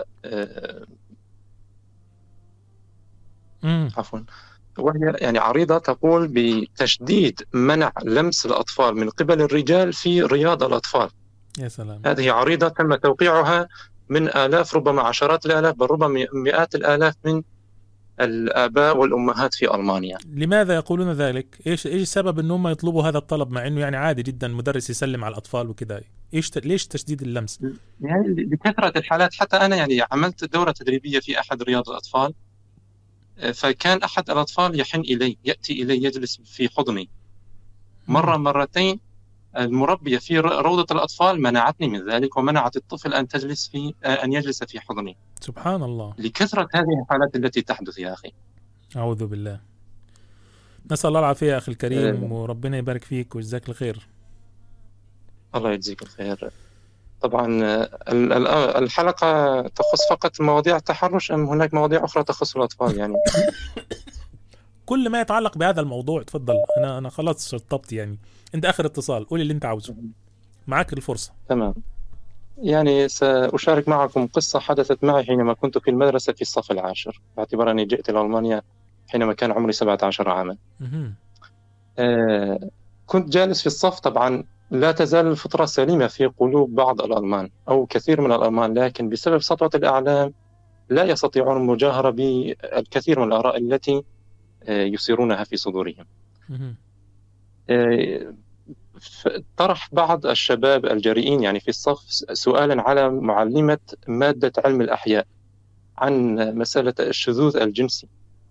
عفوا، وهي يعني عريضة تقول بتشديد منع لمس الأطفال من قبل الرجال في رياض الأطفال. يا سلام. هذه عريضة تم توقيعها من آلاف ربما عشرات الآلاف بل ربما مئات الآلاف من الآباء والأمهات في ألمانيا. لماذا يقولون ذلك؟ إيش السبب إن هم يطلبوا هذا الطلب مع إنه يعني عادي جدا مدرس يسلم على الأطفال وكذا؟ ليش تشديد اللمس؟ يعني لكثرة الحالات. حتى أنا يعني عملت دورة تدريبية في أحد رياض الأطفال، فكان أحد الأطفال يحن إلي، يأتي إلي يجلس في حضني مرة مرتين. المربية في روضة الأطفال منعتني من ذلك ومنعت الطفل أن يجلس في حضني. سبحان الله، لكثرة هذه الحالات التي تحدث يا أخي. أعوذ بالله. نسأل الله العافية يا أخي الكريم، وربنا يبارك فيك ويجزاك الخير. الله يجزيك الخير. طبعا الحلقة تخص فقط مواضيع التحرش أم هناك مواضيع أخرى تخص الأطفال يعني؟ كل ما يتعلق بهذا الموضوع. تفضل. أنا خلاص شطبت يعني. أنت آخر اتصال، قولي اللي أنت عاوزه، معك الفرصة. تمام. يعني سأشارك معكم قصة حدثت معي حينما كنت في المدرسة في الصف العاشر، باعتبار أني جئت إلى ألمانيا حينما كان عمري 17 عاما. كنت جالس في الصف. طبعا لا تزال الفطرة سليمة في قلوب بعض الألمان أو كثير من الألمان، لكن بسبب سطوة الإعلام لا يستطيعون المجاهرة بالكثير من الآراء التي يثيرونها في صدورهم. طرح بعض الشباب الجريئين يعني في الصف سؤالا على معلمة مادة علم الأحياء عن مسألة الشذوذ الجنسي.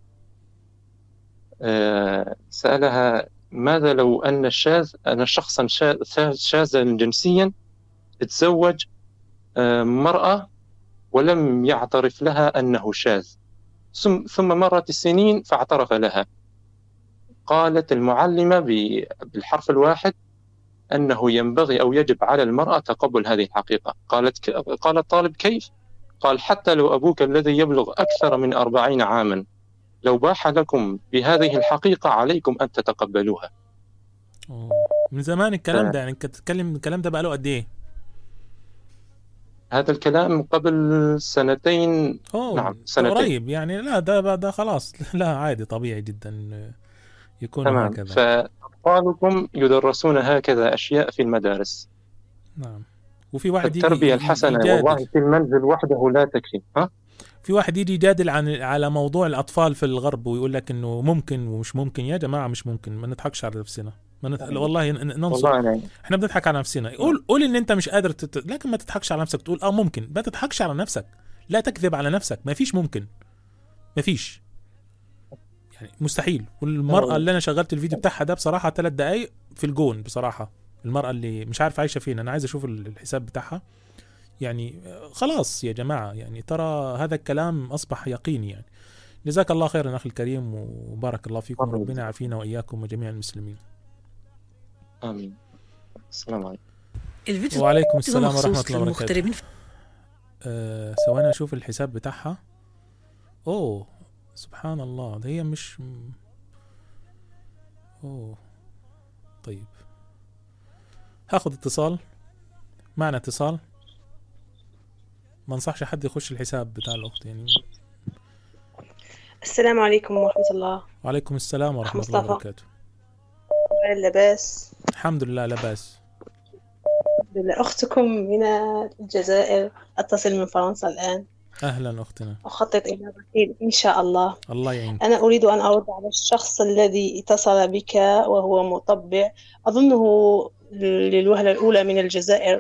سألها ماذا لو أن شخصا شاذا جنسيا تزوج مرأة ولم يعترف لها أنه شاذ، ثم مرت السنين فاعترف لها. قالت المعلمة بالحرف الواحد أنه ينبغي أو يجب على المرأة تقبل هذه الحقيقة. قال الطالب كيف؟ قال حتى لو أبوك الذي يبلغ أكثر من 40 عاما لو باح لكم بهذه الحقيقة عليكم أن تتقبلوها. من زمان الكلام ده، يعني كنت تتكلم الكلام ده بقاله قد إيه؟ هذا الكلام قبل سنتين. نعم سنتين قريب يعني. لا ده خلاص لا عادي طبيعي جدا يكون تمام. هكذا. فأطفالكم يدرسون هكذا أشياء في المدارس. نعم. وفي واحد التربية الحسنة والله في المنزل وحده لا تكفي. في واحد يجي يجادل على موضوع الأطفال في الغرب ويقول لك إنه ممكن ومش ممكن. يا جماعة مش ممكن، ما نضحكش على نفسنا. والله ننصر والله احنا بنضحك على نفسنا. قول ان انت مش قادر لكن ما تضحكش على نفسك. تقول ممكن، ما تضحكش على نفسك، لا تكذب على نفسك. ما فيش ممكن، ما فيش يعني مستحيل. والمرأة اللي انا شغلت الفيديو بتاعها ده بصراحة 3 دقايق في الجون بصراحة. المرأة اللي مش عارف عايشة فين، انا عايز اشوف الحساب بتاعها يعني. خلاص يا جماعة يعني ترى هذا الكلام اصبح يقيني يعني. جزاك الله خيرا اخي الكريم وبارك الله فيكم. ربنا يعافينا واياكم وجميع المسلمين. آمين. السلام عليكم. وعليكم السلام ورحمة الله وبركاته. ثواني أشوف الحساب بتاعها. أوه سبحان الله، ده هي مش طيب هاخد اتصال. معنا اتصال. ما انصحش حد يخش الحساب بتاع الأخت يعني. السلام عليكم ورحمة الله. وعليكم السلام ورحمة الله وبركاته. لباس؟ الحمد لله لباس. أختكم من الجزائر، أتصل من فرنسا الآن. أهلا أختنا. أخطط إلى الرحيل إن شاء الله. الله يعينك. أنا أريد أن أرد على الشخص الذي اتصل بك وهو مطبع، أظنه للوهلة الأولى من الجزائر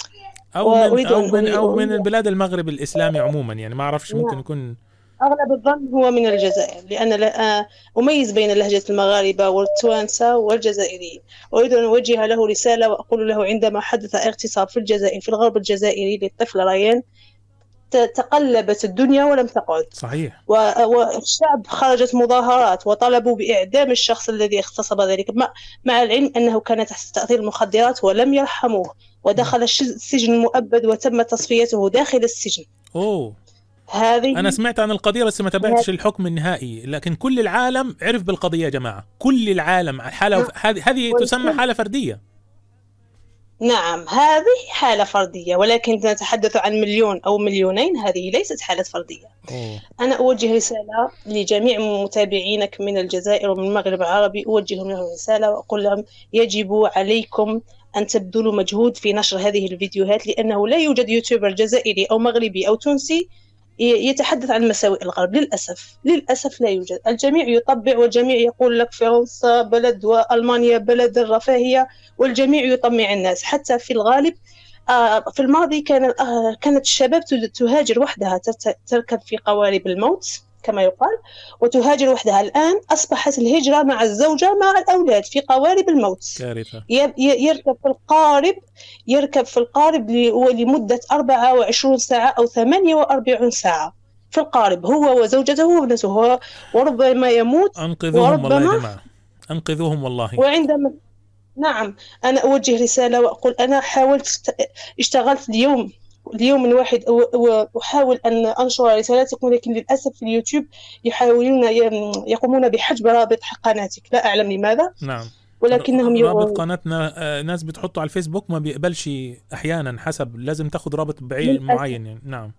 أو من البلاد المغرب الإسلامي عموما يعني. ما أعرفش ممكن يكون أغلب الظن هو من الجزائر، لأن لا أميز بين لهجة المغاربة والتوانسة والجزائريين. أريد أن أوجه له رسالة وأقول له عندما حدث اغتصاب في الجزائر في الغرب الجزائري للطفل ريان تقلبت الدنيا ولم تقعد. صحيح. والشعب خرجت مظاهرات وطلبوا بإعدام الشخص الذي اغتصب ذلك، مع العلم أنه كان تحت تأثير المخدرات ولم يرحموه ودخل السجن المؤبد وتم تصفيته داخل السجن. أنا سمعت عن القضية بس ما تابعتش الحكم النهائي، لكن كل العالم عرف بالقضية يا جماعة. كل العالم حالة هذه تسمى حالة فردية. نعم هذه حالة فردية، ولكن نتحدث عن 1,000,000 أو 2,000,000. هذه ليست حالة فردية. أنا أوجه رسالة لجميع متابعينك من الجزائر ومن المغرب العربي. أوجه لهم رسالة وأقول لهم يجب عليكم أن تبذلوا مجهود في نشر هذه الفيديوهات، لأنه لا يوجد يوتيوبر جزائري أو مغربي أو تونسي يتحدث عن مساوئ الغرب. للأسف لا يوجد. الجميع يطبع والجميع يقول لك فرنسا بلد وألمانيا بلد الرفاهية، والجميع يطمع الناس. حتى في الغالب في الماضي كانت الشباب تهاجر وحدها، تركب في قوارب الموت كما يقال وتهاجر وحدها. الآن أصبحت الهجرة مع الزوجة مع الأولاد في قوارب الموت. كارثة. يركب في القارب لمدة 24 ساعة أو 48 ساعة في القارب، هو وزوجته وابنته، وربما يموت. أنقذوهم والله يا جماعة، أنقذوهم والله. وعندما نعم أنا أوجه رسالة وأقول أنا حاولت، اشتغلت اليوم واحد وأحاول أن أنشر رسالتكم، لكن للأسف في اليوتيوب يقومون بحجب رابط قناتك، لا أعلم لماذا. نعم. ولكنهم رابط قناتنا ناس بتحطه على الفيسبوك ما بيقبلش أحيانا، حسب لازم تاخد رابط معين يعني. نعم.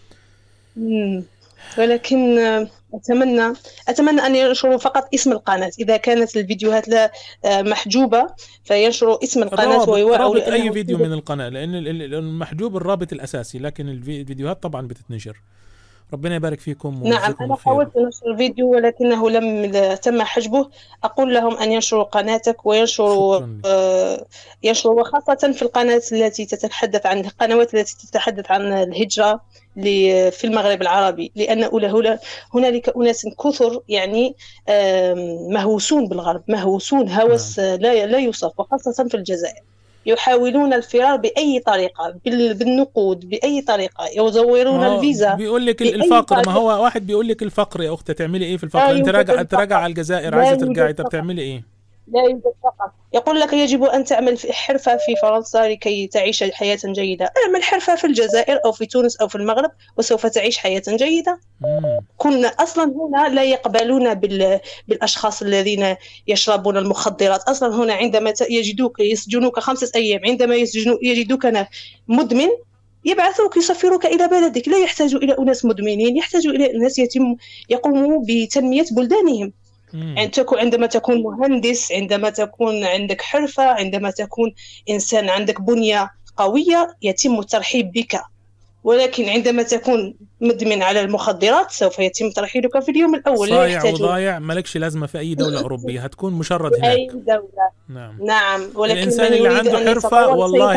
ولكن أتمنى أن ينشروا فقط اسم القناة. إذا كانت الفيديوهات لا محجوبة فينشروا اسم القناة رابط أي فيديو من القناة، لأن المحجوب الرابط الأساسي، لكن الفيديوهات طبعا بتتنشر. ربنا يبارك فيكم. نعم أنا حاولت نشر الفيديو ولكنه لم تم حجبه. أقول لهم أن ينشروا قناتك وينشروا وخاصة في القناة التي تتحدث عن القنوات التي تتحدث عن الهجرة في المغرب العربي، لأن هنالك أناس كثر يعني مهووسون بالغرب، مهووسون هوس لا يوصف، وخاصة في الجزائر. يحاولون الفرار بأي طريقة، بالنقود بأي طريقة، يزورون الفيزا. بيقول لك الفقر، ما هو واحد بيقول لك الفقر يا أختي، تعملي إيه في الفقر؟ أنت راجع على الجزائر عايزة ترجعي، طب تعملي إيه؟ لا يوجد فقط. يقول لك يجب أن تعمل حرفة في فرنسا لكي تعيش حياة جيدة. اعمل حرفة في الجزائر أو في تونس أو في المغرب وسوف تعيش حياة جيدة. كنا أصلا هنا لا يقبلون بالأشخاص الذين يشربون المخدرات. أصلا هنا عندما يجدوك يسجنوك 5 أيام، عندما يجدوك مدمن يبعثوك يسفروك إلى بلدك. لا يحتاج إلى أناس مدمنين، يحتاج إلى أناس يقوموا بتنمية بلدانهم. عندما تكون مهندس، عندما تكون عندك حرفة، عندما تكون إنسان عندك بنية قوية، يتم الترحيب بك. ولكن عندما تكون مدمن على المخدرات سوف يتم ترحيلك في اليوم الأول. صايع وضايع، مالكش لازمة في أي دولة أوروبية، هتكون مشرد هناك. أي دولة. نعم. ولكن الإنسان اللي عنده حرفة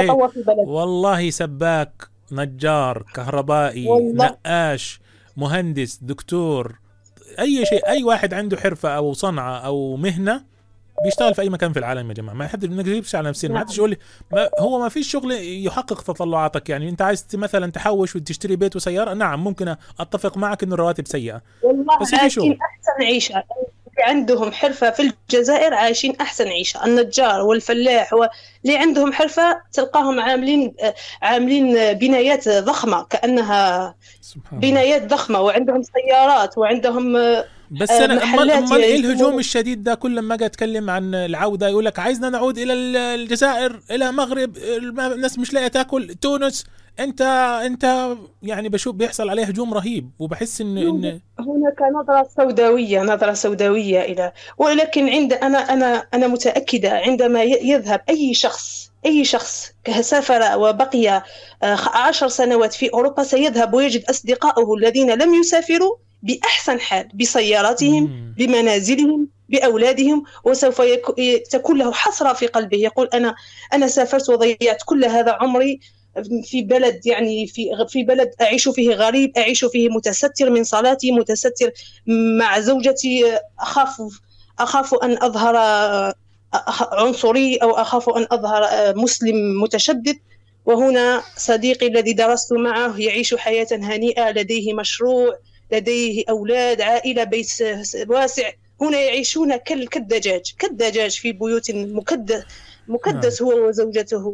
والله سباك، نجار، كهربائي، نقاش، مهندس، دكتور، أي شيء، أي واحد عنده حرفة أو صنعة أو مهنة بيشتغل في أي مكان في العالم يا جماعة. ما حد نكذبش على نفسنا. ما حدش يقول لي ما فيش شغل يحقق تطلعاتك. يعني أنت عايز مثلا تحوش وتشتري بيت وسيارة، نعم ممكن أتفق معك إنه الرواتب سيئة، بس في شغل. أحسن عيشة عندهم حرفة في الجزائر، عايشين أحسن عيشة. النجار والفلاح واللي عندهم حرفة تلقاهم عاملين بنايات ضخمة، كأنها بنايات ضخمة، وعندهم سيارات وعندهم بس أنا أمال إيه الهجوم الشديد ده؟ كل ما أجي أتكلم عن العودة يقولك عايزنا نعود إلى الجزائر، إلى مغرب، الناس مش لاقية تاكل، تونس. أنت يعني بشوف بيحصل عليه هجوم رهيب، وبحس إن هناك نظرة سوداوية إلى. ولكن أنا متأكدة عندما يذهب أي شخص سافر وبقي 10 سنوات في أوروبا سيذهب ويجد أصدقائه الذين لم يسافروا بأحسن حال، بسياراتهم، بمنازلهم، بأولادهم، وسوف تكون له حسرة في قلبه. يقول أنا سافرت وضيعت كل هذا عمري في بلد، يعني في بلد أعيش فيه غريب، أعيش فيه متستر من صلاتي، متستر مع زوجتي، أخاف أن أظهر عنصري أو أخاف أن أظهر مسلم متشدد. وهنا صديقي الذي درست معه يعيش حياة هنيئة، لديه مشروع، لديه أولاد، عائلة، بيت واسع. هنا يعيشون كالدجاج في بيوت مكدس هو وزوجته.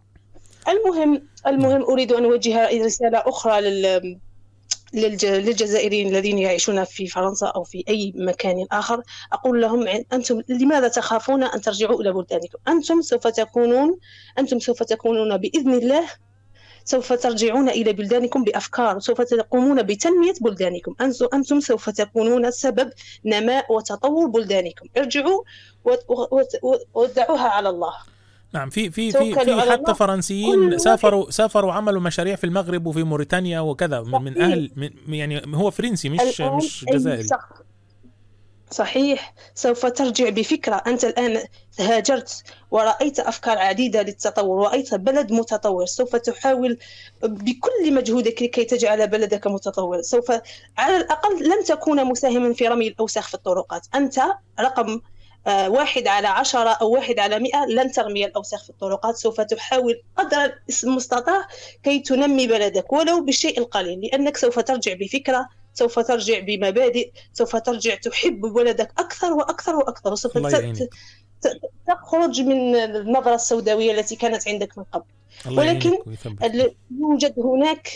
المهم أريد أن أوجه رسالة أخرى للجزائريين الذين يعيشون في فرنسا أو في أي مكان آخر. أقول لهم أنتم لماذا تخافون أن ترجعوا إلى بلدانكم؟ أنتم سوف تكونون بإذن الله، سوف ترجعون إلى بلدانكم بأفكار، سوف تقومون بتنمية بلدانكم. أنتم سوف تكونون سبب نماء وتطور بلدانكم. ارجعوا ودعوها على الله. نعم. في حتى فرنسيين سافروا عملوا مشاريع في المغرب وفي موريتانيا وكذا، من أهل يعني هو فرنسي مش جزائري. صحيح. سوف ترجع بفكرة. أنت الآن هاجرت ورأيت أفكار عديدة للتطور، ورأيت بلد متطور. سوف تحاول بكل مجهودك لكي تجعل بلدك متطور. سوف على الأقل لن تكون مساهما في رمي الأوساخ في الطرقات. أنت رقم 1 على 10 أو 1 على 100 لن ترمي الأوساخ في الطرقات. سوف تحاول قدر المستطاع كي تنمي بلدك ولو بالشيء القليل، لأنك سوف ترجع بفكرة، سوف ترجع بمبادئ، سوف ترجع تحب بلدك أكثر وأكثر وأكثر، وسوف تخرج من النظرة السوداوية التي كانت عندك من قبل. ولكن يوجد هناك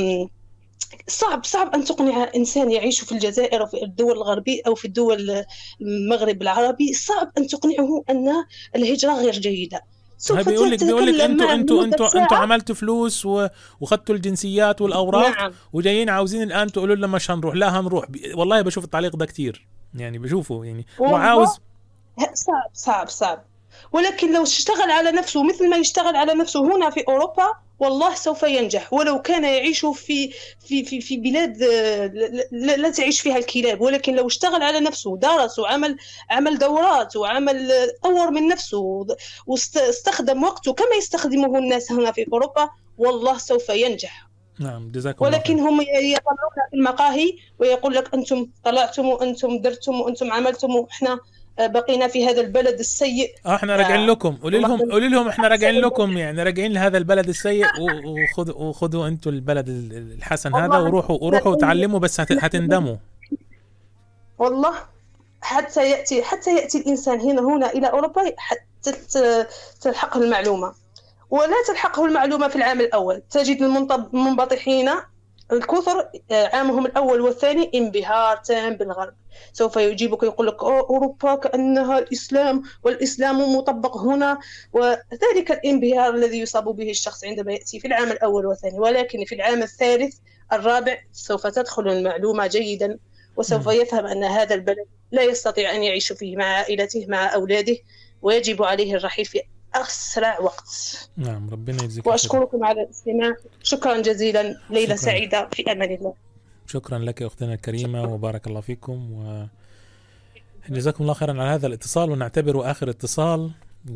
صعب أن تقنع إنسان يعيش في الجزائر أو في الدول الغربية أو في الدول المغرب العربي، صعب أن تقنعه أن الهجرة غير جيدة. بيقول لك انتوا عملتوا فلوس وخدتوا الجنسيات والأوراق. نعم. وجايين عاوزين الآن تقولوا لنا مش هنروح. لا هنروح. والله بشوف التعليق ده كتير، يعني بشوفه يعني وعاوز. صعب. ولكن لو اشتغل على نفسه مثل ما يشتغل على نفسه هنا في أوروبا والله سوف ينجح، ولو كان يعيش في بلاد لا تعيش فيها الكلاب. ولكن لو اشتغل على نفسه، درس وعمل دورات وعمل طور من نفسه واستخدم وقته كما يستخدمه الناس هنا في أوروبا، والله سوف ينجح. نعم جزاكم ولكن هم يطلعون في المقاهي ويقول لك أنتم طلعتم وأنتم درتم وأنتم عملتم وإحنا بقينا في هذا البلد السيء. احنا راجعين لكم. قولي لهم احنا راجعين لكم، يعني راجعين لهذا البلد السيء، وخذوا انتوا البلد الحسن هذا وروحوا تعلموا، بس هتندموا. والله حتى يأتي الإنسان هنا إلى أوروبا حتى تلحقه المعلومة، ولا تلحقه المعلومة في العام الأول. تجد المنبطحين الكثر عامهم الأول والثاني انبهار تام بالغرب. سوف يجيبك يقول لك أوروبا كأنها الإسلام والإسلام مطبق هنا، وذلك الانبهار الذي يصاب به الشخص عندما يأتي في العام الأول والثاني. ولكن في العام الثالث الرابع سوف تدخل المعلومة جيدا، وسوف يفهم أن هذا البلد لا يستطيع أن يعيش فيه مع عائلته مع أولاده، ويجب عليه الرحيل في أسرع وقت. نعم، ربنا يجزيك. وأشكركم على الاستماع، شكرا جزيلا، ليلة سعيدة، في أمان الله. شكرا لك أختنا الكريمة، وبارك الله فيكم، وجزاكم الله خيرا على هذا الاتصال، ونعتبره آخر اتصال.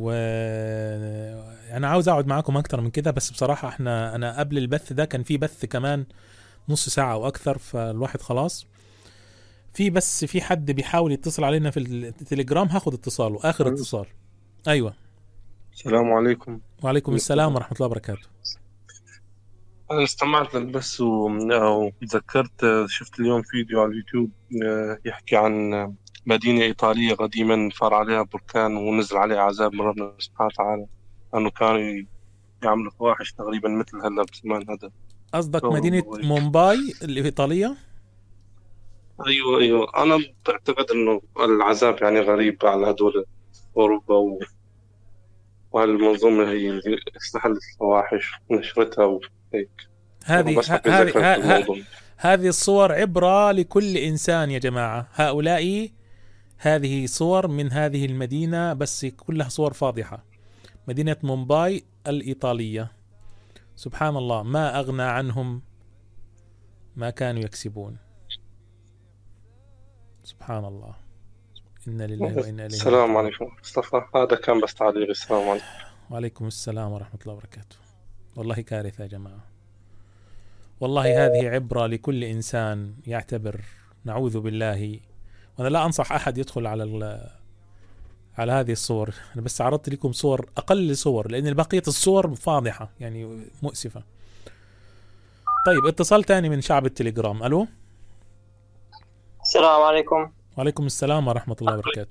وأنا عاوز أقعد معكم أكتر من كده، بس بصراحة أنا قبل البث ده كان في بث كمان نص ساعة أو أكثر، فالواحد خلاص في حد بيحاول يتصل علينا في التليجرام، هاخد اتصاله آخر اتصال. أيوة، السلام عليكم. وعليكم السلام ورحمة الله وبركاته. أنا استمعت بس وتذكرت، شفت اليوم فيديو على اليوتيوب يحكي عن مدينة إيطالية قديما صار عليها بركان ونزل عليها عذاب من ربنا سبحانه وتعالى، أنه كانوا يعملوا فواحش تقريبا مثل هلا بزمان هذا. قصدك مدينة مومباي اللي في إيطاليا؟ أيوة، أنا بعتقد أنه العذاب يعني غريب على هدول أوروبا، وهالمنظومة هي اللي استحلت الفواحش ونشرتها وهيك. هذه الصور عبرة لكل إنسان يا جماعة. هذه صور من هذه المدينة، بس كلها صور فاضحة. مدينة مومباي الإيطالية، سبحان الله، ما أغنى عنهم ما كانوا يكسبون. سبحان الله، إنا لله وإنا إليه. السلام عليكم مصطفى، هذا كان بس تعليق. السلام عليكم. وعليكم السلام ورحمة الله وبركاته. والله كارثة يا جماعة، والله هذه عبرة لكل إنسان يعتبر. نعوذ بالله. وأنا لا أنصح أحد يدخل على هذه الصور. أنا بس عرضت لكم صور، أقل صور، لأن بقية الصور فاضحة يعني مؤسفة. طيب، اتصال تاني من شعب التليجرام. ألو، السلام عليكم. وعليكم السلام ورحمة الله وبركاته.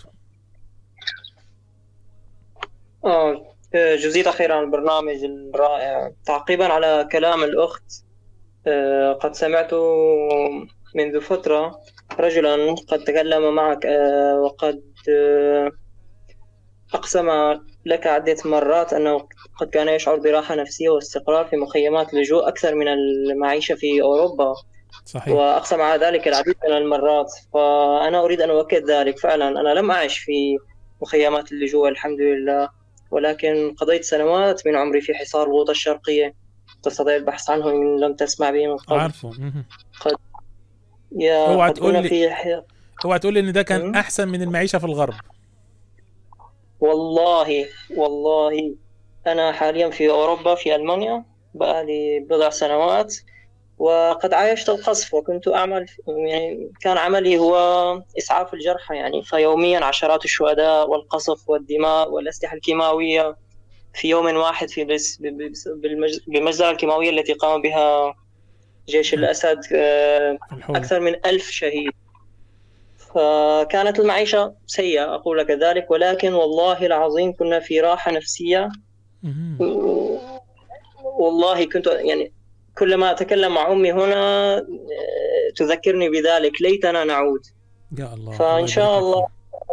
جزيت خيرا عن البرنامج الرائع. تعقيبا على كلام الأخت، قد سمعت منذ فترة رجلا قد تكلم معك وقد أقسم لك عدة مرات أنه قد كان يشعر براحة نفسية واستقرار في مخيمات اللجوء أكثر من المعيشة في أوروبا. صحيح. وأقسم على ذلك العديد من المرات، فأنا أريد أن أؤكد ذلك. فعلا أنا لم أعيش في مخيمات اللجوء الحمد لله، ولكن قضيت سنوات من عمري في حصار الغوطة الشرقية. تستطيع البحث عنه إن لم تسمع به من قبل. عارفه. اوعى تقول لي إن ده كان أحسن من المعيشة في الغرب. والله أنا حاليا في أوروبا في ألمانيا بقالي بضع سنوات، وقد عايشت القصف، وكنت أعمل يعني كان عملي هو إسعاف الجرحى يعني، فيوميا عشرات الشهداء والقصف والدماء والأسلحة الكيماوية في يوم واحد بالمجزرة الكيماوية التي قام بها جيش الأسد، أكثر من 1000 شهيد. فكانت المعيشة سيئة أقول لك ذلك، ولكن والله العظيم كنا في راحة نفسية. والله كنت يعني كلما أتكلم مع أمي هنا تذكرني بذلك. ليتنا نعود. يا الله. فإن شاء الله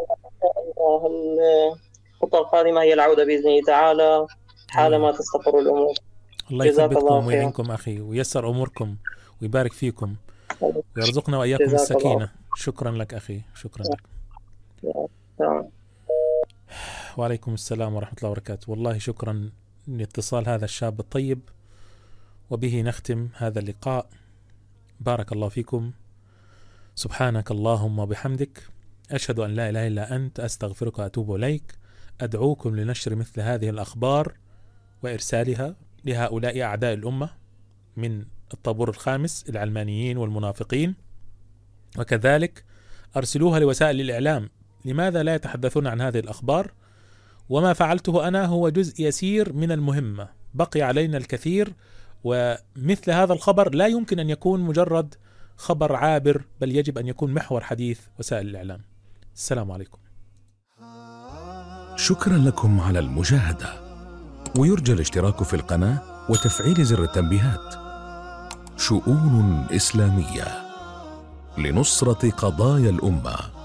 الخطة القادمة هي العودة بإذن الله تعالى حالما تستقر الأمور. الله يثبتكم ويعينكم أخي، ويسر أموركم ويبارك فيكم، ويرزقنا وإياكم السكينة. شكرا لك أخي، شكرا لك. وعليكم السلام ورحمة الله وبركاته. والله شكرا لاتصال هذا الشاب الطيب، وبه نختم هذا اللقاء. بارك الله فيكم. سبحانك اللهم وبحمدك، أشهد أن لا إله إلا أنت، أستغفرك وأتوب إليك. أدعوكم لنشر مثل هذه الأخبار وإرسالها لهؤلاء أعداء الأمة من الطابور الخامس العلمانيين والمنافقين، وكذلك أرسلوها لوسائل الإعلام. لماذا لا يتحدثون عن هذه الأخبار؟ وما فعلته أنا هو جزء يسير من المهمة، بقي علينا الكثير. ومثل هذا الخبر لا يمكن أن يكون مجرد خبر عابر، بل يجب أن يكون محور حديث وسائل الإعلام. السلام عليكم. شكرا لكم على المشاهدة، ويرجى الاشتراك في القناة وتفعيل زر التنبيهات. شؤون إسلامية لنصرة قضايا الأمة.